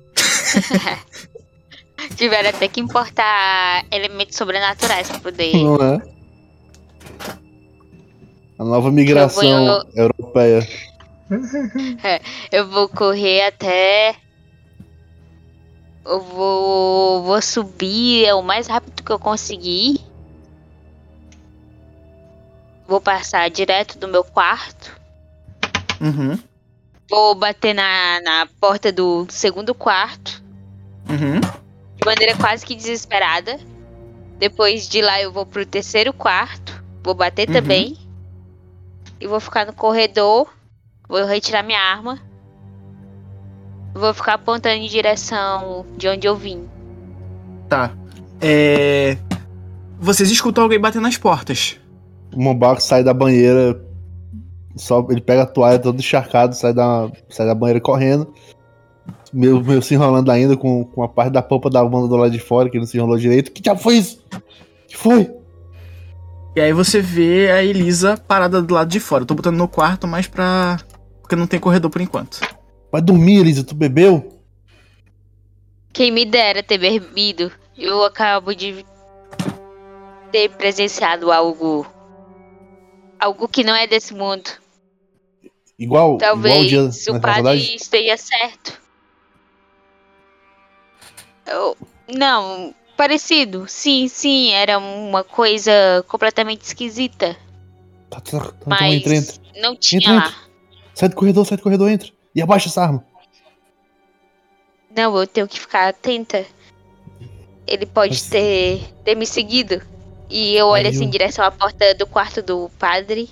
Tiveram até que importar elementos sobrenaturais pra poder. Não é? A nova migração Eu vou- europeia. Eu vou correr até. Eu vou, vou subir o mais rápido que eu conseguir. Vou passar direto do meu quarto. Uhum, Vou bater na, na porta do segundo quarto. uhum, De maneira quase que desesperada. Depois de lá eu vou pro terceiro quarto. Vou bater Uhum. também. E vou ficar no corredor. Vou retirar minha arma. Vou ficar apontando em direção de onde eu vim. tá. É... Vocês escutam alguém bater nas portas. O Mombaco sai da banheira. Só, ele pega a toalha todo encharcado, sai da, sai da banheira correndo. Meu, meu se enrolando ainda com, com a parte da polpa da banda do lado de fora, que não se enrolou direito. Que diabo foi isso? Que foi? E aí você vê a Elisa parada do lado de fora. Eu tô botando no quarto, mas pra... porque não tem corredor por enquanto. Vai dormir, Elisa, tu bebeu? Quem me dera ter bebido. Eu acabo de ter presenciado algo. Algo que não é desse mundo. Igual, igual o Talvez dia o na padre faculdade? esteja certo. Eu, não, parecido. Sim, sim, era uma coisa completamente esquisita. Tá, tá, tá, então Mas entra, entra. não tinha Entra, lá. entra. Sai do corredor, sai do corredor, entra. E abaixa essa arma. Não, eu tenho que ficar atenta. Ele pode Mas- ter, ter me seguido. E eu olho Aí assim em eu- direção à porta do quarto do padre.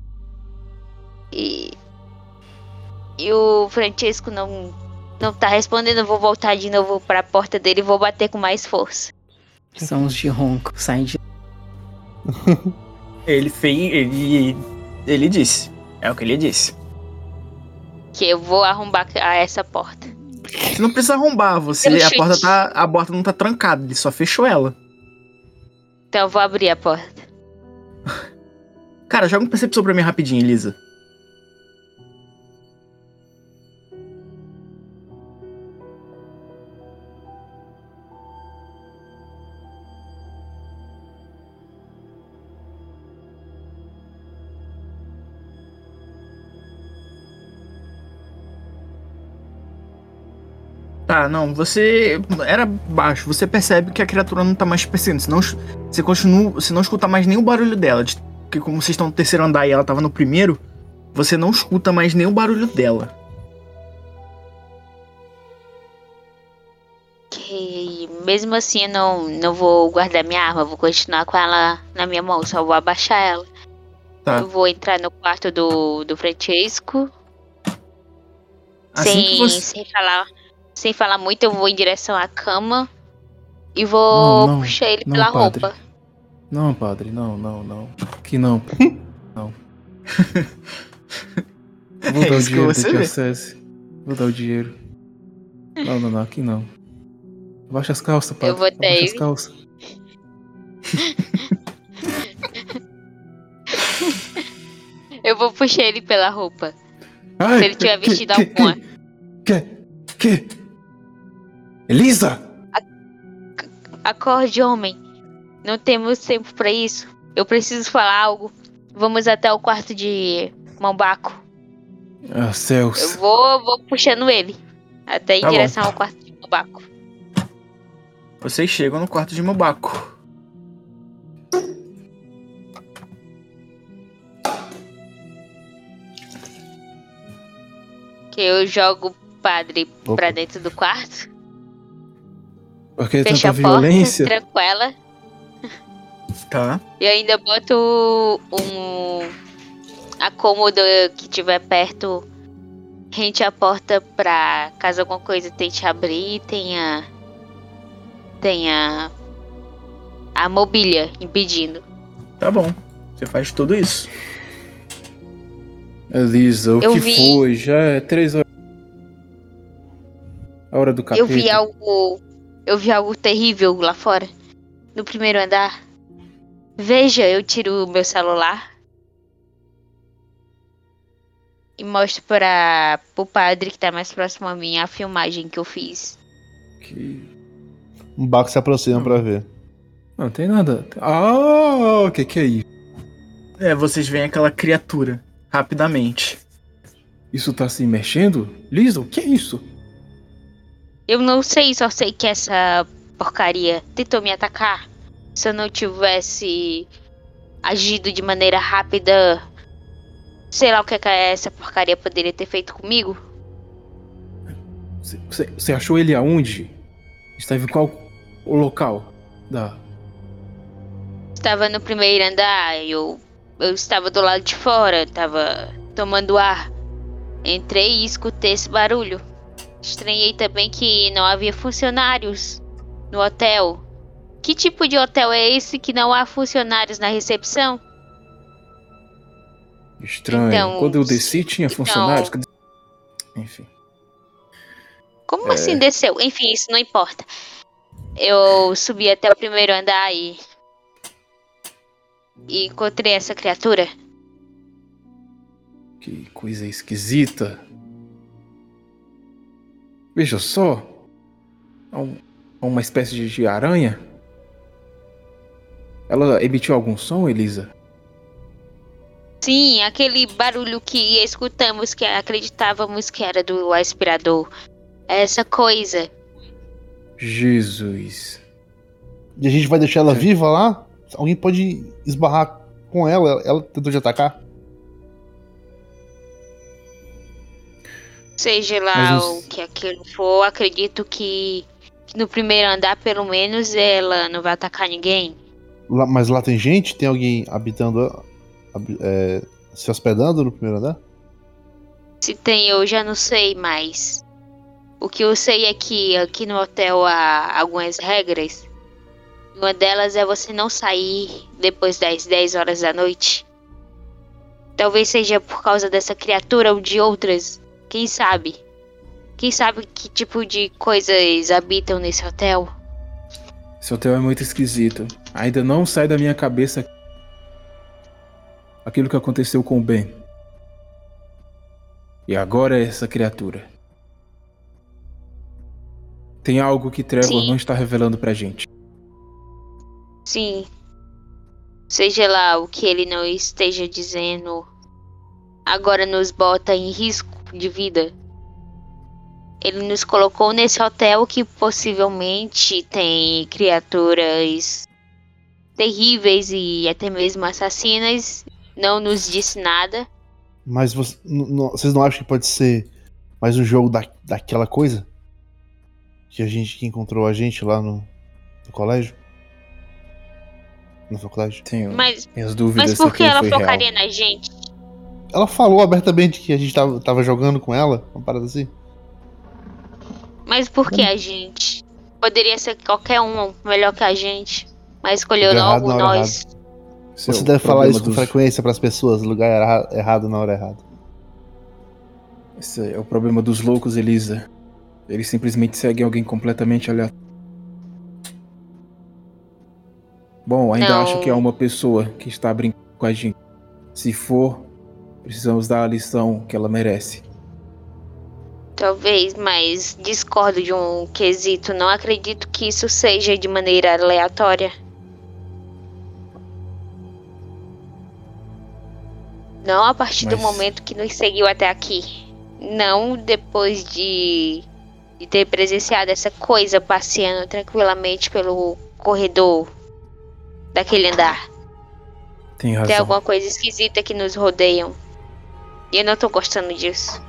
E. E o Francesco não, não tá respondendo. Eu vou voltar de novo pra porta dele e vou bater com mais força. São os de ronco, saem de. Ele fez... Ele... Ele disse. É o que ele disse. Que eu vou arrombar a essa porta. Você não precisa arrombar, você... Pelo A porta, chute. tá, a porta não tá trancada, ele só fechou ela. Então eu vou abrir a porta. Cara, joga um percepção pra mim rapidinho, Elisa. Tá, não, você era baixo, você percebe que a criatura não tá mais perseguindo, senão você continua, você não escuta mais nenhum barulho dela, de- porque como vocês estão no terceiro andar e ela tava no primeiro, você não escuta mais nenhum barulho dela. Que mesmo assim eu não, não vou guardar minha arma, eu vou continuar com ela na minha mão, só vou abaixar ela. Tá. Eu vou entrar no quarto do, do Francesco. Assim sem, que você... sem falar. Sem falar muito, eu vou em direção à cama e vou Não, não, puxar ele não, pela padre. roupa. Não, padre, não, não, não. Que não. Não. Vou É dar o isso que dinheiro você do vê. Diocese. Vou dar o dinheiro. Não, não, não, aqui não. Abaixa as calças, padre. Eu vou até Abaixa as ele. calças. Eu vou puxar ele pela roupa. Ai, Se ele tiver que- vestido que- alguma. Que? Que? Elisa! Acorde, homem. Não temos tempo pra isso. Eu preciso falar algo. Vamos até o quarto de Mombaco. Ah, Eu céus. vou, vou puxando ele. Até em Tá bom. direção ao quarto de Mombaco. Vocês chegam no quarto de Mobaco. Que eu jogo o padre Opa. pra dentro do quarto. Porque Fecho tanta a porta, violência. tranco ela. Tá. E ainda boto um acômodo que tiver perto, rente à porta pra caso alguma coisa tente abrir, tenha tenha a mobília impedindo. Tá bom. Você faz tudo isso. Elisa, o Eu que vi- foi? Já é três horas. A hora do capeta. Eu vi algo, eu vi algo terrível lá fora, no primeiro andar. Veja, eu tiro o meu celular e mostro para o padre que tá mais próximo a mim a filmagem que eu fiz. Que... Um Baco se aproxima pra ver. Não tem nada. Ah, o que que é isso? É, vocês veem aquela criatura rapidamente. Isso tá se mexendo? Lisa, o que é isso? Eu não sei, só sei que essa porcaria tentou me atacar. Se eu não tivesse agido de maneira rápida, sei lá o que, é que essa porcaria poderia ter feito comigo. Você achou ele aonde? Estava em qual o local? Da... Estava no primeiro andar, eu, eu estava do lado de fora, estava tomando ar. Entrei e escutei esse barulho. Estranhei também que não havia funcionários no hotel. Que tipo de hotel é esse que não há funcionários na recepção? Estranho. Então, Quando eu desci tinha então- funcionários. Cadê- Enfim. Como É. assim desceu? Enfim, isso não importa. Eu subi até o primeiro andar e... e encontrei essa criatura. Que coisa esquisita. Veja só. É um- é uma espécie de- de aranha. Ela emitiu algum som, Elisa? Sim, aquele barulho que escutamos que acreditávamos que era do aspirador. Essa coisa. Jesus. E a gente vai deixar ela Sim. viva lá? Alguém pode esbarrar com ela? Ela tentou te atacar? Seja lá Mas os- o que aquilo for, acredito que, que no primeiro andar, pelo menos, ela não vai atacar ninguém. Lá- mas lá tem gente? Tem alguém habitando, habi- é, se hospedando no primeiro andar? Se tem, eu já não sei mais. O que eu sei é que aqui no hotel há algumas regras. Uma delas é você não sair depois das dez horas da noite. Talvez seja por causa dessa criatura ou de outras. Quem sabe? Quem sabe que tipo de coisas habitam nesse hotel? Esse hotel é muito esquisito. Ainda não sai da minha cabeça aquilo que aconteceu com o Ben. E agora é essa criatura. Tem algo que Trevor Sim. não está revelando pra gente. Sim. Seja lá o que ele não esteja dizendo, agora nos bota em risco de vida. Ele nos colocou nesse hotel que possivelmente tem criaturas terríveis e até mesmo assassinas. Não nos disse nada. Mas você, n- n- vocês não acham que pode ser mais um jogo da, daquela coisa? Que a gente que encontrou a gente lá no, no colégio? Na faculdade? Tenho Mas, minhas dúvidas mas por se que aquilo ela foi real. focaria na gente? Ela falou abertamente que a gente tava, tava jogando com ela, uma parada assim. Mas por que a gente? Poderia ser qualquer um melhor que a gente. Mas escolheu Lugar errado logo na hora nós. Esse é Você o deve falar problema isso com dos- frequência pras pessoas, lugar erra- errado na hora errada. Esse é o problema dos loucos, Elisa. Eles simplesmente seguem alguém completamente aleatório. Bom, ainda Não. acho que há uma pessoa que está brincando com a gente. Se for, precisamos dar a lição que ela merece. Talvez, mas discordo de um quesito. Não acredito que isso seja de maneira aleatória. Não a partir do Mas- momento que nos seguiu até aqui. Não depois de, de ter presenciado essa coisa passeando tranquilamente pelo corredor daquele andar. Tem Tem razão. alguma coisa esquisita que nos rodeiam. E eu não tô gostando disso.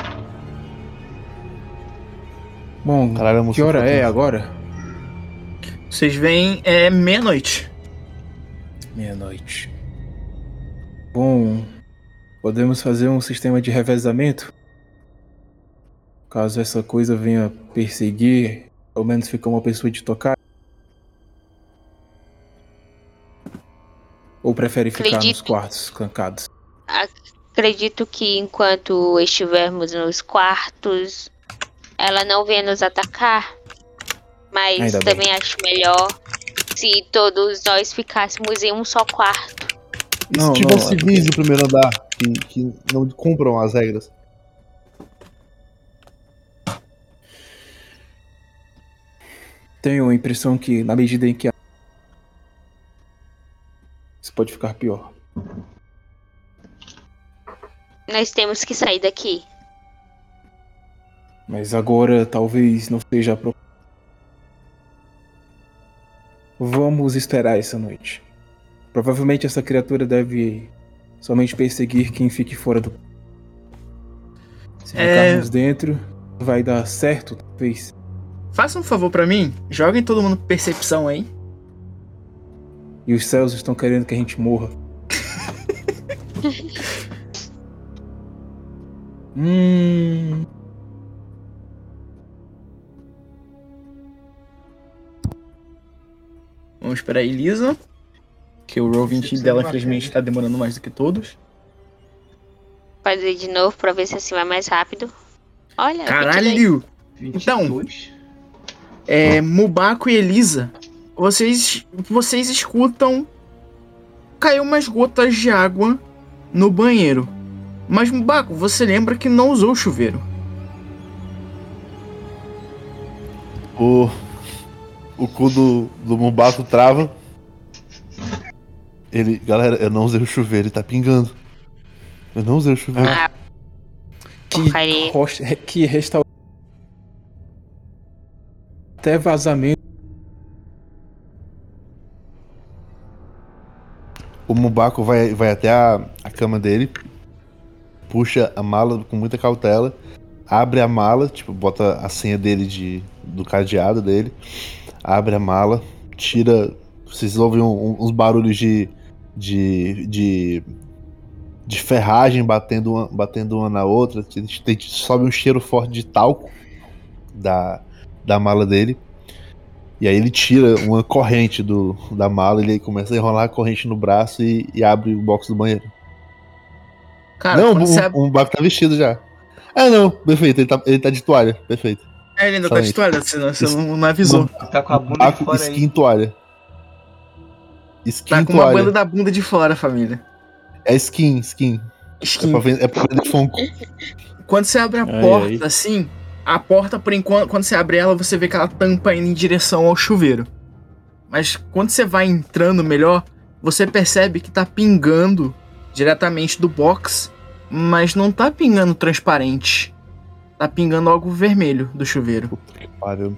Bom, Caralho, a que música hora ficou é tensa. agora? Vocês veem, é meia-noite. Meia-noite. Bom, podemos fazer um sistema de revezamento? Caso essa coisa venha perseguir, pelo menos fica uma pessoa de tocar. Ou prefere ficar nos Acredito. quartos cancados? Acredito que enquanto estivermos nos quartos, ela não venha nos atacar. Mas Ainda bem. também acho melhor se todos nós ficássemos em um só quarto. E Não, se tiver não, é civis no primeiro andar que, que não cumpram as regras? Tenho a impressão que, na medida em que a... isso pode ficar pior. Nós temos que sair daqui. Mas agora talvez não seja a pro... Vamos esperar essa noite. Provavelmente essa criatura deve somente perseguir quem fique fora do... Se É. ficarmos dentro, vai dar certo, talvez. Faça um favor pra mim, joguem todo mundo percepção aí. E os céus estão querendo que a gente morra. hum... Vamos esperar a Elisa. Que o roll vinte dela, infelizmente, tá demorando mais do que todos. Fazer de novo pra ver se assim vai mais rápido. Olha, vinte e dois. Caralho! vinte e Então. dois. É, Mubaco e Elisa, vocês, vocês escutam caiu umas gotas de água no banheiro. Mas Mubaco, você lembra que não usou o chuveiro. O, o cu do, do Mubaco trava. Ele, galera, eu não usei o chuveiro, ele tá pingando. Eu não usei o chuveiro. Ah, Que, porcaria. rocha- que restaurante. Até vazamento. O Mubaco vai, vai até a, a cama dele, puxa a mala com muita cautela, abre a mala, tipo, bota a senha dele de, do cadeado dele, abre a mala, tira. Vocês ouvem um- um- uns barulhos de. de. de, de ferragem batendo uma, batendo uma na outra, tem, tem- sobe um cheiro forte de talco da, da mala dele. E aí ele tira uma corrente do, da mala, ele começa a enrolar a corrente no braço e, e abre o box do banheiro. Cara, não, quando o, você abre... o Mubaco tá vestido já. Ah, não, perfeito, ele tá, ele tá de toalha, perfeito. É, ele ainda tá de Excelente. toalha, você não, você não, não avisou. Tá com a bunda de Mubaco, fora skin aí. toalha. Skin Tá com uma toalha. banda da bunda de fora, família. É skin, skin. É Skin. pra, vender, é pra vender Funko. Quando você abre a Ai, porta, ai. assim, a porta, por enquanto, quando você abre ela, você vê que ela tampa indo em direção ao chuveiro. Mas quando você vai entrando melhor, você percebe que tá pingando diretamente do box, mas não tá pingando transparente. Tá pingando algo vermelho do chuveiro. Puta que pariu.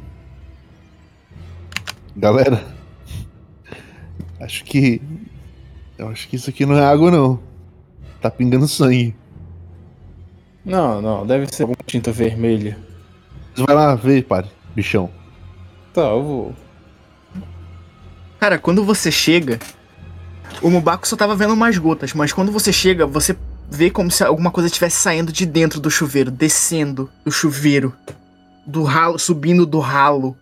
Galera, acho que. Eu acho que isso aqui não é água, não. Tá pingando sangue. Não, não, deve ser alguma tinta vermelha. Vai lá ver, padre, bichão. Tá, eu vou. Cara, quando você chega, o Mubaco só tava vendo umas gotas, mas quando você chega, você vê como se alguma coisa estivesse saindo de dentro do chuveiro, descendo do chuveiro, do ralo, subindo do ralo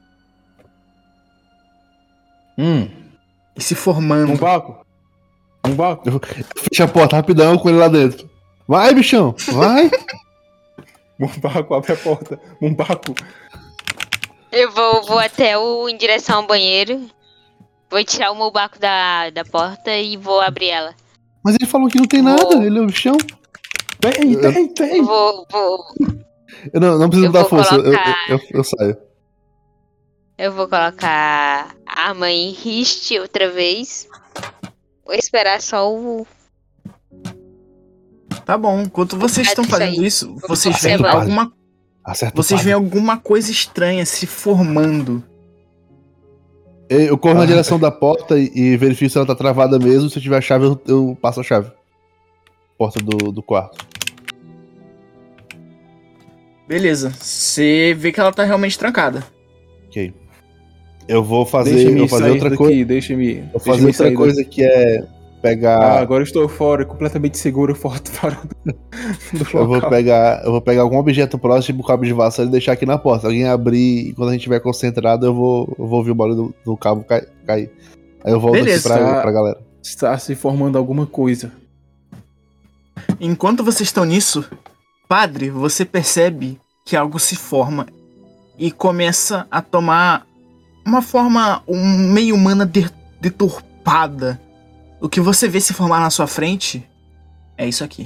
Hum, e se formando. um baco. Um baco. Eu fecho a porta rapidão com ele lá dentro. Vai, bichão, vai. Mumbaco, abre a porta. Mumbaco. Eu vou, vou até o, em direção ao banheiro. Vou tirar o Mubaco da, da porta e vou abrir ela. Mas ele falou que não tem nada, Vou. ele é o bichão. Tem, tem, tem. Vou, vou, Eu não, não preciso Eu dar vou força, eu, eu, colocar- eu, eu saio. eu vou colocar a arma em riste outra vez. Vou esperar só o. Tá bom, enquanto vocês É estão isso aí. fazendo isso, vocês veem observar. alguma, Acerta o vocês padre. veem alguma coisa estranha se formando. Eu corro na Ah. direção da porta e, e verifico se ela tá travada mesmo. Se eu tiver a chave, eu, eu passo a chave. Porta do, do quarto. Beleza, você vê que ela tá realmente trancada. Ok. Eu vou fazer, Deixa-me eu vou fazer sair outra daqui, coisa. deixa-me. Vou fazer outra sair coisa que é daqui. pegar. Ah, agora eu estou fora, completamente seguro, fora, fora do, do Eu vou local. pegar, eu vou pegar algum objeto próximo, tipo cabo de vassoura e deixar aqui na porta. Alguém abrir e quando a gente estiver concentrado, eu vou, eu vou ouvir o barulho do, do cabo cai- cair. Aí eu volto Beleza. aqui pra, Tá. pra galera. Está se formando alguma coisa. Enquanto vocês estão nisso, padre, você percebe que algo se forma e começa a tomar uma forma um, meio humana de- deturpada. O que você vê se formar na sua frente é isso aqui.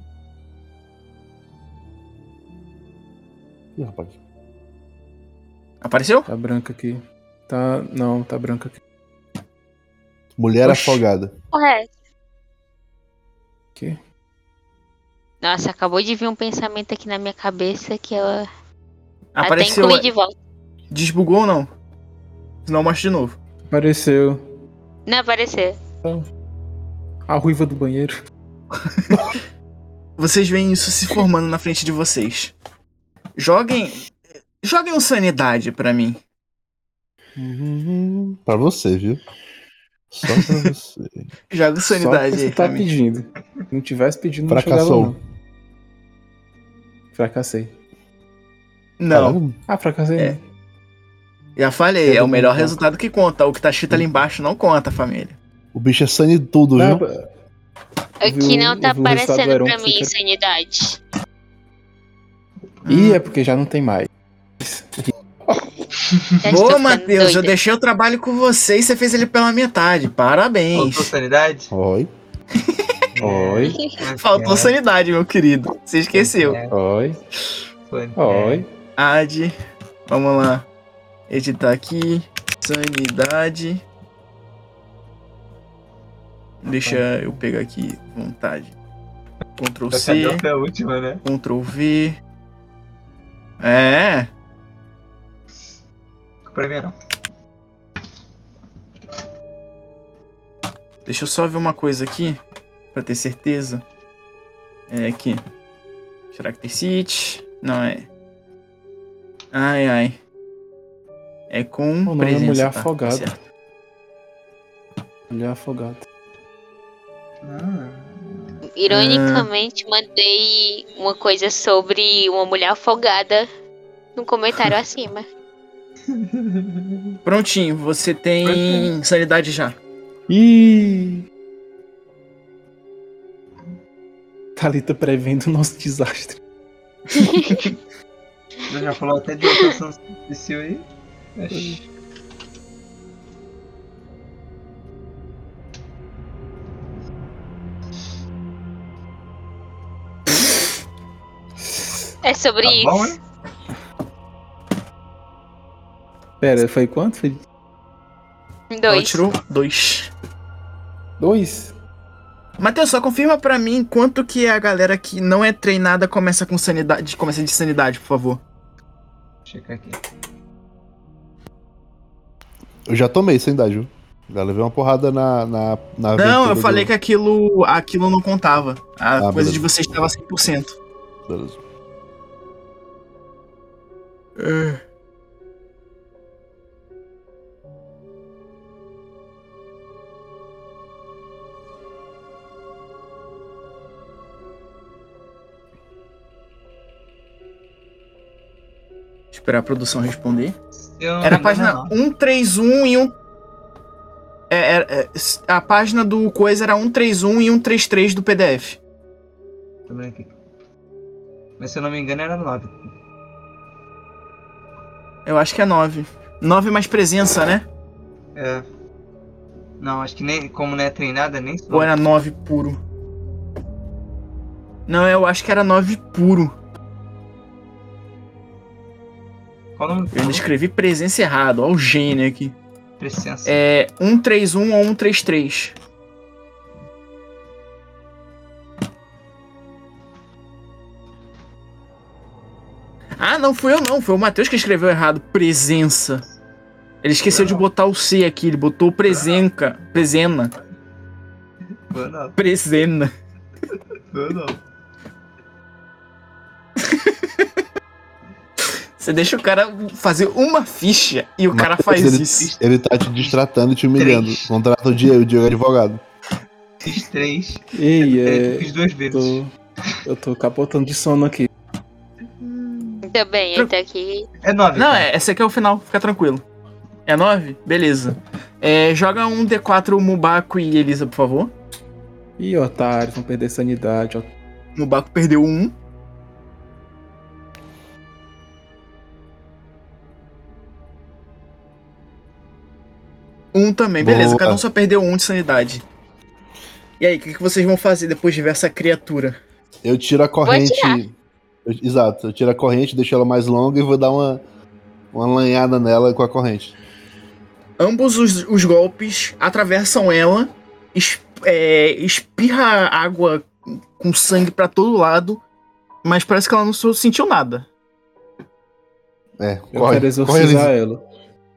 Ih, rapaz. Apareceu? Tá branca aqui. Tá. Não, tá branca aqui. Mulher Oxi. afogada. Correto. Aqui. Nossa, acabou de vir um pensamento aqui na minha cabeça que ela até Apareceu. inclui de volta. Desbugou ou não? Senão mostra de novo. Apareceu Não apareceu. a ruiva do banheiro. Vocês veem isso se formando na frente de vocês. Joguem. Joguem um sanidade pra mim. Pra você, viu? Só pra você. Joga Só sanidade que você aí tá pra mim. pedindo. Se não tivesse pedindo, não Fracassou. chegava, não. Fracassei. Não, Caralho. Ah, fracassei. É. né? já falei, é Eu o melhor também, tá. resultado que conta. O que tá escrito ali embaixo não conta, família. O bicho é sangue de tudo, Não, viu? Aqui vi o- não tá eu vi o resultado do aparecendo Heron pra que mim fica- sanidade. Ih, é porque já não tem mais. Já estou Boa, ficando Matheus, eu doida. deixei o trabalho com você e você fez ele pela metade. Parabéns. Faltou sanidade? Oi. Oi, Faltou sanidade, meu querido. Você esqueceu. oi, oi. Ad. Vamos lá. Editar aqui. Sanidade. Deixa eu pegar aqui. Vontade. Ctrl C. Essa é a última, né? Ctrl V. É. Pra mim não. Deixa eu só ver uma coisa aqui. Pra ter certeza. É aqui. Character Sheet. Não é. Ai, ai. É com O nome é presença. Mulher tá? Afogada. Certo. Mulher afogada. Ah, Ironicamente, mandei uma coisa sobre uma mulher afogada no comentário acima. Prontinho, você tem sanidade já. Ih! Thalita prevendo o nosso desastre. eu já falou até de atuação especial aí. Oxi. É sobre Tá isso. bom, hein? Pera, foi quanto? Foi Ela Dois. tirou dois. dois? Matheus, só confirma pra mim quanto que a galera que não é treinada começa com sanidade, começa de sanidade, por favor. Checar aqui. Eu já tomei sanidade, viu? Já levei uma porrada na. na, na Não, eu aventura falei do- que aquilo, aquilo não contava. A Ah, coisa beleza. de vocês estava cem por cento. Beleza. Esperar a produção responder. Se eu não Era a me página engano, cento e trinta e um e um. É, é, é, a página do coisa era cento e trinta e um e cento e trinta e três do P D F. não. Tô vendo aqui. Mas se eu não me engano era nove. Eu acho que é nove. nove mais presença, né? É. Não, acho que nem. Como não é treinada, nem Ou era nove puro? Não, eu acho que era nove puro. Qual o nome? Eu ainda escrevi presença errado. Olha o gênio aqui. Presença. É cento e trinta e um ou cento e trinta e três. Ah, não fui eu não. Foi o Matheus que escreveu errado. Presença. Ele esqueceu de botar o C aqui. Ele botou presenca. Presena. Foi não, Presena. foi não. Você deixa o cara fazer uma ficha e o cara Mas faz ele, isso. Ele tá te distratando e te humilhando. Três. Contrata o Diego, o Diego é advogado. Fiz três. Ei, É, é. fiz duas vezes. Tô, eu tô capotando de sono aqui. Ainda bem, até aqui. É nove. Não, cara. é, esse aqui é o final, fica tranquilo. É nove? Beleza. É, joga um D quatro Mubaco e Elisa, por favor. Ih, otários, vão perder sanidade. Ó. Mubaco perdeu um. Um também, beleza. Boa. Cada um só perdeu um de sanidade. E aí, o que, que vocês vão fazer depois de ver essa criatura? Eu tiro a corrente. atirar. eu- exato, eu tiro a corrente, deixo ela mais longa e vou dar uma, uma lanhada nela com a corrente. Ambos os, os golpes atravessam ela, es- é, espirra água com sangue pra todo lado, mas parece que ela não so- sentiu nada. É, Eu corre, quero corre, exorcizar Elisa. ela.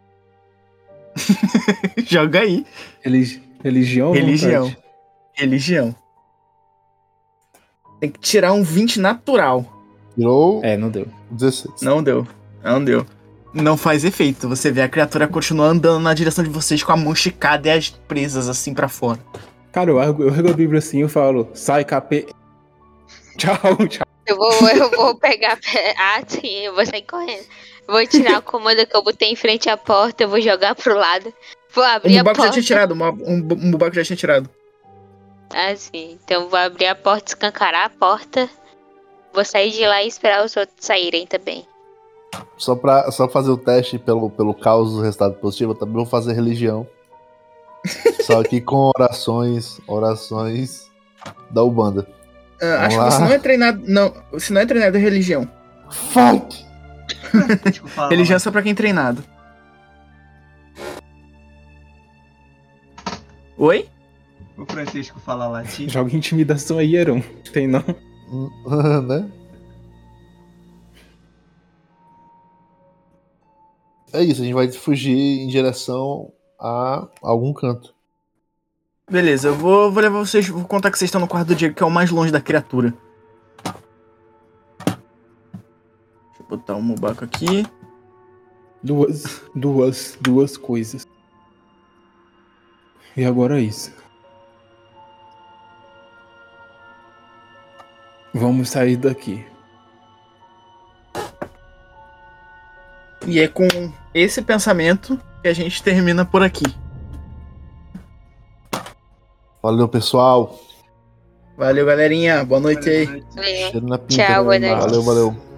Joga aí. Relig... Religião? ou Religião. vontade? Religião. Tem que tirar um vinte natural. Tirou É, não deu. dezesseis. Não deu. Não deu. Não faz efeito. Você vê a criatura continua andando na direção de vocês com a mão esticada e as presas assim pra fora. Cara, eu ergo, eu ergo a Bíblia assim e falo, sai, capê. Tchau, tchau. Eu vou, eu vou pegar. Ah, sim, eu vou sair correndo. Vou tirar a comanda que eu botei em frente à porta, eu vou jogar pro lado. Vou O abrir a Mubaco já porta. tinha tirado. Um um Mubaco já tinha tirado. Ah, sim. Então vou abrir a porta, escancarar a porta. Vou sair de lá e esperar os outros saírem também. Só pra, só pra fazer o teste pelo, pelo caos do resultado positivo, eu também vou fazer religião. Só que com orações, orações da Ubanda. Ah, acho Vamos que você lá. não é treinado. Não, você não é treinado em religião. Fuck! Deixa eu falar. Religião é só pra quem é treinado. Oi? O Francisco fala latim. Joga intimidação aí, Heron. Tem não. né? É isso, a gente vai fugir em direção a algum canto. Beleza, eu vou, vou levar vocês. Vou contar que vocês estão no quarto do Diego, que é o mais longe da criatura. Deixa eu botar o Mubaco aqui. Duas, duas, duas coisas. E agora isso. Vamos sair daqui. E é com esse pensamento que a gente termina por aqui. Valeu, pessoal. Valeu, galerinha. Boa noite aí. Valeu. Cheiro na pinta. Tchau, boa noite. Valeu, valeu.